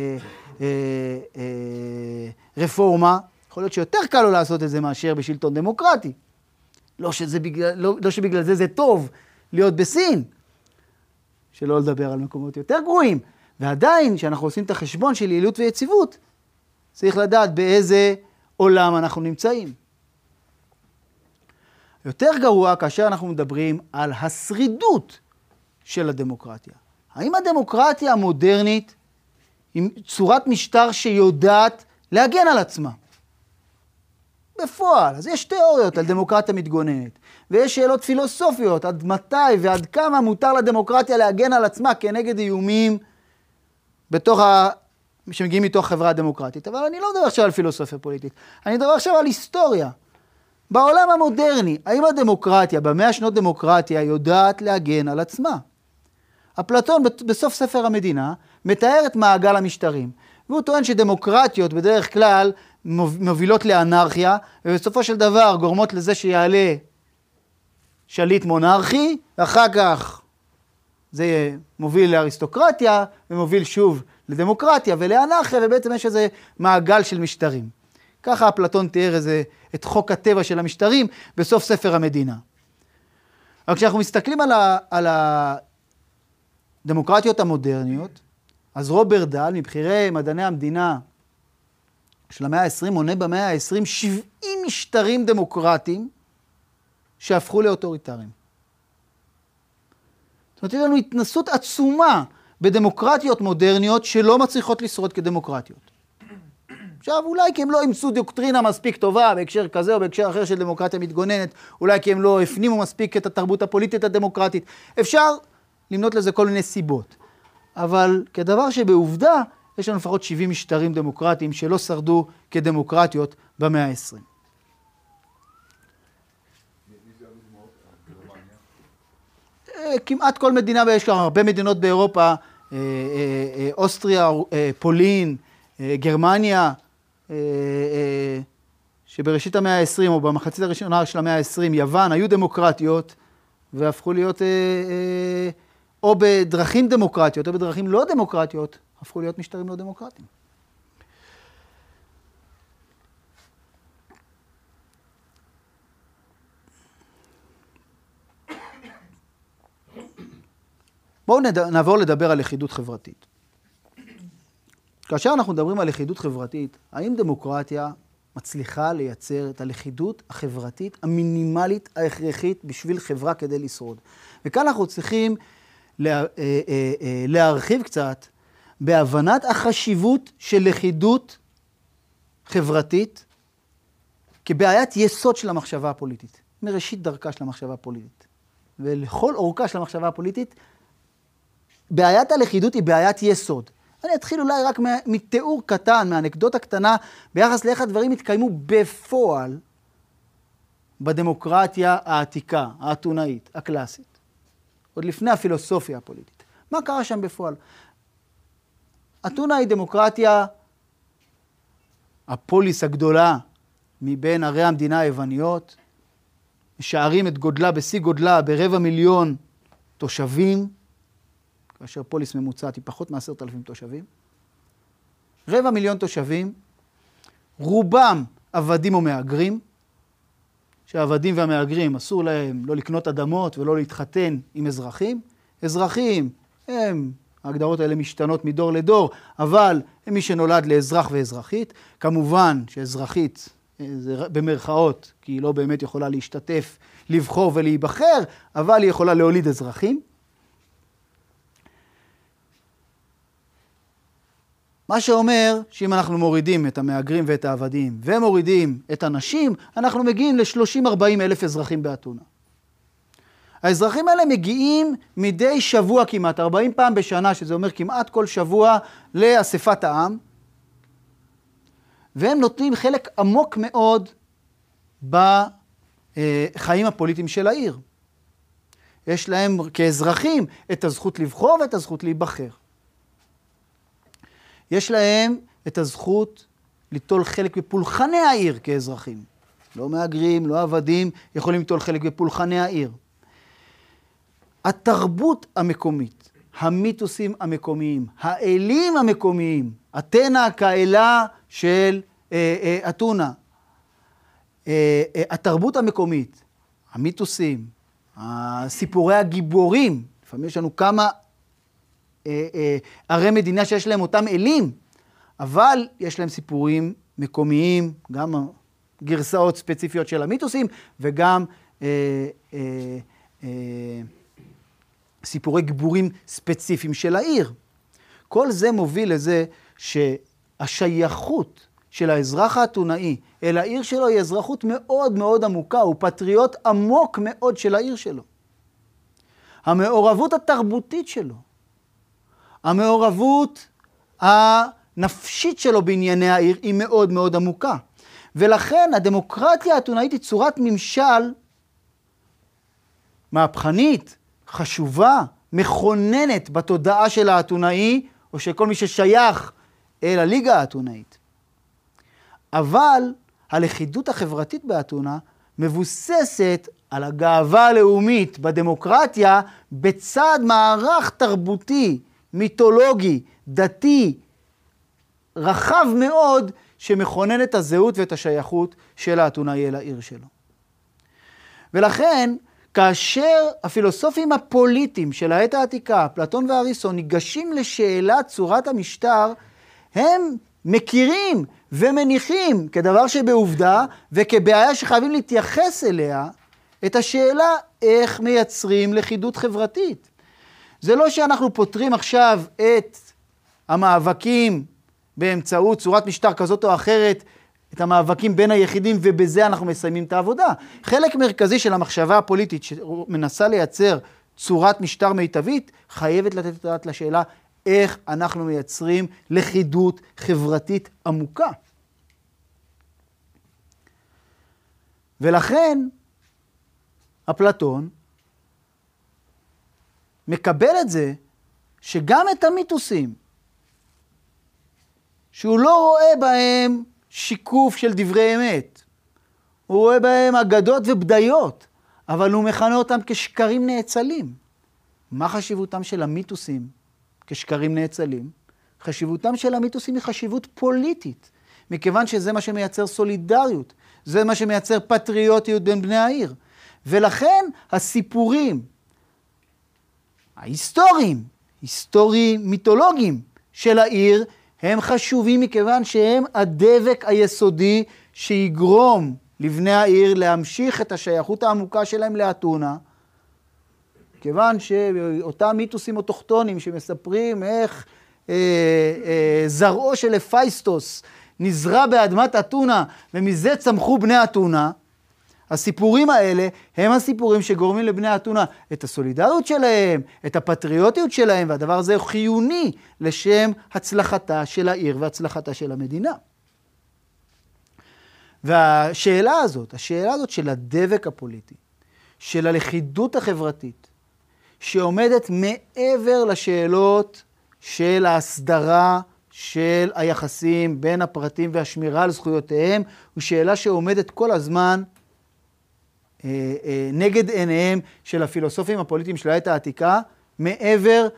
רפורמה, יכול להיות שיותר קל לו לעשות את זה מאשר בשלטון דמוקרטי. לא שבגלל זה זה טוב להיות בסין, שלא לדבר על מקומות יותר גרועים. ועדיין, כשאנחנו עושים את החשבון של יעילות ויציבות, צריך לדעת באיזה עולם אנחנו נמצאים. יותר גרוע כאשר אנחנו מדברים על השרידות של הדמוקרטיה. האם הדמוקרטיה המודרנית היא צורת משטר שיודעת להגן על עצמה? בפועל, אז יש תיאוריות על דמוקרטיה מתגוננת, ויש שאלות פילוסופיות עד מתי ועד כמה מותר לדמוקרטיה להגן על עצמה כנגד איומים שמגיעים מתוך חברה דמוקרטית. אבל אני לא מדבר עכשיו על פילוסופיה פוליטית, אני מדבר עכשיו על היסטוריה. בעולם המודרני, האם הדמוקרטיה, ב100 שנות דמוקרטיה, יודעת להגן על עצמה? אפלטון בסוף ספר המדינה מתאר את מעגל המשטרים, והוא טוען שדמוקרטיות בדרך כלל מובילות לאנרכיה, ובסופו של דבר גורמות לזה שיעלה שליט מונרכי, ואחר כך זה מוביל לאריסטוקרטיה, ומוביל שוב לדמוקרטיה ולאנרכיה, ובעצם יש איזה מעגל של משטרים. ככה אפלטון תיאר את חוק הטבע של המשטרים בסוף ספר המדינה. אבל כשאנחנו מסתכלים על הדמוקרטיות המודרניות, אז רוברט דאל, מבחירי מדעני המדינה של המאה ה-20, מונה במאה ה-20 70 משטרים דמוקרטיים שהפכו לאוטוריטריים. זאת אומרת, יש לנו התנסות עצומה בדמוקרטיות מודרניות שלא מצליחות לשרוד כדמוקרטיות. עכשיו, אולי כי הם לא אימצו דוקטרינה מספיק טובה בהקשר כזה או בהקשר אחר של דמוקרטיה מתגוננת, אולי כי הם לא הפנימו מספיק את התרבות הפוליטית הדמוקרטית. אפשר למנות לזה כל מיני סיבות. אבל כדבר שבעובדה, יש לנו לפחות 70 משטרים דמוקרטיים שלא שרדו כדמוקרטיות במאה ה-20. כמעט כל מדינה, ויש כאן הרבה מדינות באירופה, אוסטריה, פולין, גרמניה, שבראשית המאה ה-20 או במחצית הראשונה של המאה ה-20, יוון, היו דמוקרטיות והפכו להיות או בדרכים דמוקרטיות או בדרכים לא דמוקרטיות, הפכו להיות משטרים לא דמוקרטיים. בואו נעבור לדבר על לכידות חברתית. כאשר אנחנו מדברים על לכידות חברתית, האם דמוקרטיה מצליחה לייצר את הלכידות החברתית המינימלית ההכרחית בשביל חברה כדי לשרוד? וכאן אנחנו צריכים להרחיב קצת בהבנת החשיבות של לכידות חברתית כבעיית יסוד של המחשבה הפוליטית, מראשית דרכה של המחשבה הפוליטית. ולכל אורכה של המחשבה הפוליטית, בעיית הלכידות היא בעיית יסוד. אני אתחיל אולי רק מתיאור קטן, מאנקדוטה קטנה, ביחס לאיך הדברים התקיימו בפועל בדמוקרטיה העתיקה, האתונאית, הקלאסית. עוד לפני הפילוסופיה הפוליטית. מה קרה שם בפועל? אתונה היא דמוקרטיה, הפוליס הגדולה מבין ערי המדינה היווניות, משערים את גודלה בשיא גודלה ב250,000 תושבים, כאשר פוליס ממוצעת היא פחות מ10,000 תושבים. 250,000 תושבים, רובם עבדים או מהגרים, שהעבדים והמהגרים אסור להם לא לקנות אדמות ולא להתחתן עם אזרחים. אזרחים הם, ההגדרות האלה משתנות מדור לדור, אבל הם מי שנולד לאזרח ואזרחית. כמובן שאזרחית זה במרכאות, כי היא לא באמת יכולה להשתתף, לבחור ולהיבחר, אבל היא יכולה להוליד אזרחים. מה שאומר שאם אנחנו מורידים את המהגרים ואת העבדים ומורידים את הנשים, אנחנו מגיעים ל30-40 אלף אזרחים באתונה. האזרחים האלה מגיעים מדי שבוע כמעט, 40 פעם בשנה, שזה אומר כמעט כל שבוע, לאספת העם, והם נותנים חלק עמוק מאוד בחיים הפוליטיים של העיר. יש להם כאזרחים את הזכות לבחור ואת הזכות להיבחר. יש להם את הזכות ליטול חלק בפולחני העיר כאזרחים. לא מהגרים, לא עבדים, יכולים ליטול חלק בפולחני העיר. התרבות המקומית, המיתוסים המקומיים, האלים המקומיים, אתנה כאלה של אתונה, התרבות המקומית, המיתוסים, סיפורי הגיבורים, לפעמים יש לנו כמה ערי מדינה שיש להם אותם אלים, אבל יש להם סיפורים מקומיים, גם גרסאות ספציפיות של המיתוסים, וגם סיפורי גיבורים ספציפיים של העיר. כל זה מוביל לזה שהשייכות של האזרח האתונאי אל העיר שלו היא אזרחות מאוד מאוד עמוקה, הוא פטריוט עמוק מאוד של העיר שלו. המעורבות התרבותית שלו, המעורבות הנפשית שלו בענייני העיר היא מאוד מאוד עמוקה. ולכן הדמוקרטיה האתונאית היא צורת ממשל מהפכנית, חשובה, מכוננת בתודעה של האתונאי, או של כל מי ששייך אל הליגה האתונאית. אבל הלכידות החברתית באתונה מבוססת על הגאווה הלאומית בדמוקרטיה, בצד מערך תרבותי, מיתולוגי, דתי, רחב מאוד, שמכונן את הזהות ואת השייכות של האתונאי אל העיר שלו. ולכן, כאשר הפילוסופים הפוליטיים של העת העתיקה, פלטון ואריסטו, ניגשים לשאלת צורת המשטר, הם מכירים ומניחים כדבר שבעובדה וכבעיה שחייבים להתייחס אליה, את השאלה איך מייצרים לכידות חברתית. זה לא שאנחנו פותרים עכשיו את המאבקים באמצעות צורת משטר כזאת או אחרת, את המאבקים בין היחידים, ובזה אנחנו מסיימים את העבודה. חלק מרכזי של המחשבה הפוליטית שמנסה לייצר צורת משטר מיטבית, חייבת לתת את הדעת לשאלה איך אנחנו מייצרים לכידות חברתית עמוקה. ולכן, אפלטון מקבל את זה שגם את המיתוסים, שהוא לא רואה בהם שיקוף של דברי אמת, הוא רואה בהם אגדות ובדיות, אבל הוא מכנה אותם כשקרים נאצלים. מה חשיבותם של המיתוסים כשקרים נאצלים? חשיבותם של המיתוסים היא חשיבות פוליטית, מכיוון שזה מה שמייצר סולידריות, זה מה שמייצר פטריוטיות בין בני העיר. ולכן הסיפורים ההיסטוריים, היסטוריים מיתולוגיים של העיר, הם חשובים מכיוון שהם הדבק היסודי שיגרום לבני העיר להמשיך את השייכות העמוקה שלהם לאתונה, כיוון שאותם מיתוסים אוטוכטונים שמספרים איך זרעו של הפייסטוס נזרע באדמת אתונה ומזה צמחו בני אתונה, הסיפורים האלה הם הסיפורים שגורמים לבני אתונה את הסולידריות שלהם, את הפטריוטיות שלהם, והדבר הזה הוא חיוני לשם הצלחתה של העיר והצלחתה של המדינה. והשאלה הזאת, של הדבק הפוליטי, של הלכידות החברתית, שעומדת מעבר לשאלות של ההסדרה של היחסים בין הפרטים והשמירה על זכויותיהם, הוא שאלה שעומדת כל הזמן נגד עיניהם של הפילוסופים הפוליטיים של העת העתיקה, מעבר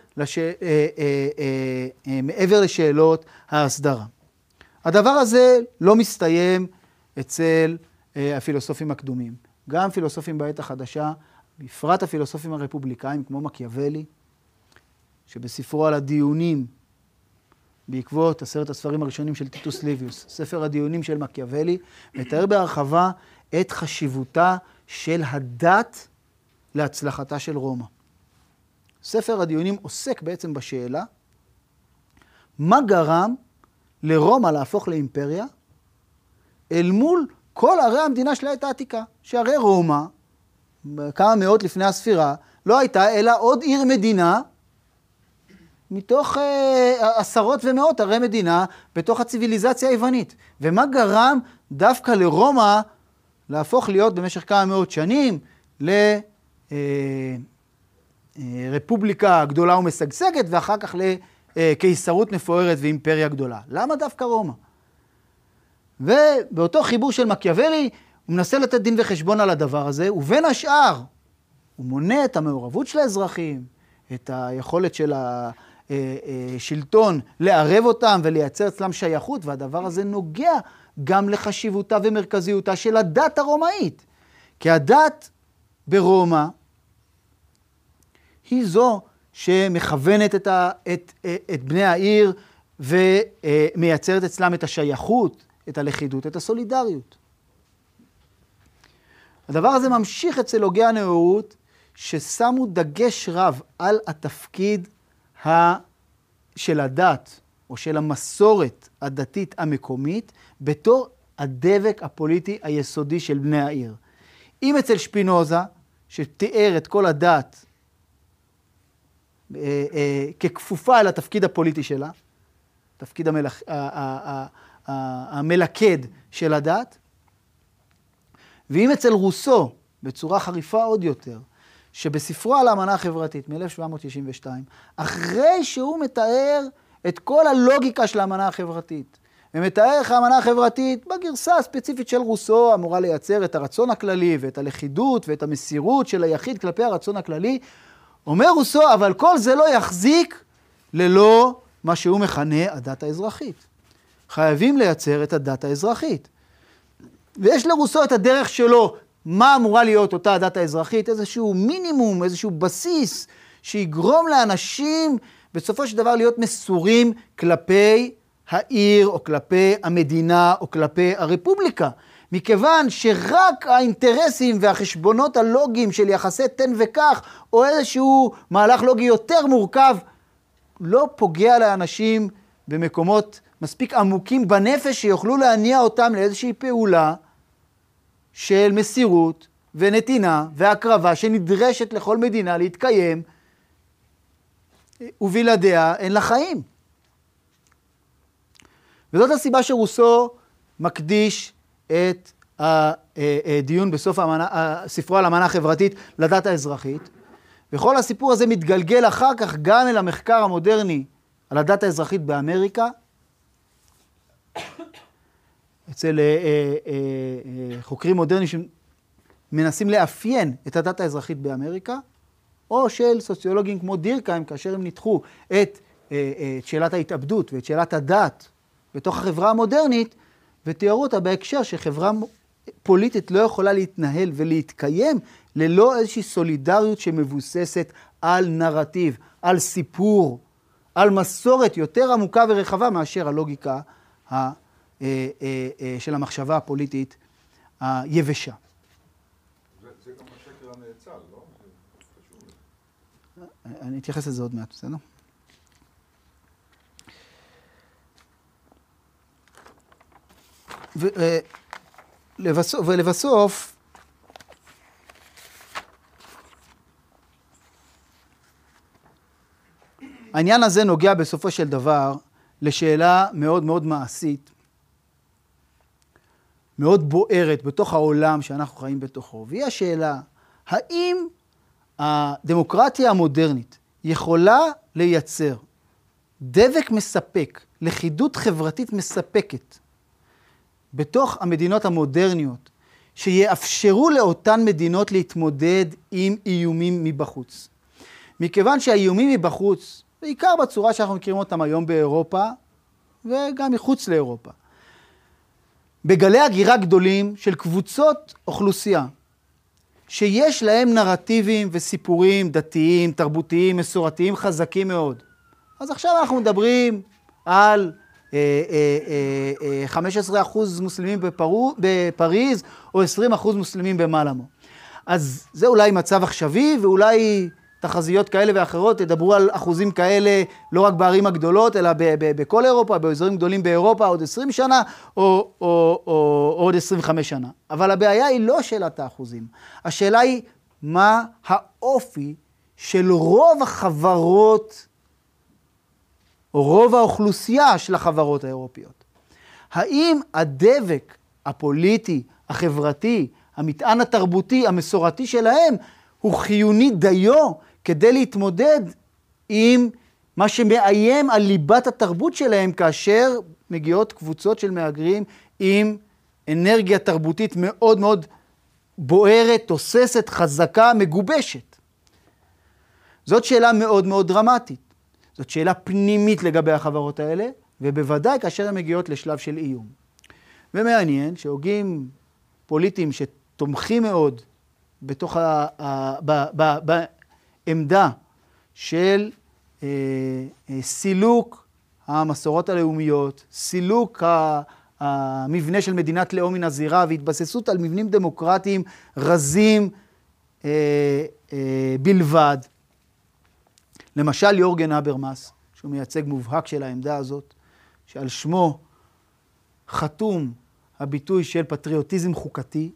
לשאלות ההסדרה. הדבר הזה לא מסתיים אצל הפילוסופים הקדומים. גם פילוסופים בעת החדשה, בפרט הפילוסופים הרפובליקאים כמו מקיאוולי, שבספרו על הדיונים, בעקבות 10 הספרים הראשונים של טיטוס ליביוס, ספר הדיונים של מקיאוולי, מתאר בהרחבה את חשיבותה של הדת להצלחתה של רומא. ספר הדיונים עוסק בעצם בשאלה, מה גרם לרומא להפוך לאימפריה, אל מול כל ערי המדינה של העת העתיקה, שהרי רומא, כמה מאות לפני הספירה, לא הייתה אלא עוד עיר מדינה, מתוך עשרות ומאות ערי מדינה, בתוך הציביליזציה היוונית. ומה גרם דווקא לרומא להפוך להיות במשך כמה מאות שנים לרפובליקה גדולה ומשגשגת, ואחר כך לקיסרות מפוארת ואימפריה גדולה. למה דווקא רומא? ובאותו חיבור של מקיאוולי, הוא מנסה לתת דין וחשבון על הדבר הזה, ובין השאר, הוא מונה את המעורבות של האזרחים, את היכולת של השלטון לערב אותם ולייצר אצלם שייכות, והדבר הזה נוגע גם לחשיבותה ומרכזיותה של הדת הרומאית. כי הדת ברומא היא זו שמכוונת את בני העיר ומייצרת אצלם את השייכות, את הלכידות, את הסולידריות. הדבר הזה ממשיך אצל הוגי הנאורות, ששמו דגש רב על התפקיד של הדת, או של המסורת הדתית המקומית, בתור הדבק הפוליטי היסודי של בני העיר. אם אצל שפינוזה, שתיאר את כל הדת ככפופה אל התפקיד הפוליטי שלה, תפקיד המלכד של הדת, ואם אצל רוסו, בצורה חריפה עוד יותר, שבספרו על האמנה החברתית מ-1792, אחרי שהוא מתאר את כל הלוגיקה של האמנה החברתית, ומתאר איך האמנה החברתית בגרסה הספציפית של רוסו אמורה לייצר את הרצון הכללי ואת הלכידות ואת המסירות של היחיד כלפי הרצון הכללי, אומר רוסו, אבל כל זה לא יחזיק ללא מה שהוא מכנה הדת האזרחית. חייבים לייצר את הדת האזרחית. ויש לרוסו את הדרך שלו, מה אמורה להיות אותה הדת האזרחית, איזשהו מינימום, איזשהו בסיס, שיגרום לאנשים בסופו של דבר להיות מסורים כלפי העיר, או כלפי המדינה, או כלפי הרפובליקה. מכיוון שרק האינטרסים והחשבונות הלוגיים של יחסי תן וכך, או איזשהו מהלך לוגי יותר מורכב, לא פוגע לאנשים במקומות מספיק עמוקים בנפש שיוכלו להניע אותם לאיזושהי פעולה של מסירות ונתינה והקרבה שנדרשת לכל מדינה להתקיים, ובלעדיה אין לה חיים. וזאת הסיבה שרוסו מקדיש את הדיון בסוף ספרו על האמנה החברתית לדת האזרחית, וכל הסיפור הזה מתגלגל אחר כך גם אל המחקר המודרני על הדת האזרחית באמריקה, אצל חוקרים מודרניים שמנסים לאפיין את הדת האזרחית באמריקה, או של סוציולוגים כמו דירקהיים, כאשר הם ניתחו את שאלת ההתאבדות ואת שאלת הדת בתוך החברה המודרנית, ותיארו אותה בהקשר שחברה פוליטית לא יכולה להתנהל ולהתקיים ללא איזושהי סולידריות שמבוססת על נרטיב, על סיפור, על מסורת יותר עמוקה ורחבה מאשר הלוגיקה של המחשבה הפוליטית היבשה. זה גם השקר הנאצל, לא? אני אתייחס לזה עוד מעט, בסדר? ולבסוף, העניין הזה נוגע בסופו של דבר לשאלה מאוד מאוד מעשית, מאוד בוערת בתוך העולם שאנחנו חיים בתוכו, והיא השאלה, האם הדמוקרטיה המודרנית יכולה לייצר דבק מספק, לכידות חברתית מספקת, בתוך המדינות המודרניות, שיאפשרו לאותן מדינות להתמודד עם איומים מבחוץ. מכיוון שהאיומים מבחוץ, בעיקר בצורה שאנחנו מכירים אותם היום באירופה, וגם מחוץ לאירופה, בגלי הגירה גדולים של קבוצות אוכלוסייה, שיש להם נרטיבים וסיפורים דתיים, תרבותיים, מסורתיים חזקים מאוד. אז עכשיו אנחנו מדברים על 15% מוסלמים בפריז, או 20% מוסלמים במלמו. אז זה אולי מצב עכשווי, ואולי תחזיות כאלה ואחרות ידברו על אחוזים כאלה, לא רק בערים הגדולות, אלא בכל אירופה, באזורים גדולים באירופה, עוד 20 שנה, או עוד 25 שנה. אבל הבעיה היא לא שאלת האחוזים. השאלה היא, מה האופי של רוב החברות, או רוב האוכלוסייה של החברות האירופיות? האם הדבק הפוליטי, החברתי, המטען התרבותי, המסורתי שלהם, הוא חיוני דיו כדי להתמודד עם מה שמאיים על ליבת התרבות שלהם, כאשר מגיעות קבוצות של מהגרים עם אנרגיה תרבותית מאוד מאוד בוערת, תוססת, חזקה, מגובשת? זאת שאלה מאוד מאוד דרמטית. זאת שאלה פנימית לגבי החברות האלה, ובוודאי כאשר הן מגיעות לשלב של איום. ומעניין שהוגים פוליטיים שתומכים מאוד בתוך בעמדה של סילוק המסורות הלאומיות, סילוק המבנה של מדינת לאום מן הזירה, והתבססות על מבנים דמוקרטיים רזים בלבד. למשל יורגן הברמאס, שהוא מייצג מובהק של העמדה הזאת, שעל שמו חתום הביטוי של פטריוטיזם חוקתי,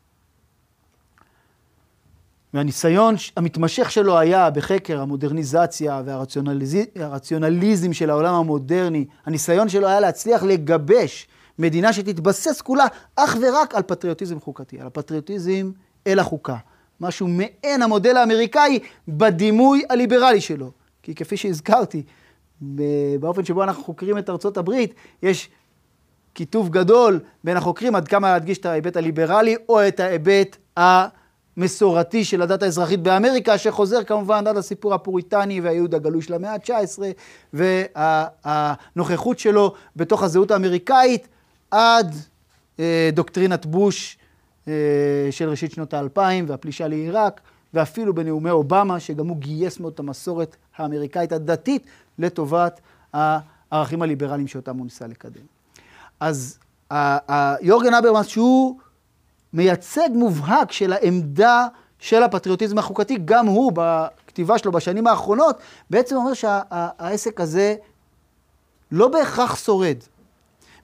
והניסיון המתמשך שלו היה בחקר המודרניזציה והרציונליזם של העולם המודרני, הניסיון שלו היה להצליח לגבש מדינה שתתבסס כולה אך ורק על פטריוטיזם חוקתי, על הפטריוטיזם אל החוקה. משהו מעין המודל האמריקאי בדימוי הליברלי שלו. כי כפי שהזכרתי, באופן שבו אנחנו חוקרים את ארצות הברית, יש כיתוב גדול בין החוקרים עד כמה להדגיש את ההיבט הליברלי או את ההיבט המסורתי של הדת האזרחית באמריקה, שחוזר כמובן עד הסיפור הפוריטני והייעוד הגלוי של המאה ה-19, והנוכחות שלו בתוך הזהות האמריקאית עד דוקטרינת בוש של ראשית שנות ה-2000 והפלישה לעיראק, ואפילו בנאומי אובמה, שגם הוא גייס מאוד את המסורת האמריקאית הדתית לטובת הערכים הליברליים שאותם הוא ניסה לקדם. אז יורגן הברמאס, שהוא מייצג מובהק של העמדה של הפטריוטיזם החוקתי, גם הוא בכתיבה שלו בשנים האחרונות, בעצם אומר שהעסק הזה לא בהכרח שורד.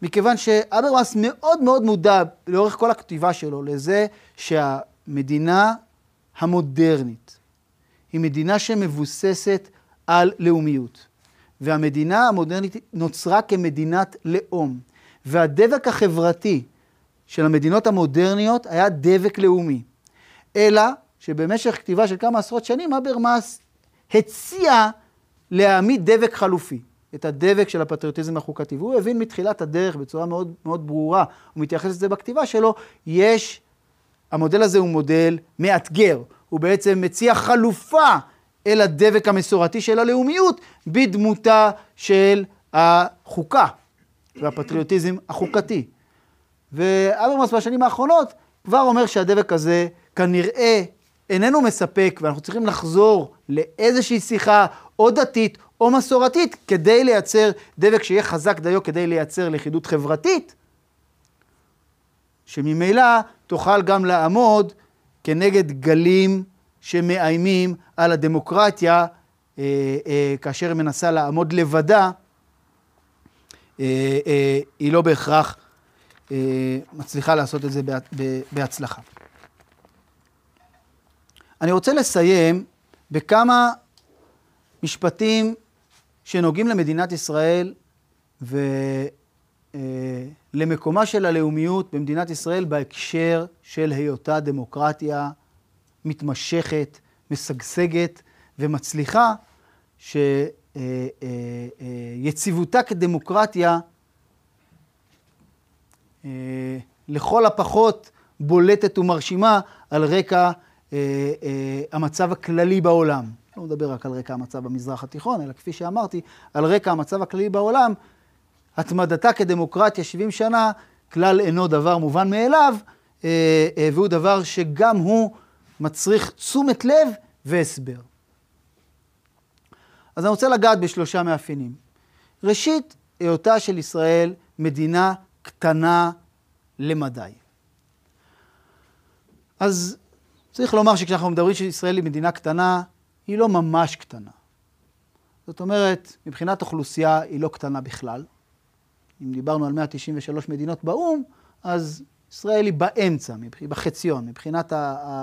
מכיוון שאברמאס מאוד מאוד מודע לאורך כל הכתיבה שלו לזה שהמדינה המודרנית היא מדינה שמבוססת על לאומיות. והמדינה המודרנית נוצרה כמדינת לאום. והדבק החברתי של המדינות המודרניות היה דבק לאומי. אלא שבמשך כתיבה של כמה עשרות שנים אברמאס הציע להעמיד דבק חלופי. את הדבק של הפטריוטיזם החוקתי. והוא הבין מתחילת הדרך בצורה מאוד מאוד ברורה, הוא מתייחס לזה בכתיבה שלו, המודל הזה הוא מודל מאתגר. הוא בעצם מציע חלופה אל הדבק המסורתי של הלאומיות, בדמותה של החוקה והפטריוטיזם החוקתי. ואברמאס בשנים האחרונות כבר אומר שהדבק הזה כנראה איננו מספק, ואנחנו צריכים לחזור לאיזושהי שיחה או דתית או מסורתית, כדי לייצר דבק שיהיה חזק דיו, כדי לייצר לכידות חברתית, שממילא תוכל גם לעמוד כנגד גלים שמאיימים על הדמוקרטיה, כאשר היא מנסה לעמוד לבדה, היא לא בהכרח מצליחה לעשות את זה בהצלחה. אני רוצה לסיים בכמה משפטים שנוגעים למדינת ישראל ולמקומה של הלאומיות במדינת ישראל בהקשר של היותה דמוקרטיה מתמשכת, משגשגת ומצליחה, שיציבותה כדמוקרטיה לכל הפחות בולטת ומרשימה על רקע המצב הכללי בעולם. לא מדבר רק על רקע המצב במזרח התיכון, אלא כפי שאמרתי, על רקע המצב הכללי בעולם, התמדתה כדמוקרטיה 70 שנה, כלל אינו דבר מובן מאליו, והוא דבר שגם הוא מצריך תשומת לב והסבר. אז אני רוצה לגעת בשלושה מאפיינים. ראשית, היותה של ישראל מדינה קטנה למדי. אז צריך לומר שכשאנחנו מדברים שישראל היא מדינה קטנה, היא לא ממש קטנה. זאת אומרת, מבחינת אוכלוסייה היא לא קטנה בכלל. אם דיברנו על 193 מדינות באום, אז ישראל היא באמצע, היא בחציון. מבחינת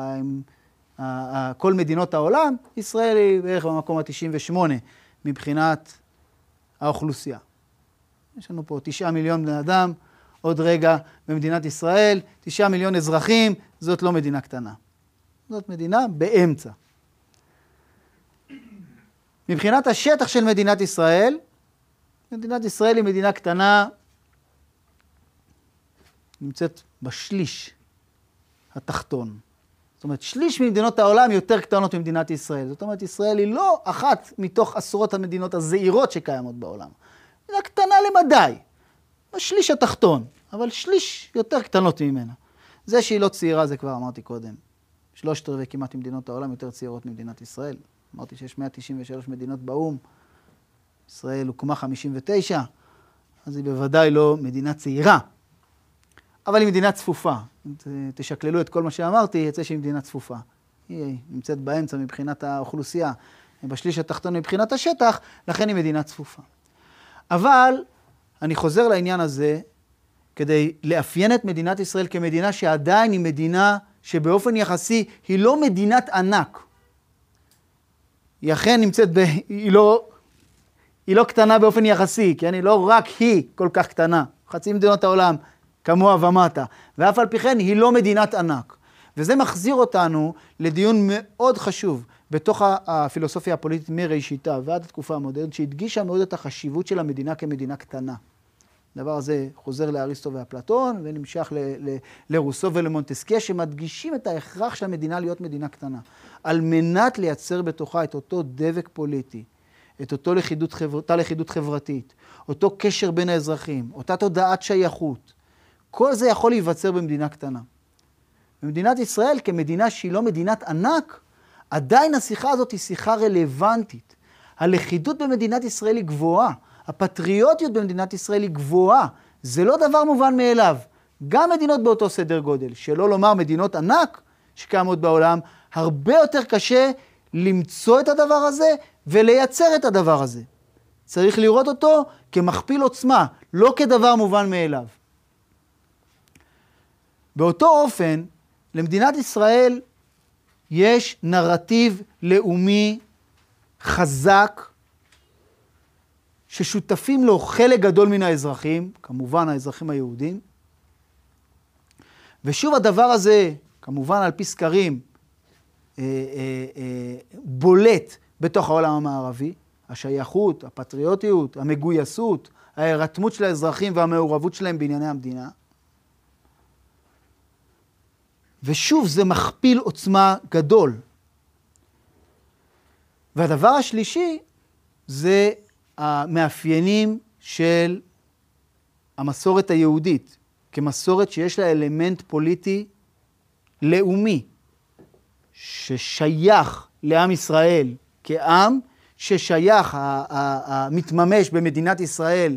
כל מדינות העולם, ישראל היא בערך במקום ה-98 מבחינת האוכלוסייה. יש לנו פה 9 מיליון בני אדם, עוד רגע במדינת ישראל, 9 מיליון אזרחים, זאת לא מדינה קטנה. זאת מדינה באמצע. מבחינת השטח של מדינת ישראל היא מדינה קטנה, נמצאת בשליש התחתון. זאת אומרת, שליש ממדינות העולם יותר קטנות ממדינת ישראל. זאת אומרת, ישראל היא לא אחת מתוך עשרות המדינות הזעירות שקיימות בעולם. מדינה קטנה למדי, בשליש התחתון, אבל שליש יותר קטנות ממנה. זה שהיא לא צעירה, זה כבר אמרתי קודם. 3/4 כמעט ממדינות העולם יותר צעירות ממדינת ישראל. אמרתי שיש 193 מדינות באום, ישראל הוקמה 59, אז היא בוודאי לא מדינה צעירה. אבל היא מדינה צפופה. אם תשקללו את כל מה שאמרתי, יצא שהיא מדינה צפופה. היא נמצאת באמצע מבחינת האוכלוסייה, בשליש התחתון מבחינת השטח, לכן היא מדינה צפופה. אבל אני חוזר לעניין הזה, כדי לאפיין את מדינת ישראל כמדינה שעדיין היא מדינה שבאופן יחסי היא לא מדינת ענק. היא אכן נמצאת היא לא קטנה באופן יחסי, כי היא לא רק היא כל כך קטנה. חצי מדינות העולם כמוה ומטה, ואף על פי כן היא לא מדינת ענק. וזה מחזיר אותנו לדיון מאוד חשוב בתוך הפילוסופיה הפוליטית מראשיתה ועד התקופה המודרנית, שהדגישה מאוד את החשיבות של המדינה כמדינה קטנה. הדבר הזה חוזר לאריסטו ואפלטון, ונמשך לרוסו ולמונטסקיה, שמדגישים את ההכרח של המדינה להיות מדינה קטנה. על מנת לייצר בתוכה את אותו דבק פוליטי, את אותה לכידות חברתית, אותו קשר בין האזרחים, אותה תודעת שייכות. כל זה יכול להיווצר במדינה קטנה. במדינת ישראל, כמדינה שהיא לא מדינת ענק, עדיין השיחה הזאת היא שיחה רלוונטית. הלכידות במדינת ישראל היא גבוהה. הפטריוטיות במדינת ישראל היא גבוהה. זה לא דבר מובן מאליו. גם מדינות באותו סדר גודל, שלא לומר מדינות ענק שקיימות בעולם, הרבה יותר קשה למצוא את הדבר הזה ולייצר את הדבר הזה. צריך לראות אותו כמכפיל עוצמה, לא כדבר מובן מאליו. באותו אופן, למדינת ישראל יש נרטיב לאומי חזק, ששותפים לו חלק גדול מן האזרחים, כמובן האזרחים היהודים. ושוב הדבר הזה, כמובן על פי סקרים, בולט בתוך העולם המערבי, השייכות, הפטריוטיות, המגויסות, ההירתמות של האזרחים והמעורבות שלהם בענייני המדינה. ושוב זה מכפיל עוצמה גדול. והדבר השלישי זה המאפיינים של המסורת היהודית, כמסורת שיש לה אלמנט פוליטי לאומי, ששייך לעם ישראל כעם, ששייך, מתממש במדינת ישראל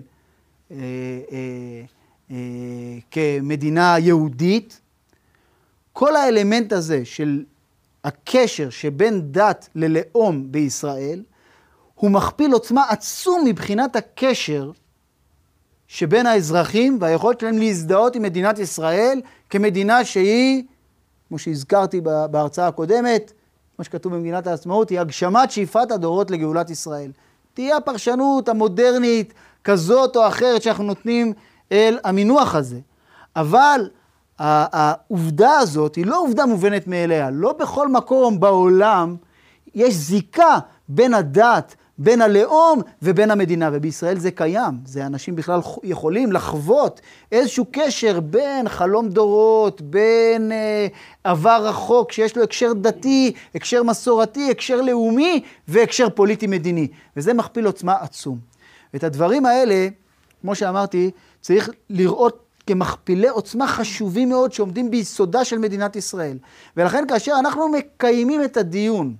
כמדינה יהודית. כל האלמנט הזה של הקשר שבין דת ללאום בישראל, הוא מכפיל עוצמה עצום מבחינת הקשר שבין האזרחים והיכולת שלהם להזדהות עם מדינת ישראל כמדינה שהיא, כמו שהזכרתי בהרצאה הקודמת, כמו שכתוב במגילת העצמאות, היא הגשמת שאיפת הדורות לגאולת ישראל. תהיה הפרשנות המודרנית כזאת או אחרת שאנחנו נותנים אל המינוח הזה. אבל העובדה הזאת היא לא עובדה מובנת מאליה. לא בכל מקום בעולם יש זיקה בין הדת, בין הלאום ובין המדינה, ובישראל זה קיים. זה אנשים בכלל יכולים לחוות איזשהו קשר בין חלום דורות, בין עבר רחוק שיש לו הקשר דתי, הקשר מסורתי, הקשר לאומי והקשר פוליטי מדיני. וזה מכפיל עוצמה עצום. ואת הדברים האלה, כמו שאמרתי, צריך לראות כמכפילי עוצמה חשובים מאוד שעומדים ביסודה של מדינת ישראל. ולכן כאשר אנחנו מקיימים את הדיון,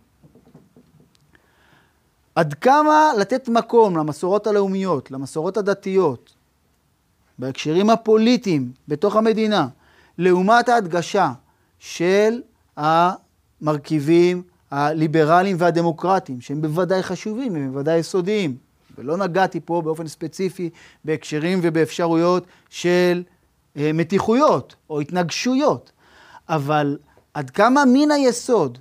עד כמה לתת מקום למסורות הלאומיות, למסורות הדתיות, בהקשרים הפוליטיים בתוך המדינה, לעומת ההדגשה של המרכיבים הליברליים והדמוקרטיים, שהם בוודאי חשובים, הם בוודאי יסודיים. ולא נגעתי פה באופן ספציפי בהקשרים ובאפשרויות של מתיחויות או התנגשויות. אבל עד כמה מן היסוד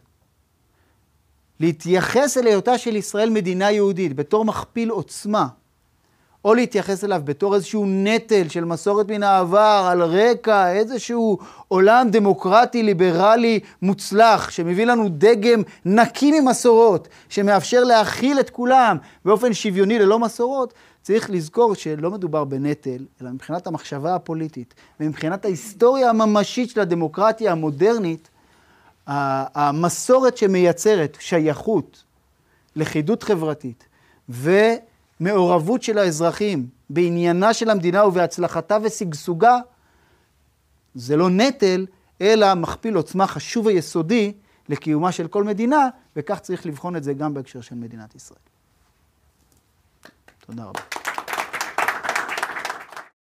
להתייחס אל היותה של ישראל מדינה יהודית בתור מכפיל עוצמה, או להתייחס אליו בתור איזשהו נטל של מסורת מן העבר, על רקע איזשהו עולם דמוקרטי, ליברלי, מוצלח, שמביא לנו דגם נקי ממסורות, שמאפשר להכיל את כולם באופן שוויוני ללא מסורות, צריך לזכור שלא מדובר בנטל, אלא מבחינת המחשבה הפוליטית, ומבחינת ההיסטוריה הממשית של הדמוקרטיה המודרנית, המסורת שמייצרת שייכות, לכידות חברתית, ומעורבות של האזרחים בעניינה של המדינה ובהצלחתה ושגשוגה, זה לא נטל, אלא מכפיל עוצמה חשוב ויסודי לקיומה של כל מדינה, וכך צריך לבחון את זה גם בהקשר של מדינת ישראל. תודה רבה.